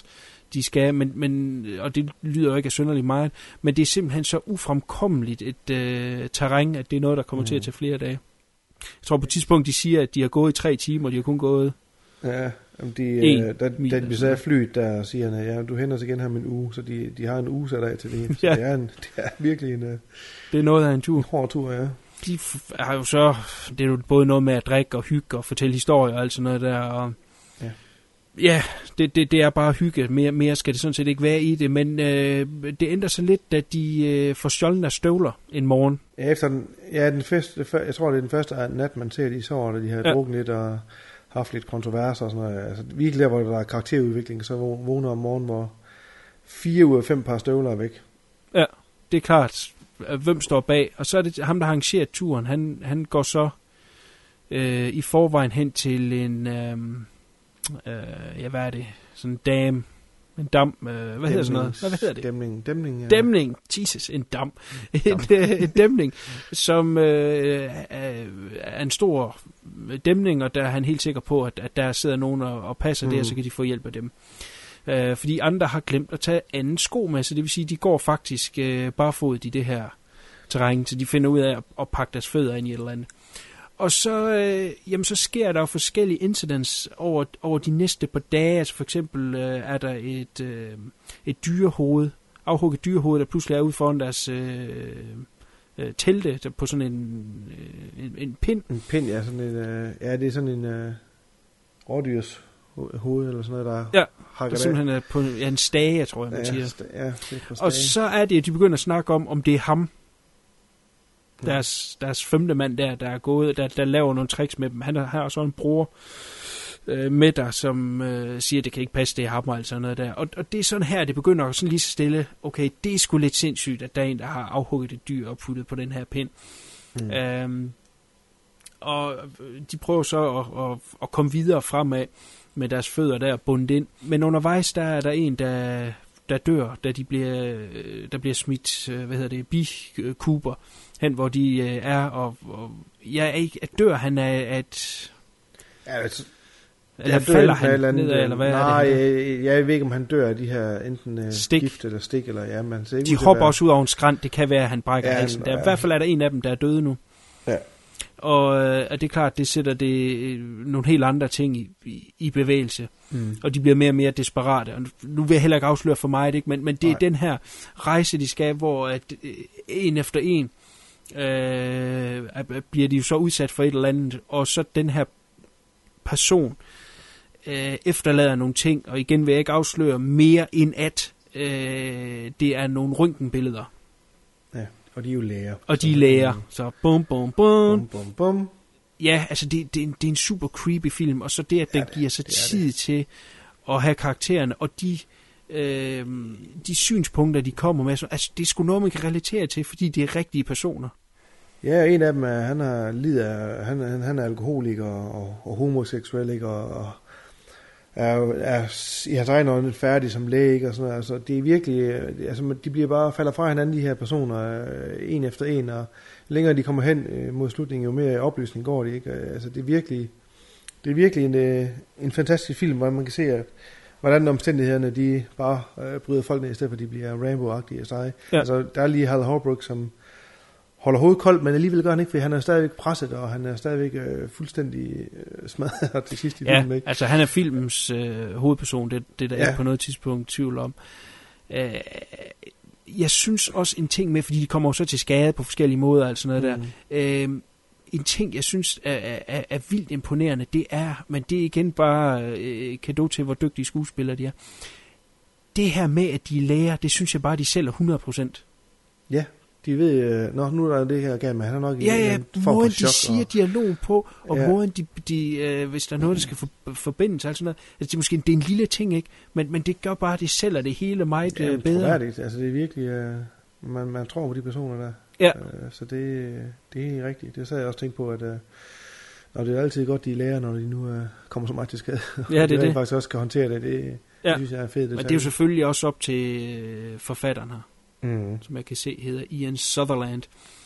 de skal, men, men, og det lyder jo ikke af synderligt meget, men det er simpelthen så ufremkommeligt et øh, terræn, at det er noget, der kommer mm. til at tage flere dage. Jeg tror på et tidspunkt, de siger, at de har gået i tre timer, og de har kun gået ja, de, øh, da, da de sagde flyet, der siger han, ja, du henter os igen her med en uge, så de, de har en uge sat af til det. Så ja. det, er en, det er virkelig en... Det er noget af en tur. En hård tur, ja. De har jo så, det er jo både noget med at drikke og hygge og fortælle historier og alt sådan noget der, og ja, ja det, det, det er bare hygge. Mere, mere skal det sådan set ikke være i det, men øh, det ændrer sig lidt, da de øh, får stjålet af støvler en morgen. Ja, efter den, ja, den første, jeg tror, det er den første nat, man ser, de sover, da de har ja. drukket lidt og haft lidt kontroverser og sådan noget. Altså, virkelig der, hvor der er karakterudvikling, så vågner om morgenen, hvor fire ud af fem par støvler er væk. Ja, det er klart. Hvem står bag? Og så er det ham, der har arrangeret turen. Han, han går så øh, i forvejen hen til en, øh, øh, ja, hvad er det? Sådan en dam, en dam, øh, hvad Dæmning, hedder sådan noget? Hvad hedder det? Dæmning, dæmning. Ja. Dæmning, Jesus, en dam. en, en dæmning, som øh, er en stor dæmning, og der er han helt sikker på, at, at der sidder nogen og, og passer mm. det, og så kan de få hjælp af dem. Uh, fordi andre har glemt at tage anden sko med, så det vil sige, at de går faktisk uh, barfodet i det her terræn, så de finder ud af at, at pakke deres fødder ind i et eller andet. Og så, uh, jamen, så sker der jo forskellige incidents over, over de næste par dage. Altså for eksempel uh, er der et, uh, et dyrehoved, afhugget dyrehoved, der pludselig er ude foran deres uh, uh, telte på sådan en, uh, en, en pind. En pind, ja, sådan en, uh, ja, det er sådan en uh, rådyrs hoved eller sådan noget, der ja, hakker der simpelthen er på ja, en stage, tror jeg, man ja, siger. St- ja, og så er det, at de begynder at snakke om, om det er ham, deres, deres femte mand der, der er gået, der, der laver nogle tricks med dem. Han har også en bror øh, med der, som øh, siger, at det kan ikke passe, det er ham og alt sådan noget der. Og, og det er sådan her, det begynder sådan lige så stille, okay, det er sgu lidt sindssygt, at der er en, der har afhugget et dyr og puttet på den her pind. Mm. Øhm, og de prøver så at, at, at komme videre fremad med deres fødder der bundet ind. Men undervejs, der er der en, der, der dør, da de bliver, der bliver smidt, hvad hedder det, bikuber hen, hvor de er, og, og ja, ikke, at dør han af et... Ja, altså, eller ja, falder han eller ned af, eller hvad nej, er det? Nej, jeg, jeg ved ikke, om han dør af de her enten stik. gift eller stik, eller ja, man ser ikke de hopper også ud over en skrant, det kan være, at han brækker ja, halsen. Der, ja. I hvert fald er der en af dem, der er døde nu. Ja. Og, og det er klart, det sætter det nogle helt andre ting i, i, i bevægelse. Mm. Og de bliver mere og mere desperate. Og nu vil jeg heller ikke afsløre for mig, ikke? Men, men det Nej. er den her rejse, de skal, hvor at, øh, en efter en øh, bliver de jo så udsat for et eller andet. Og så den her person øh, efterlader nogle ting. Og igen vil jeg ikke afsløre mere end at øh, det er nogle røntgenbilleder. Ja. Og de er jo læger. Og de er læger. Så bum, bum, bum. Bum, bum, bum. Ja, altså det, det, er en, det er en super creepy film, og så det, at den ja, giver sig tid det. til at have karaktererne, og de, øh, de synspunkter, de kommer med, så, altså det er sgu noget, man kan relatere til, fordi det er rigtige personer. Ja, en af dem er, han er lider, han, han, han er alkoholiker og, og homoseksuel, ikke, og, og er, er i hans egen øjne færdig som læge, ikke, og sådan noget. Altså, det er virkelig, altså, de bliver bare, falder fra hinanden, de her personer, en efter en, og længere de kommer hen mod slutningen, jo mere oplysning går det, ikke. Altså, det er virkelig, det er virkelig en, en fantastisk film, hvor man kan se, at hvordan omstændighederne, de bare øh, bryder folk ned, i stedet for, at de bliver Rambo-agtige af sig. Ja. Altså, der er lige Hal Holbrook, som holder hovedet koldt, men alligevel gør han ikke, for han er stadigvæk presset, og han er stadigvæk øh, fuldstændig øh, smadret til sidst i ja, filmen. Ikke? Altså han er filmens øh, hovedperson, det, det der ja. er på noget tidspunkt tvivl om. Øh, jeg synes også en ting med, fordi de kommer jo så til skade på forskellige måder, altså noget mm. der. Øh, en ting, jeg synes er, er, er vildt imponerende, det er, men det er igen bare øh, cadeau til, hvor dygtige skuespillere de er. Det her med, at de er læger, det synes jeg bare, de sælger hundrede procent. Ja. De ved, øh, nå, nu er der det her galt med, han er nok ja, i ja, en form måden for chok. de siger og... dialogen på, og ja. måden de, de øh, hvis der er noget, der skal for, forbindes, altså noget, altså det er måske det er en lille ting, ikke? Men, men det gør bare, at det sælger det hele meget ja, øh, bedre. Troværdigt, altså det er virkelig, øh, man, man tror på de personer der. Ja. Øh, så det, det er rigtigt. Det så jeg også tænkt på, at øh, når det er altid godt, de lærer, når de nu øh, kommer så meget til skade. Ja, det er det. faktisk også kan håndtere det, det, ja. det synes jeg er fedt. Men det er jo selvfølgelig også op til øh, forfatteren her. Mm. Som jeg kan se hedder Ian Sutherland,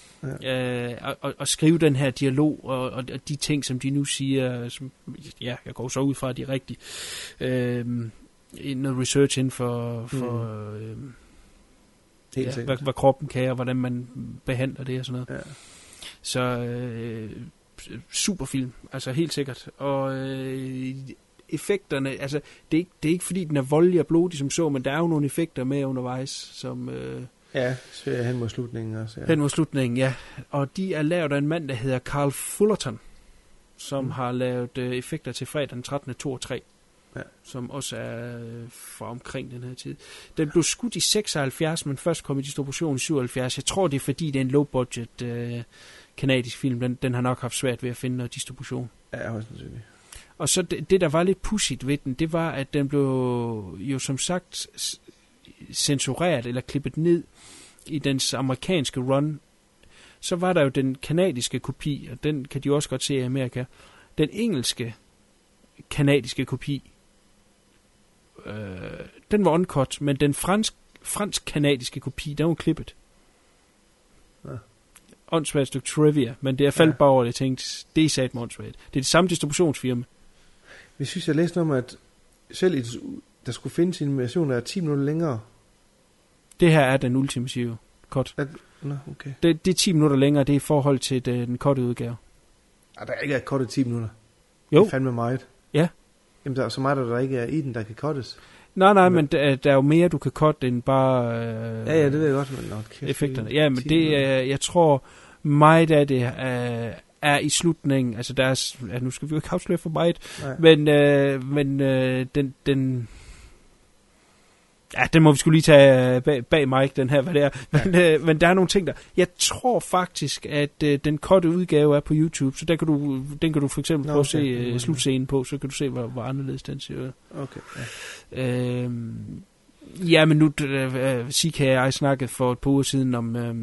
ja. øh, og, og, og skrive den her dialog og, og, og de ting som de nu siger, som, ja, jeg går så ud fra at de er rigtige, øh, noget research inden for, for mm. øh, Helt ja, hvad, hvad kroppen kan, og hvordan man behandler det og sådan noget. Ja. Så øh, super film, altså helt sikkert. Og øh, effekterne, altså det er, ikke, det er ikke fordi den er voldelig og blodig som så, men der er jo nogle effekter med undervejs, som... Øh, ja, så hen mod slutningen også. Ja. Hen mod slutningen, ja. Og de er lavet af en mand, der hedder Carl Fullerton, som mm. har lavet øh, effekter til fredag den trettende to og tre. Ja. Som også er øh, fra omkring den her tid. Den blev skudt i seksoghalvfjerds, men først kom i distribution i syvoghalvfjerds. Jeg tror, det er fordi, det er en low-budget øh, kanadisk film. Den, den har nok haft svært ved at finde noget distribution. Ja, højst sandsynligt. Og så det, det, der var lidt pudsigt ved den, det var, at den blev jo som sagt censureret eller klippet ned i dens amerikanske run. Så var der jo den kanadiske kopi, og den kan de også godt se i Amerika. Den engelske kanadiske kopi, øh, den var uncut, men den fransk, fransk-kanadiske kopi, den var klippet. Ja. Åndssvagt stykke trivia, men det er faldt ja. bare over, jeg tænkte, det er sat med åndssvagt. Det er det samme distributionsfirma. Vi synes, jeg læste noget om, at selv et, der skulle findes en animation, der er ti minutter længere. Det her er den ultimative cut. At, no, okay. det, det er ti minutter længere, det er i forhold til den, den korte udgave. Ah, der er ikke cuttet ti minutter. Jo. Det er fandme meget. Ja. Jamen, der er så meget, der ikke er i den, der kan cuttes. Nej, nej, men, men der, der er jo mere, du kan cutte end bare øh, ja, ja, det ved jeg godt, men nok kæft, effekterne. Ja, men det er, jeg tror, meget af det er, er i slutningen. Altså, der er, ja, nu skal vi jo ikke afsløre for meget, nej. men, øh, men øh, den, den, ja, den må vi skulle lige tage bag, bag Mike, den her, hvad det er. Men, ja. øh, men der er nogle ting der. Jeg tror faktisk, at øh, den korte udgave er på YouTube, så der kan du, den kan du for eksempel prøve okay. at se øh, slutscenen på, så kan du se, hvor, hvor anderledes den ser ud. Okay. Ja. Øhm, ja, men nu, øh, Sika og jeg snakkede for et par uger siden om, øh,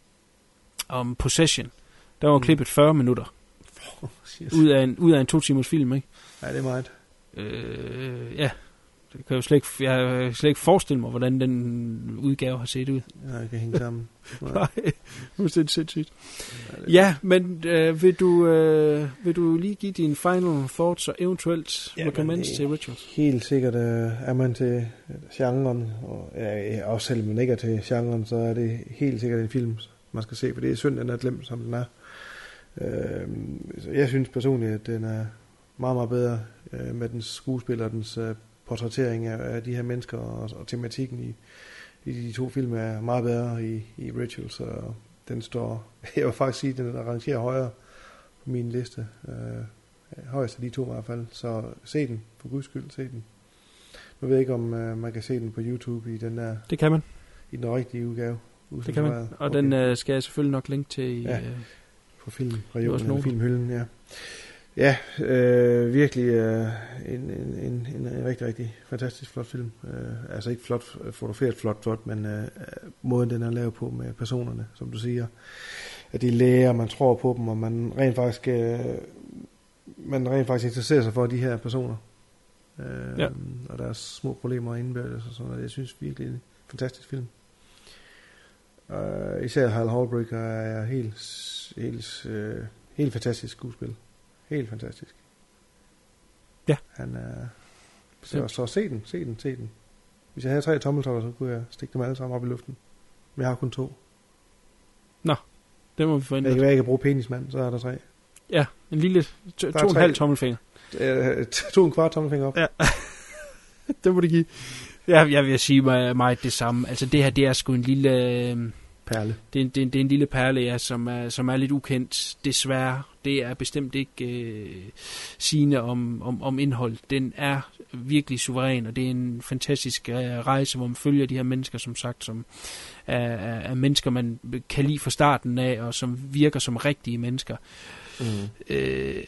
om Possession. Der var mm. klippet fyrre minutter. Oh, ud, af en, ud af en to timers film, ikke? Ja, det er meget. Øh, ja. Det kan jo slet ikke, jeg kan slet ikke forestille mig, hvordan den udgave har set ud. Ja, det kan hænge sammen. Nej, det er sindssygt. Ja, men øh, vil, du, øh, vil du lige give dine final thoughts og eventuelt ja, recommends til Rituals? Helt sikkert øh, er man til genren, og ja, også selv man ikke er til genren, så er det helt sikkert en film, man skal se, for det er synd, den er glemt, som den er. Øh, jeg synes personligt, at den er meget, meget bedre øh, med dens skuespiller og dens øh, portrættering af, af de her mennesker, og, og tematikken i, i de to film er meget bedre i, i Rituals, og den står, jeg vil faktisk sige, den rangerer højere på min liste. Øh, højst af de to i hvert fald, så se den, for guds skyld, se den. Nu ved jeg ikke, om øh, man kan se den på YouTube i den der... Det kan man. I den rigtige udgave. Det kan man, og okay. den øh, skal jeg selvfølgelig nok linke til i... Ja, øh, på filmregionen eller filmhylden, ja. Ja, øh, virkelig øh, en, en, en, en, en rigtig, rigtig fantastisk flot film. Øh, altså ikke flot, fotograferet flot, flot, men øh, måden den er lavet på med personerne, som du siger. At de læger, man tror på dem, og man rent faktisk, øh, man rent faktisk interesserer sig for de her personer. Øh, ja. Og deres små problemer indbyrdes og sådan noget. Jeg synes virkelig en fantastisk film. Øh, især Hal Holbrook er helt, helt, øh, helt fantastisk skuespil. Helt fantastisk. Ja. Han er... Så, så se den, se den, se den. Hvis jeg havde tre tommeltotter, så kunne jeg stikke dem alle sammen op i luften. Men jeg har kun to. Nå, det må vi få ind. Jeg kan ikke bruge penismand, så er der tre. Ja, en lille... To, to og en halv tommelfinger. Øh, to og en kvart tommelfinger op. Ja. Det må det give. Ja, jeg vil sige mig meget det samme. Altså det her, det er sgu en lille... Øh, perle. Det er, det, er, det er en lille perle, ja, som er, som er lidt ukendt, desværre. Det er bestemt ikke øh, sigende om, om, om indhold. Den er virkelig suveræn, og det er en fantastisk øh, rejse, hvor man følger de her mennesker, som sagt, som er, er, er mennesker, man kan lide fra starten af, og som virker som rigtige mennesker. Mm. Øh,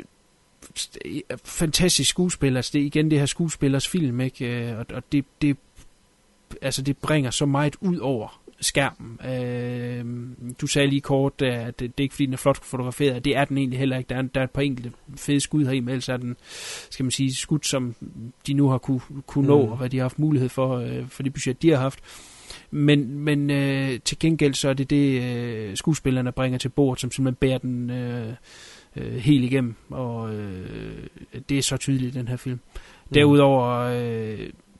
fantastisk skuespiller. Altså det er igen det her skuespillers film, ikke? Og, og det, det, altså det bringer så meget ud over skærmen. Øh, du sagde lige kort, at det, det er ikke fordi den er flot fotograferet. Det er den egentlig heller ikke. Der er, der er et par enkelte fede skud her i, men ellers er den, skal man sige, skud, som de nu har kunne, kunne nå, mm. og hvad de har haft mulighed for, øh, for det budget, de har haft. Men, men øh, til gengæld så er det det, øh, skuespillerne bringer til bord, som simpelthen bærer den øh, øh, helt igennem, og øh, det er så tydeligt i den her film. Mm. Derudover øh,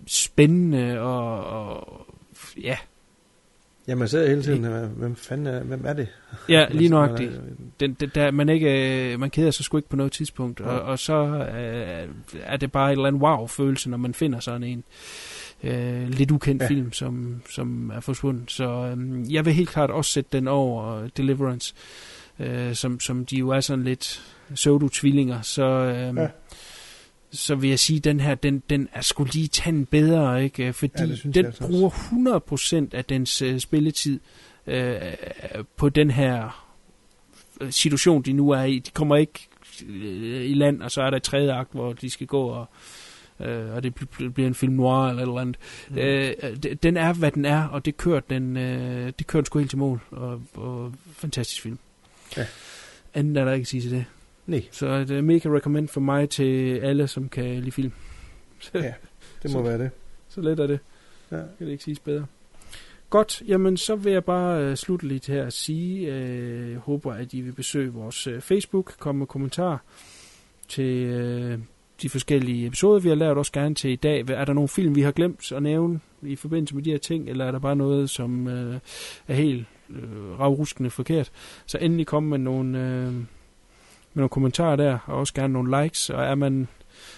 spændende og, og ja. Ja, man sidder hele tiden, hvem fanden er, hvem er det? Ja, lige nøjagtigt. Den, den, der, man, ikke, man keder sig sgu ikke på noget tidspunkt, ja. og, og så øh, er det bare et eller andet wow-følelse, når man finder sådan en øh, lidt ukendt ja. film, som, som er forsvundet. Så øh, jeg vil helt klart også sætte den over Deliverance, øh, som, som de jo er sådan lidt pseudo-tvillinger, så... Øh, ja. Så vil jeg sige, at den her, den, den er sgu lige tanden bedre, ikke? Fordi ja, den bruger hundrede procent af dens uh, spilletid uh, på den her situation, de nu er i. De kommer ikke uh, i land, og så er der et tredje akt, hvor de skal gå, og, uh, og det bliver en film noir eller eller andet. Mm. Uh, den er, hvad den er, og det kører den, uh, det kører den sgu helt til mål, og, og fantastisk film. Ja. Anden er der ikke at sige til det. Nej. Så et uh, mega recommend for mig til alle, som kan lide film. Ja, det må så, være det. Så let er det. Ja. Kan det ikke siges bedre. Godt, jamen så vil jeg bare uh, slutte lidt her at sige, uh, jeg håber, at I vil besøge vores uh, Facebook, komme med kommentarer til uh, de forskellige episoder, vi har lavet, også gerne til i dag. Er der nogle film, vi har glemt at nævne i forbindelse med de her ting, eller er der bare noget, som uh, er helt uh, ravruskende forkert? Så endelig kom med nogle... Uh, med nogle kommentarer der, og også gerne nogle likes, og er man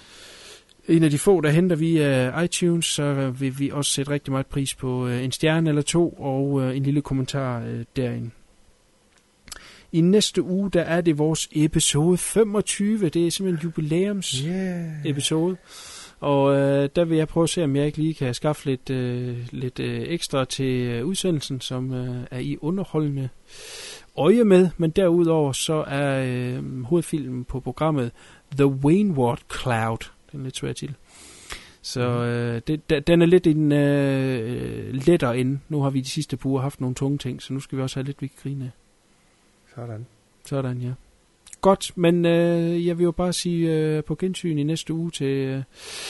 en af de få, der henter via iTunes, så vil vi også sætte rigtig meget pris på en stjerne eller to, og en lille kommentar derinde. I næste uge, der er det vores episode femogtyve, det er simpelthen jubilæums yeah. episode, og øh, der vil jeg prøve at se, om jeg ikke lige kan skaffe lidt, øh, lidt øh, ekstra til øh, udsendelsen, som øh, er i underholdende øje med, men derudover så er øh, hovedfilmen på programmet The Wainwright Cloud. Den er lidt svær til. Så øh, det, da, den er lidt en øh, lettere ende. Nu har vi de sidste par uger haft nogle tunge ting, så nu skal vi også have lidt, vi kan grine af. Sådan. Sådan, ja. Godt, men øh, jeg vil jo bare sige øh, på gensyn i næste uge til øh,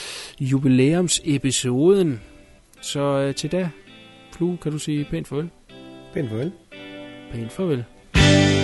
jubilæumsepisoden. Så øh, til da, Flue, kan du sige pænt farvel? Pænt farvel. Pænt farvel.